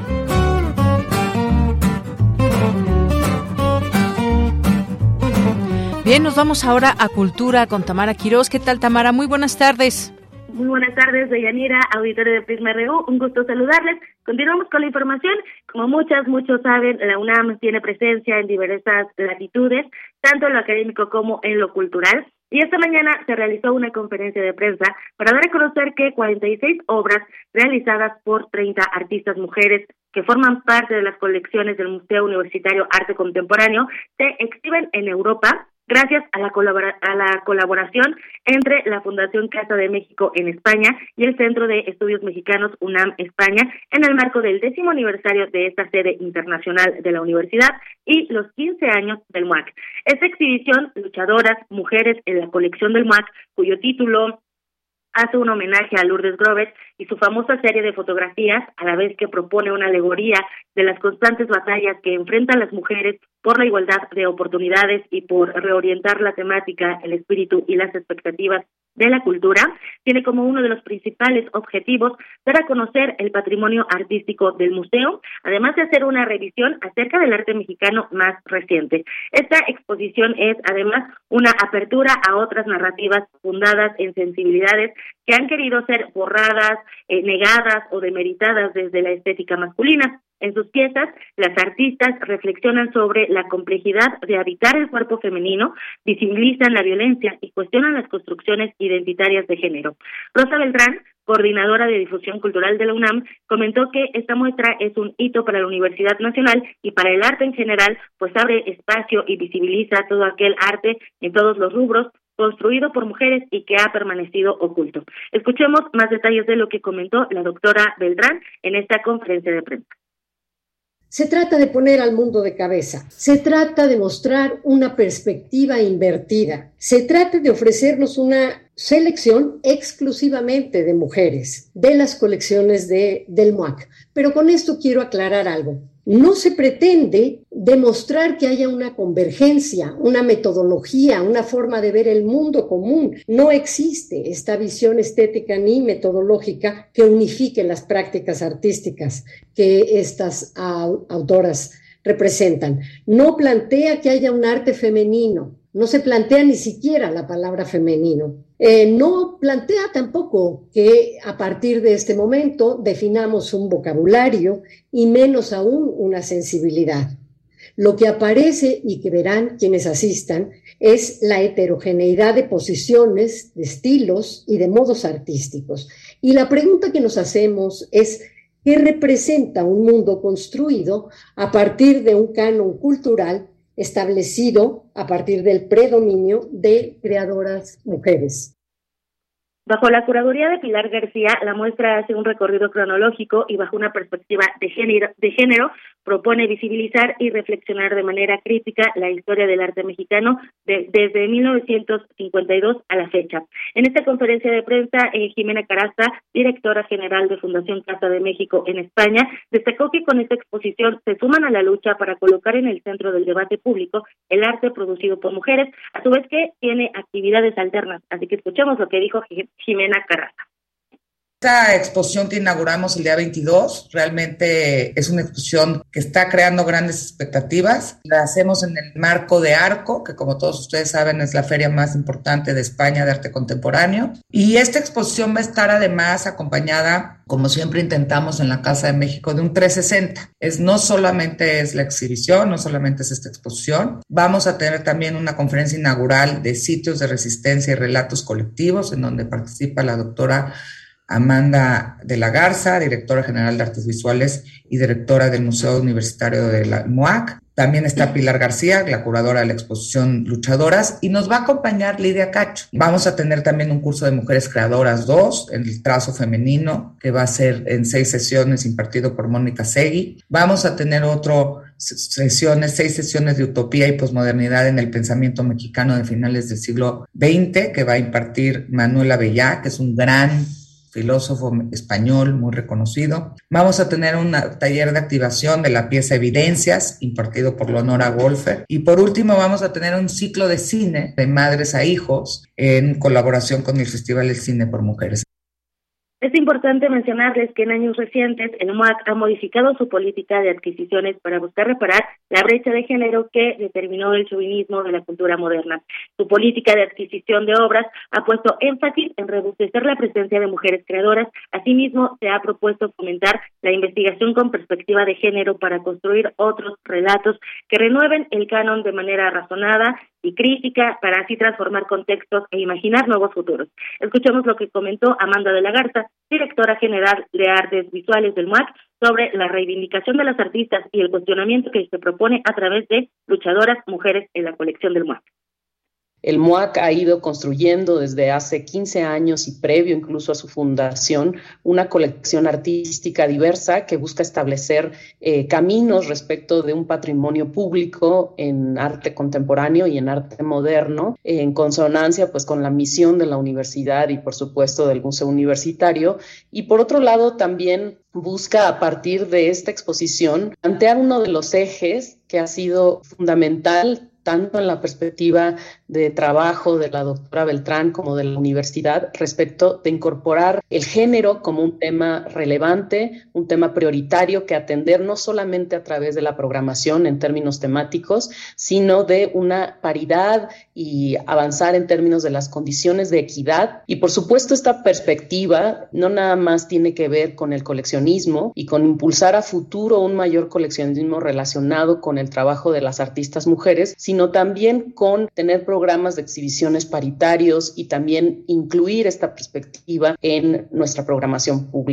Bien, nos vamos ahora a Cultura con Tamara Quirós. ¿Qué tal, Tamara? Muy buenas tardes. Muy buenas tardes, Deyanira, auditorio de Prisma RU. Un gusto saludarles. Continuamos con la información. Como muchos saben, la UNAM tiene presencia en diversas latitudes, tanto en lo académico como en lo cultural. Y esta mañana se realizó una conferencia de prensa para dar a conocer que 46 obras realizadas por 30 artistas mujeres que forman parte de las colecciones del Museo Universitario Arte Contemporáneo se exhiben en Europa, gracias a la colaboración entre la Fundación Casa de México en España y el Centro de Estudios Mexicanos UNAM España, en el marco del 10º aniversario de esta sede internacional de la universidad y los 15 años del MUAC. Esta exhibición, Luchadoras, Mujeres en la colección del MUAC, cuyo título hace un homenaje a Lourdes Grobet y su famosa serie de fotografías, a la vez que propone una alegoría de las constantes batallas que enfrentan las mujeres por la igualdad de oportunidades y por reorientar la temática, el espíritu y las expectativas de la cultura, tiene como uno de los principales objetivos dar a conocer el patrimonio artístico del museo, además de hacer una revisión acerca del arte mexicano más reciente. Esta exposición es además una apertura a otras narrativas fundadas en sensibilidades que han querido ser borradas, negadas o demeritadas desde la estética masculina. En sus piezas, las artistas reflexionan sobre la complejidad de habitar el cuerpo femenino, visibilizan la violencia y cuestionan las construcciones identitarias de género. Rosa Beltrán, coordinadora de difusión cultural de la UNAM, comentó que esta muestra es un hito para la Universidad Nacional y para el arte en general, pues abre espacio y visibiliza todo aquel arte en todos los rubros, construido por mujeres y que ha permanecido oculto. Escuchemos más detalles de lo que comentó la doctora Beltrán en esta conferencia de prensa. Se trata de poner al mundo de cabeza, se trata de mostrar una perspectiva invertida, se trata de ofrecernos una selección exclusivamente de mujeres de las colecciones del MUAC. Pero con esto quiero aclarar algo. No se pretende demostrar que haya una convergencia, una metodología, una forma de ver el mundo común. No existe esta visión estética ni metodológica que unifique las prácticas artísticas que estas autoras representan. No plantea que haya un arte femenino. No se plantea ni siquiera la palabra femenino. No plantea tampoco que a partir de este momento definamos un vocabulario y menos aún una sensibilidad. Lo que aparece y que verán quienes asistan es la heterogeneidad de posiciones, de estilos y de modos artísticos. Y la pregunta que nos hacemos es: ¿qué representa un mundo construido a partir de un canon cultural establecido a partir del predominio de creadoras mujeres? Bajo la curaduría de Pilar García, la muestra hace un recorrido cronológico y bajo una perspectiva de género propone visibilizar y reflexionar de manera crítica la historia del arte mexicano desde 1952 a la fecha. En esta conferencia de prensa, Jimena Caraza, directora general de Fundación Casa de México en España, destacó que con esta exposición se suman a la lucha para colocar en el centro del debate público el arte producido por mujeres, a su vez que tiene actividades alternas. Así que escuchemos lo que dijo Jimena Caraza. Esta exposición que inauguramos el día 22 realmente es una exposición que está creando grandes expectativas. La hacemos en el marco de Arco, que como todos ustedes saben es la feria más importante de España de arte contemporáneo. Y esta exposición va a estar además acompañada, como siempre intentamos en la Casa de México, de un 360. No solamente es la exhibición, no solamente es esta exposición. Vamos a tener también una conferencia inaugural de sitios de resistencia y relatos colectivos, en donde participa la doctora Amanda de la Garza, directora general de Artes Visuales y directora del Museo Universitario de la MUAC. También está Pilar García, la curadora de la exposición Luchadoras, y nos va a acompañar Lidia Cacho. Vamos a tener también un curso de Mujeres Creadoras 2, en el trazo femenino, que va a ser en 6 sesiones impartido por Mónica Segui. Vamos a tener 6 sesiones de utopía y posmodernidad en el pensamiento mexicano de finales del siglo XX, que va a impartir Manuel Abellá, que es un gran filósofo español muy reconocido. Vamos a tener un taller de activación de la pieza Evidencias, impartido por Leonora Golfer. Y por último vamos a tener un ciclo de cine de madres a hijos en colaboración con el Festival del Cine por Mujeres. Es importante mencionarles que en años recientes el MUAC ha modificado su política de adquisiciones para buscar reparar la brecha de género que determinó el chauvinismo de la cultura moderna. Su política de adquisición de obras ha puesto énfasis en reducir la presencia de mujeres creadoras. Asimismo, se ha propuesto fomentar la investigación con perspectiva de género para construir otros relatos que renueven el canon de manera razonada y crítica para así transformar contextos e imaginar nuevos futuros. Escuchemos lo que comentó Amanda de la Garza, directora general de Artes Visuales del MUAC, sobre la reivindicación de las artistas y el cuestionamiento que se propone a través de Luchadoras Mujeres en la colección del MUAC. El MUAC ha ido construyendo desde hace 15 años y previo incluso a su fundación una colección artística diversa que busca establecer caminos respecto de un patrimonio público en arte contemporáneo y en arte moderno, en consonancia pues con la misión de la universidad y por supuesto del Museo Universitario. Y por otro lado también busca a partir de esta exposición plantear uno de los ejes que ha sido fundamental tanto en la perspectiva de trabajo de la doctora Beltrán como de la universidad respecto de incorporar el género como un tema relevante, un tema prioritario que atender no solamente a través de la programación en términos temáticos, sino de una paridad y avanzar en términos de las condiciones de equidad. Y por supuesto esta perspectiva no nada más tiene que ver con el coleccionismo y con impulsar a futuro un mayor coleccionismo relacionado con el trabajo de las artistas mujeres, sino también con tener programas de exhibiciones paritarios y también incluir esta perspectiva en nuestra programación pública.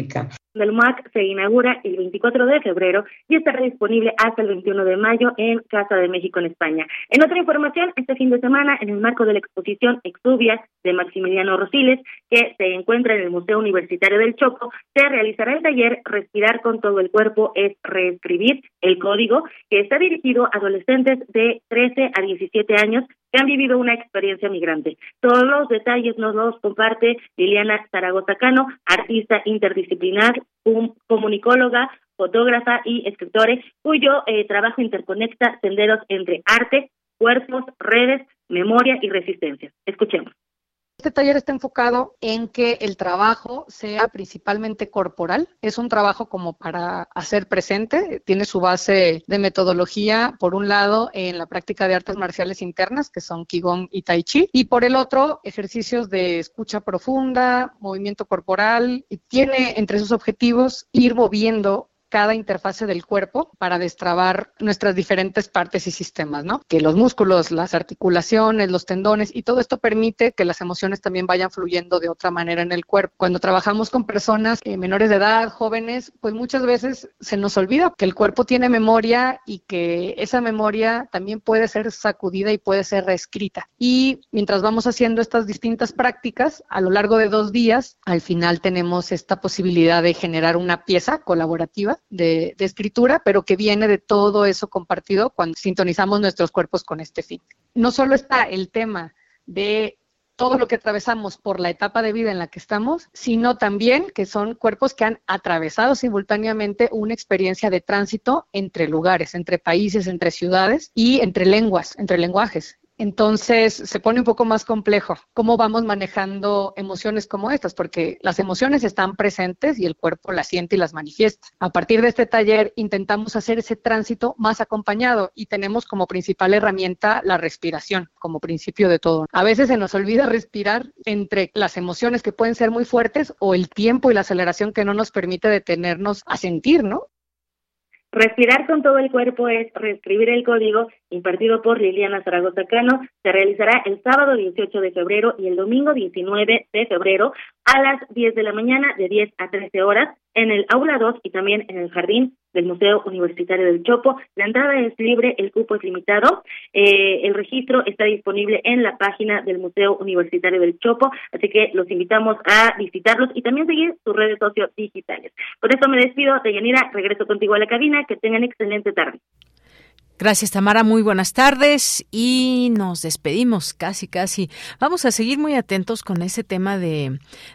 del MUAC se inaugura el 24 de febrero y estará disponible hasta el 21 de mayo en Casa de México, en España. En otra información, este fin de semana, en el marco de la exposición Exuvia de Maximiliano Rosiles, que se encuentra en el Museo Universitario del Chopo, se realizará el taller Respirar con todo el cuerpo es reescribir el código, que está dirigido a adolescentes de 13 a 17 años que han vivido una experiencia migrante. Todos los detalles nos los comparte Liliana Zaragoza Cano, artista interdisciplinar, comunicóloga, fotógrafa y escritora, cuyo trabajo interconecta senderos entre arte, cuerpos, redes, memoria y resistencia. Escuchemos. Este taller está enfocado en que el trabajo sea principalmente corporal. Es un trabajo como para hacer presente. Tiene su base de metodología, por un lado, en la práctica de artes marciales internas, que son Qigong y Tai Chi, y por el otro, ejercicios de escucha profunda, movimiento corporal, y tiene entre sus objetivos ir moviendo cada interfase del cuerpo para destrabar nuestras diferentes partes y sistemas, ¿no? Que los músculos, las articulaciones, los tendones, y todo esto permite que las emociones también vayan fluyendo de otra manera en el cuerpo. Cuando trabajamos con personas menores de edad, jóvenes, pues muchas veces se nos olvida que el cuerpo tiene memoria y que esa memoria también puede ser sacudida y puede ser reescrita. Y mientras vamos haciendo estas distintas prácticas, a lo largo de 2 días, al final tenemos esta posibilidad de generar una pieza colaborativa de escritura, pero que viene de todo eso compartido cuando sintonizamos nuestros cuerpos con este fin. No solo está el tema de todo lo que atravesamos por la etapa de vida en la que estamos, sino también que son cuerpos que han atravesado simultáneamente una experiencia de tránsito entre lugares, entre países, entre ciudades y entre lenguas, entre lenguajes. Entonces se pone un poco más complejo cómo vamos manejando emociones como estas, porque las emociones están presentes y el cuerpo las siente y las manifiesta. A partir de este taller intentamos hacer ese tránsito más acompañado y tenemos como principal herramienta la respiración, como principio de todo. A veces se nos olvida respirar entre las emociones que pueden ser muy fuertes o el tiempo y la aceleración que no nos permite detenernos a sentir, ¿no? Respirar con todo el cuerpo es reescribir el código, impartido por Liliana Zaragoza Cano. Se realizará el sábado 18 de febrero y el domingo 19 de febrero a las 10 de la mañana, de 10 a 13 horas, en el Aula 2 y también en el jardín del Museo Universitario del Chopo. La entrada es libre, el cupo es limitado. El registro está disponible en la página del Museo Universitario del Chopo, así que los invitamos a visitarlos y también seguir sus redes sociodigitales. Por eso me despido. Deyanira, regreso contigo a la cabina. Que tengan excelente tarde. Gracias, Tamara. Muy buenas tardes y nos despedimos casi. Vamos a seguir muy atentos con ese tema de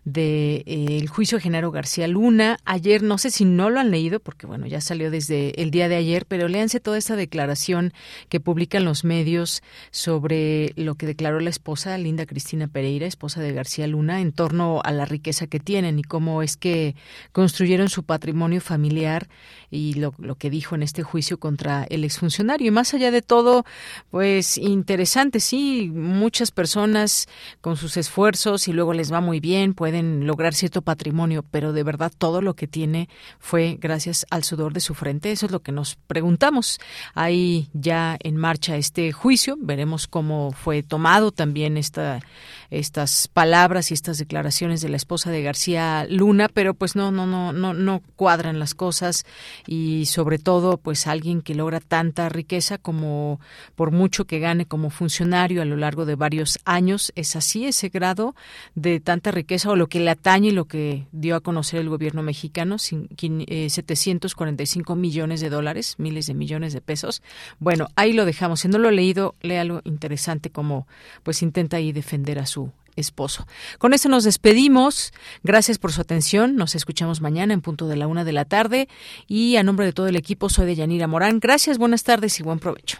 el juicio de Genaro García Luna. Ayer, no sé si no lo han leído, porque bueno, ya salió desde el día de ayer, pero léanse toda esta declaración que publican los medios sobre lo que declaró la esposa, Linda Cristina Pereira, esposa de García Luna, en torno a la riqueza que tienen y cómo es que construyeron su patrimonio familiar y lo que dijo en este juicio contra el exfuncionario. Y más allá de todo, pues interesante, sí, muchas personas con sus esfuerzos y luego les va muy bien, pueden lograr cierto patrimonio, pero de verdad todo lo que tiene fue gracias al sudor de su frente. Eso es lo que nos preguntamos. Hay ya en marcha este juicio, veremos cómo fue tomado también estas palabras y estas declaraciones de la esposa de García Luna, pero pues no cuadran las cosas y sobre todo pues alguien que logra tanta riqueza como por mucho que gane como funcionario a lo largo de varios años, es así ese grado de tanta riqueza o lo que le atañe y lo que dio a conocer el gobierno mexicano, 745 millones de dólares, miles de millones de pesos. Bueno, ahí lo dejamos. Si no lo he leído, léalo, interesante como pues intenta ahí defender a su esposo. Con eso nos despedimos. Gracias por su atención. Nos escuchamos mañana en punto de la 1 de la tarde. Y a nombre de todo el equipo, soy Deyanira Morán. Gracias, buenas tardes y buen provecho.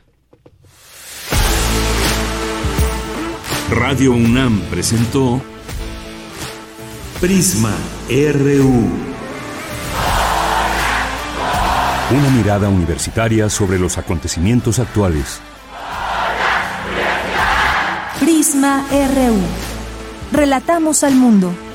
Radio UNAM presentó Prisma RU. Una mirada universitaria sobre los acontecimientos actuales. Prisma RU. Relatamos al mundo.